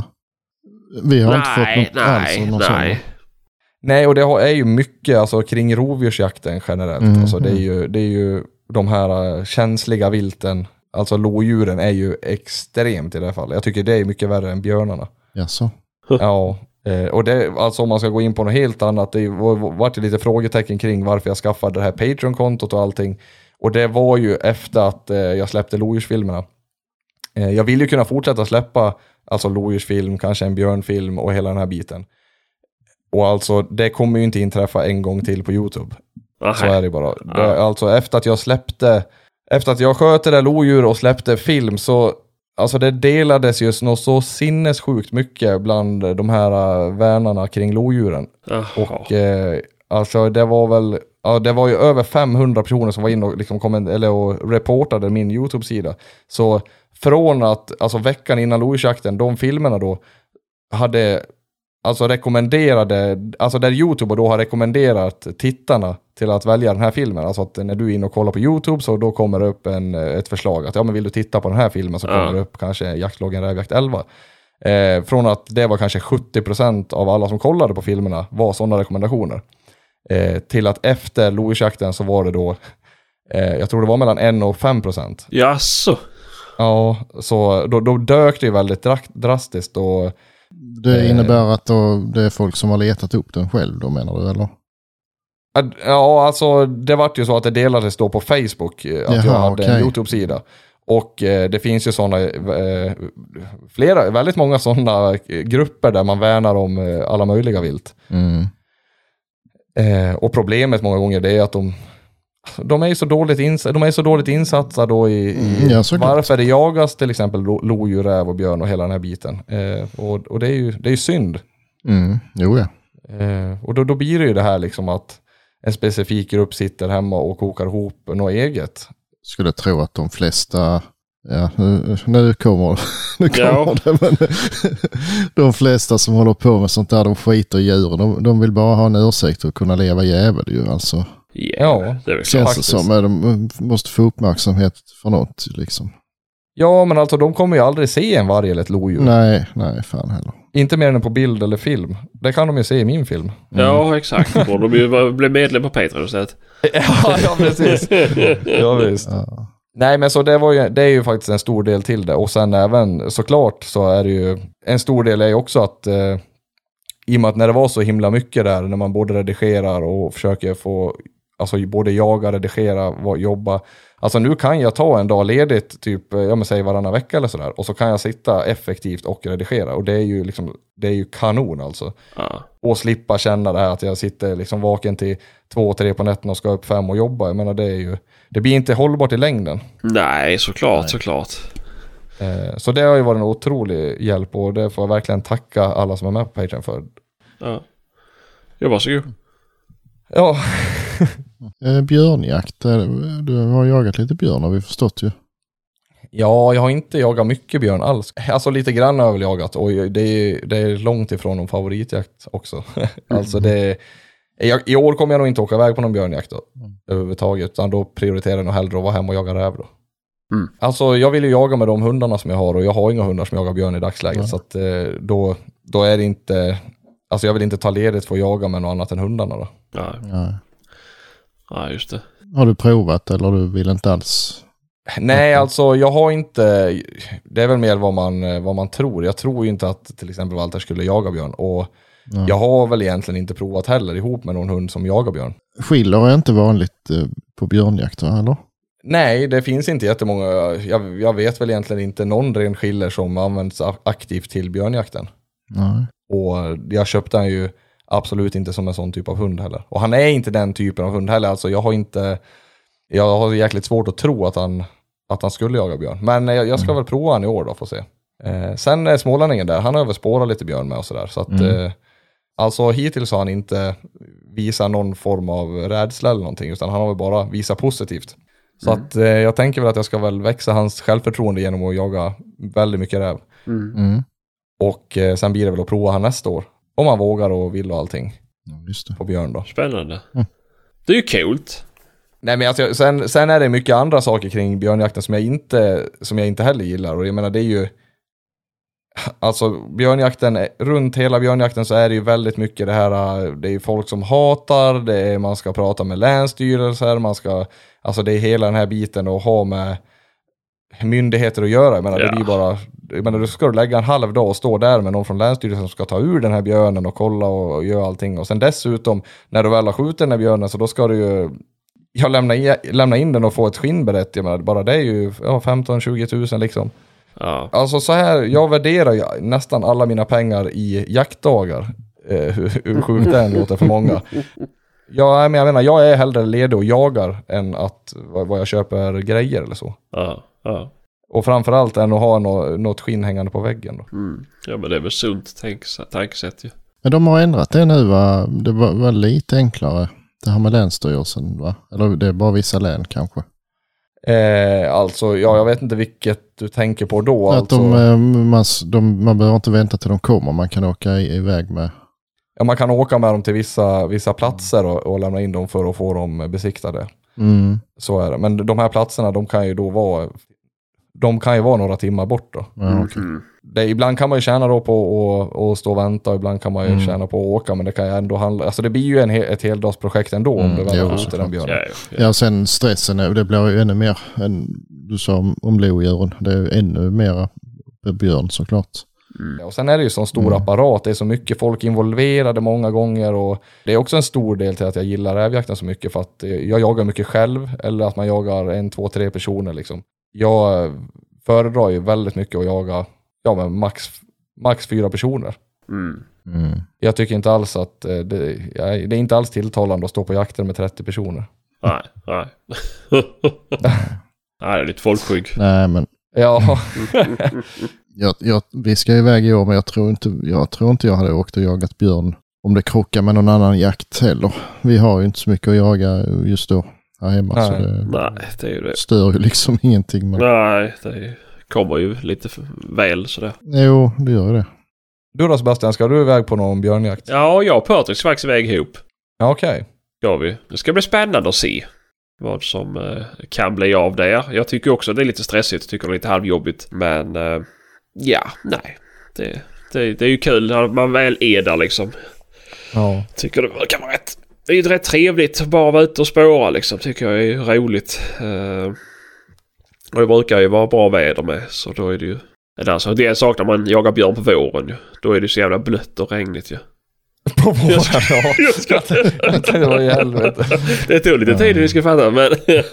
Vi har nej, inte fått något nej, alls om någon nej. sån. Nej, och det är ju mycket alltså, kring rovdjursjakten generellt. Mm, alltså, det, är ju, det är ju de här känsliga vilten. Alltså lodjuren är ju extremt i det här fallet. Jag tycker det är mycket värre än björnarna. Jaså? Ja, och det, alltså om man ska gå in på något helt annat. Det var, var det lite frågetecken kring varför jag skaffade det här Patreon-kontot och allting. Och det var ju efter att eh, jag släppte lodjursfilmerna. Eh, jag vill ju kunna fortsätta släppa alltså lodjursfilm, kanske en björnfilm och hela den här biten. Och alltså, det kommer ju inte inträffa en gång till på YouTube. Aha. Så är det bara. Det, alltså, efter att jag släppte, efter att jag sköt det där lodjur och släppte film så, alltså det delades just något så sinnessjukt mycket bland de här uh, värnarna kring lodjuren. Aha. Och eh, alltså det var väl, ja, det var ju över femhundra personer som var inne och liksom kom, eller och reportade min YouTube-sida. Så från att, alltså veckan innan lodjursjakten, de filmerna då hade... Alltså rekommenderade, alltså där YouTube då har rekommenderat tittarna till att välja den här filmen. Alltså att när du är inne och kollar på YouTube så då kommer det upp en, ett förslag att ja men vill du titta på den här filmen så kommer mm. det upp kanske Jaktloggen Rävjakt elva. Eh, från att det var kanske sjuttio procent av alla som kollade på filmerna var sådana rekommendationer. Eh, till att efter lodjursjakten så var det då, eh, jag tror det var mellan en och fem procent. Jaså? Ja, så då, då dök det ju väldigt dra- drastiskt och det innebär att då, det är folk som har letat upp den själv då, menar du, eller? Ja, alltså det var ju så att det delades då på Facebook att Jaha, jag hade okay. en YouTube-sida. Och eh, det finns ju sådana, eh, flera, väldigt många sådana grupper där man värnar om eh, alla möjliga vilt. Mm. Eh, och problemet många gånger det är att de De är ju så dåligt, ins- de är så dåligt insatta då i, i mm, ja, varför det jagas till exempel lodjur, räv och björn och hela den här biten. Eh, och och det, är ju, det är ju synd. Mm, jo ja. Eh, och då, då blir det ju det här liksom att en specifik grupp sitter hemma och kokar ihop något eget. Skulle tro att de flesta, ja nu, nu kommer, nu kommer ja. det, men de flesta som håller på med sånt där, de skiter i djuren. De, de vill bara ha en ursäkt att kunna leva jävel ju alltså. Yeah, ja, det är känns det som att de måste få uppmärksamhet för något liksom. Ja, men alltså de kommer ju aldrig se en varg eller ett lodjur. Nej, nej, fan heller. Inte mer än på bild eller film. Det kan de ju se i min film. Mm. Ja, exakt. Borde de ju bli medlem på Patreon istället. ja, ja, precis. Ja, visst. Ja. Nej, men så det, var ju, det är ju faktiskt en stor del till det. Och sen även, såklart, så är det ju... En stor del är ju också att... Eh, i och med att när det var så himla mycket där, när man både redigerar och försöker få... Alltså både jaga, redigera, jobba. Alltså nu kan jag ta en dag ledigt typ, jag men säger varannan vecka eller sådär. Och så kan jag sitta effektivt och redigera. Och det är ju liksom, det är ju kanon alltså. Ja. Och slippa känna det här att jag sitter liksom vaken till två, tre på nätten och ska upp fem och jobba. Jag menar det är ju, det blir inte hållbart i längden. Nej, såklart, Nej. såklart. Eh, så det har ju varit en otrolig hjälp och det får jag verkligen tacka alla som är med på Patreon för. Ja, jag var så god. Ja. eh, björnjakt, du har jagat lite björn har vi förstått ju. Ja, jag har inte jagat mycket björn alls. Alltså lite grann har jag väl jagat och det är, det är långt ifrån någon favoritjakt också. Alltså det är, i år kommer jag nog inte åka iväg på någon björnjakt då, mm. överhuvudtaget. Utan då prioriterar jag nog hellre att vara hemma och jaga räv då. Mm. Alltså jag vill ju jaga med de hundarna som jag har och jag har inga hundar som jagar björn i dagsläget. Mm. Så att då, då är det inte, alltså jag vill inte ta ledigt för att jaga med något annat än hundarna då. Ja, ja. ja just det. Har du provat eller du vill inte alls? Nej, alltså jag har inte, det är väl mer vad man, vad man tror. Jag tror ju inte att till exempel Walter skulle jaga björn och ja. Jag har väl egentligen inte provat heller ihop med någon hund som jagar björn. Skiller är inte vanligt på björnjakt, eller? Nej, det finns inte jättemånga. Jag, jag vet väl egentligen inte någon ren skiller som används aktivt till björnjakten. Nej. Och jag köpte han ju absolut inte som en sån typ av hund heller. Och han är inte den typen av hund heller. Alltså jag har inte, jag har jäkligt svårt att tro att han, att han skulle jaga björn. Men jag, jag ska mm. väl prova han i år då, får se. Eh, sen är smålänningen där, han har väl spårat lite björn med och sådär. Så att, mm. eh, alltså hittills har han inte visat någon form av rädsla eller någonting. Utan han har väl bara visat positivt. Så mm. att eh, jag tänker väl att jag ska väl växa hans självförtroende genom att jaga väldigt mycket räv. Mm. Mm. Och eh, sen blir det väl att prova han nästa år. Om han vågar och vill och allting. Ja, just det. På björn då. Spännande. Mm. Det är ju coolt. Nej men alltså, sen, sen är det mycket andra saker kring björnjakten som jag inte, som jag inte heller gillar. Och jag menar det är ju, alltså björnjakten, runt hela björnjakten så är det ju väldigt mycket det här, det är ju folk som hatar, det är, man ska prata med länsstyrelser, man ska, alltså det är hela den här biten att ha med myndigheter att göra. Jag menar, ja. Det blir bara, jag menar, du ska lägga en halv dag och stå där med någon från länsstyrelsen som ska ta ur den här björnen och kolla och, och göra allting. Och sen dessutom, när du väl har skjutit den här björnen så då ska du ju jag lämna, in, lämna in den och få ett skinnberett. Jag menar, bara det är ju ja, femton till tjugo tusen liksom. Ja. Alltså så här, jag värderar ju nästan alla mina pengar i jaktdagar. Eh, hur, hur sjukt det än låter för många. Ja, men jag menar, jag är hellre ledig och jagar än att vad jag köper grejer eller så. Ja, ja. Och framförallt än att ha no- något skinn hängande på väggen då. Mm. Ja, men det är väl sunt tänk- tankesätt ju. Men de har ändrat det nu, va? Det var, var lite enklare. Det här med länsstyrelsen, va? Eller det är bara vissa län kanske. Eh, alltså, ja, jag vet inte vilket du tänker på då. Att alltså. de, man, de, man behöver inte vänta till de kommer. Man kan åka i, iväg med. Ja, man kan åka med dem till vissa, vissa platser och, och lämna in dem för att få dem besiktade. Mm. Så är det. Men de här platserna, de kan ju då vara, de kan ju vara några timmar bort då. Ja, okay. Mm. Det, ibland kan man ju tjäna då på att och stå och vänta och ibland kan man ju Mm. tjäna på att åka, men det kan ju ändå handla, alltså det blir ju en, ett heldagsprojekt ändå Mm, om du väl ja, har skjutit den björnen. Ja, ja. Ja, sen stressen, det blir ju ännu mer än du sa om, om lodjuren. Det är ju ännu mer björn såklart. Mm. Ja, och sen är det ju sån stor Mm. apparat, det är så mycket folk involverade många gånger och det är också en stor del till att jag gillar rävjakten så mycket för att jag jagar mycket själv eller att man jagar en, två, tre personer liksom. Jag föredrar ju väldigt mycket att jaga ja, men max, max fyra personer. Mm. Mm. Jag tycker inte alls att det, det är inte alls tilltalande att stå på jakten med trettio personer. Nej, nej. Nej, det är lite folkskygg. Nej, men Ja. jag, jag, vi ska iväg i år, men jag tror, inte, jag tror inte jag hade åkt och jagat björn om det krockar med någon annan jakt heller. Vi har ju inte så mycket att jaga just då här hemma. Nej. Så det, Nej, det är ju det. stör ju liksom ingenting. Men... Nej, det kommer ju lite väl sådär. Jo, det gör det. Du då Sebastian, ska du iväg på någon björnjakt? Ja, jag och Patrik ska faktiskt iväg ihop. Ja, okej. Okay. Ska vi. Det ska bli spännande att se vad som eh, kan bli av det. Jag tycker också det är lite stressigt. Jag tycker det är lite halvjobbigt. Men eh, ja, nej. Det, det, det är ju kul när man väl är där liksom. Ja. Tycker det kan vara rätt. Det är ju rätt trevligt att bara vara ute och spåra liksom. Tycker jag är roligt. Eh, och det brukar ju vara bra väder med. Så då är det ju... Det är, så, det är en sak när man jagar björn på våren ju. Då är det så jävla blött och regnigt ju. På våren, ja. Jag ska... Det var i helvete. Det tog lite tid vi ska fatta, men...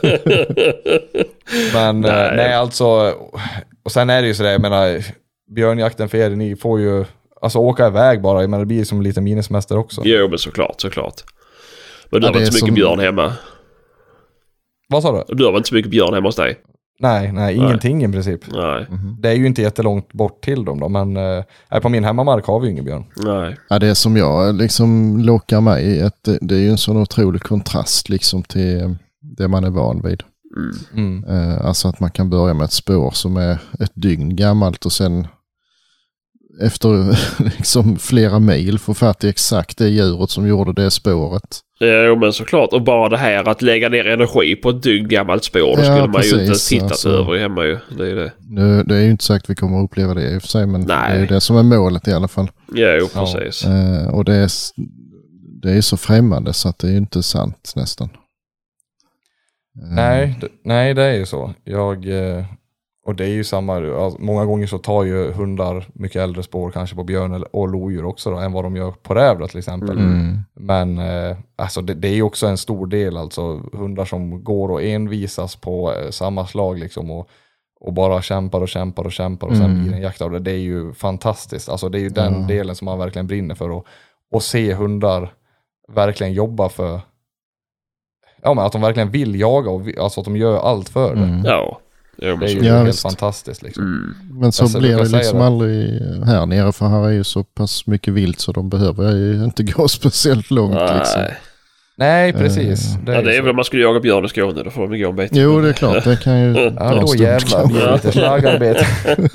men nej. nej, alltså... Och sen är det ju sådär, jag menar... Björnjakten för er, ni får ju... Alltså åka iväg bara, men det blir som lite minisemester också. Jo, men såklart, såklart. Men du ja, har inte så mycket som... björn hemma. Vad sa du? Du har väl inte så mycket björn hemma hos dig? Nej, nej, ingenting nej. I princip. Nej. Mm-hmm. Det är ju inte jättelångt bort till dem då, men eh, på min hemmamark har vi ju ingen björn. Nej. Ja, det som jag liksom lockar mig i, att det, det är ju en sån otrolig kontrast liksom till det man är van vid. Mm. Mm. Alltså att man kan börja med ett spår som är ett dygn gammalt och sen efter liksom flera mil få fatt i exakt det djuret som gjorde det spåret. Jo, men såklart. Och bara det här att lägga ner energi på ett dygn gammalt spår, då Ja, skulle man precis, ju inte tittat alltså. över hemma ju. Det är det. Nu, det är ju inte sagt att vi kommer att uppleva det i och för sig, men Nej. det är ju det som är målet i alla fall. Jo, precis. Eh, och det är, det är så främmande så att det är ju inte sant nästan. Eh, Nej, det, nej, det är ju så. Jag, eh, och det är ju samma, alltså, många gånger så tar ju hundar mycket äldre spår kanske på björn eller, och lodjur också då, än vad de gör på räv då, till exempel. Mm. Men eh, alltså det, det är ju också en stor del, alltså hundar som går och envisas på eh, samma slag liksom och, och bara kämpar och kämpar och kämpar och sen Mm. blir en jakt av det. Det är ju fantastiskt. Alltså det är ju den Ja. delen som man verkligen brinner för och, och se hundar verkligen jobba för, ja, men att de verkligen vill jaga och vi, alltså att de gör allt för det. Mm. Ja. Jo, Det men är så. ju Ja, helt visst. fantastiskt liksom. Mm. Men så Alltså, blir jag det brukar liksom säga det. aldrig här nere, för här är ju så pass mycket vilt så de behöver ju inte gå speciellt långt liksom. Nej. Nej, precis. Eh, Det är Ja, ju det är så. väl om man skulle jaga björn i Skåne, då får de gå en bit. Jo, det är klart, det kan ju Ja, dra då stort jävlar kanske. blir det lite slagarbete.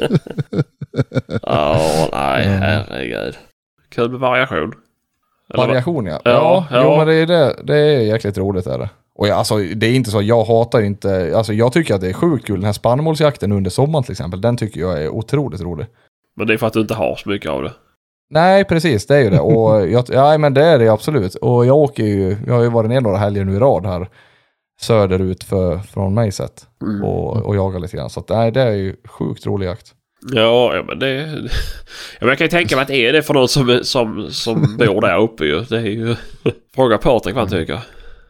Ja, nej, Ja. herregud. Kul med variation. Eller vad? Variation, ja. Ja, Ja, ja. Jo, men det är, det, det är jäkligt roligt är det. Och jag, alltså, det är inte så, jag hatar inte, alltså jag tycker att det är sjukt kul. Den här spannmålsjakten under sommaren till exempel, den tycker jag är otroligt rolig. Men det är för att du inte har så mycket av det. Nej, precis, det är ju det. Och jag, ja, men det är det absolut. Och jag åker ju, jag har ju varit ner några helger nu i rad här söderut för, från mig sett. Mm. Och, och jagar lite grann. Så att, nej, det är ju sjukt rolig jakt. Ja, ja men det... Ja, men jag kan ju tänka mig att är det för någon som, som, som bor där uppe ju. Det är ju... Fråga Patrik vad han tycker.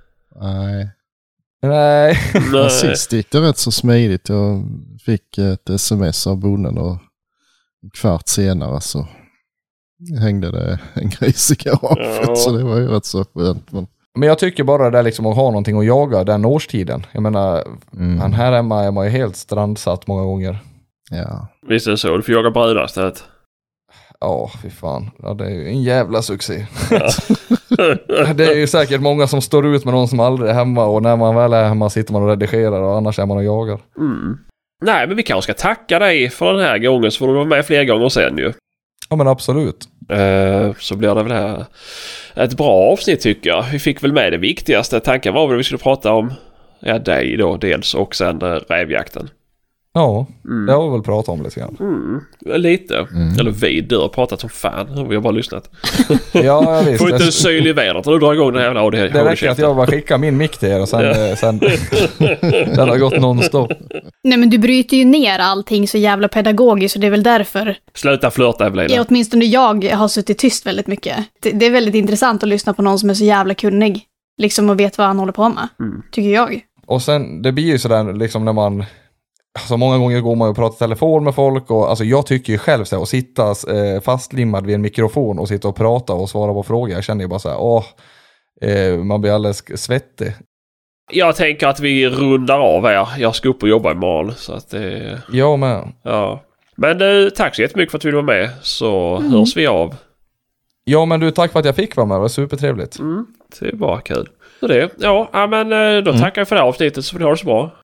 Nej. Nej. Men Nej. sist gick det rätt så smidigt. Jag fick ett sms av bonden och en kvart senare så hängde det en gris i garaget. Ja. Så det var ju rätt så skönt. Men, Men jag tycker bara det där liksom att ha någonting att jaga den årstiden. Jag menar, mm, han här hemma är man ju helt strandsatt många gånger. ja. Visst är det så. Du får jaga bröder istället. Ja, fy fan. Ja, det är ju en jävla succé. Ja. Det är ju säkert många som står ut med någon som aldrig är hemma. Och när man väl är hemma sitter man och redigerar och annars är man och jagar. Mm. Nej, men vi kanske ska tacka dig för den här gången, så får du vara med fler gånger sen ju. Ja, men absolut. Uh, så blir det väl här ett bra avsnitt tycker jag. Vi fick väl med det viktigaste. Tanken var väl att vi skulle prata om ja, dig då dels och sen uh, rävjakten. Ja, Mm. det har vi väl pratat om lite grann. Mm. Lite. Mm. Eller vi, du har pratat som fan. Vi har bara lyssnat. Ja, jag visst. Får inte en Det, syl i vädret när du drar igång den här jävla A D H D. det räcker att jag bara skickar min mick till er och sen, Ja. sen den har gått nonstop. Nej, men du bryter ju ner allting så jävla pedagogiskt, så det är väl därför Sluta flörta, Evelina. ja, åtminstone jag har suttit tyst väldigt mycket. Det, det är väldigt intressant att lyssna på någon som är så jävla kunnig, liksom, och vet vad han håller på med, Mm. tycker jag. Och sen, det blir ju sådär liksom när man, alltså många gånger går man och pratar telefon med folk och alltså jag tycker ju själv så här, att sitta eh, fastlimmad vid en mikrofon och sitta och prata och svara på frågor, jag känner ju bara så här, åh, eh, man blir alldeles svettig. Jag tänker att vi rundar av här. Jag ska upp och jobba imorgon. Så att det... Jag med. Ja. Men eh, tack så jättemycket för att du ville vara med. Så hörs vi av. Ja, men du, tack för att jag fick vara med, det var supertrevligt. Mm, det var kul. Så det, ja, ja men eh, då tackar jag för det här avsnittet, så får ni ha det så bra.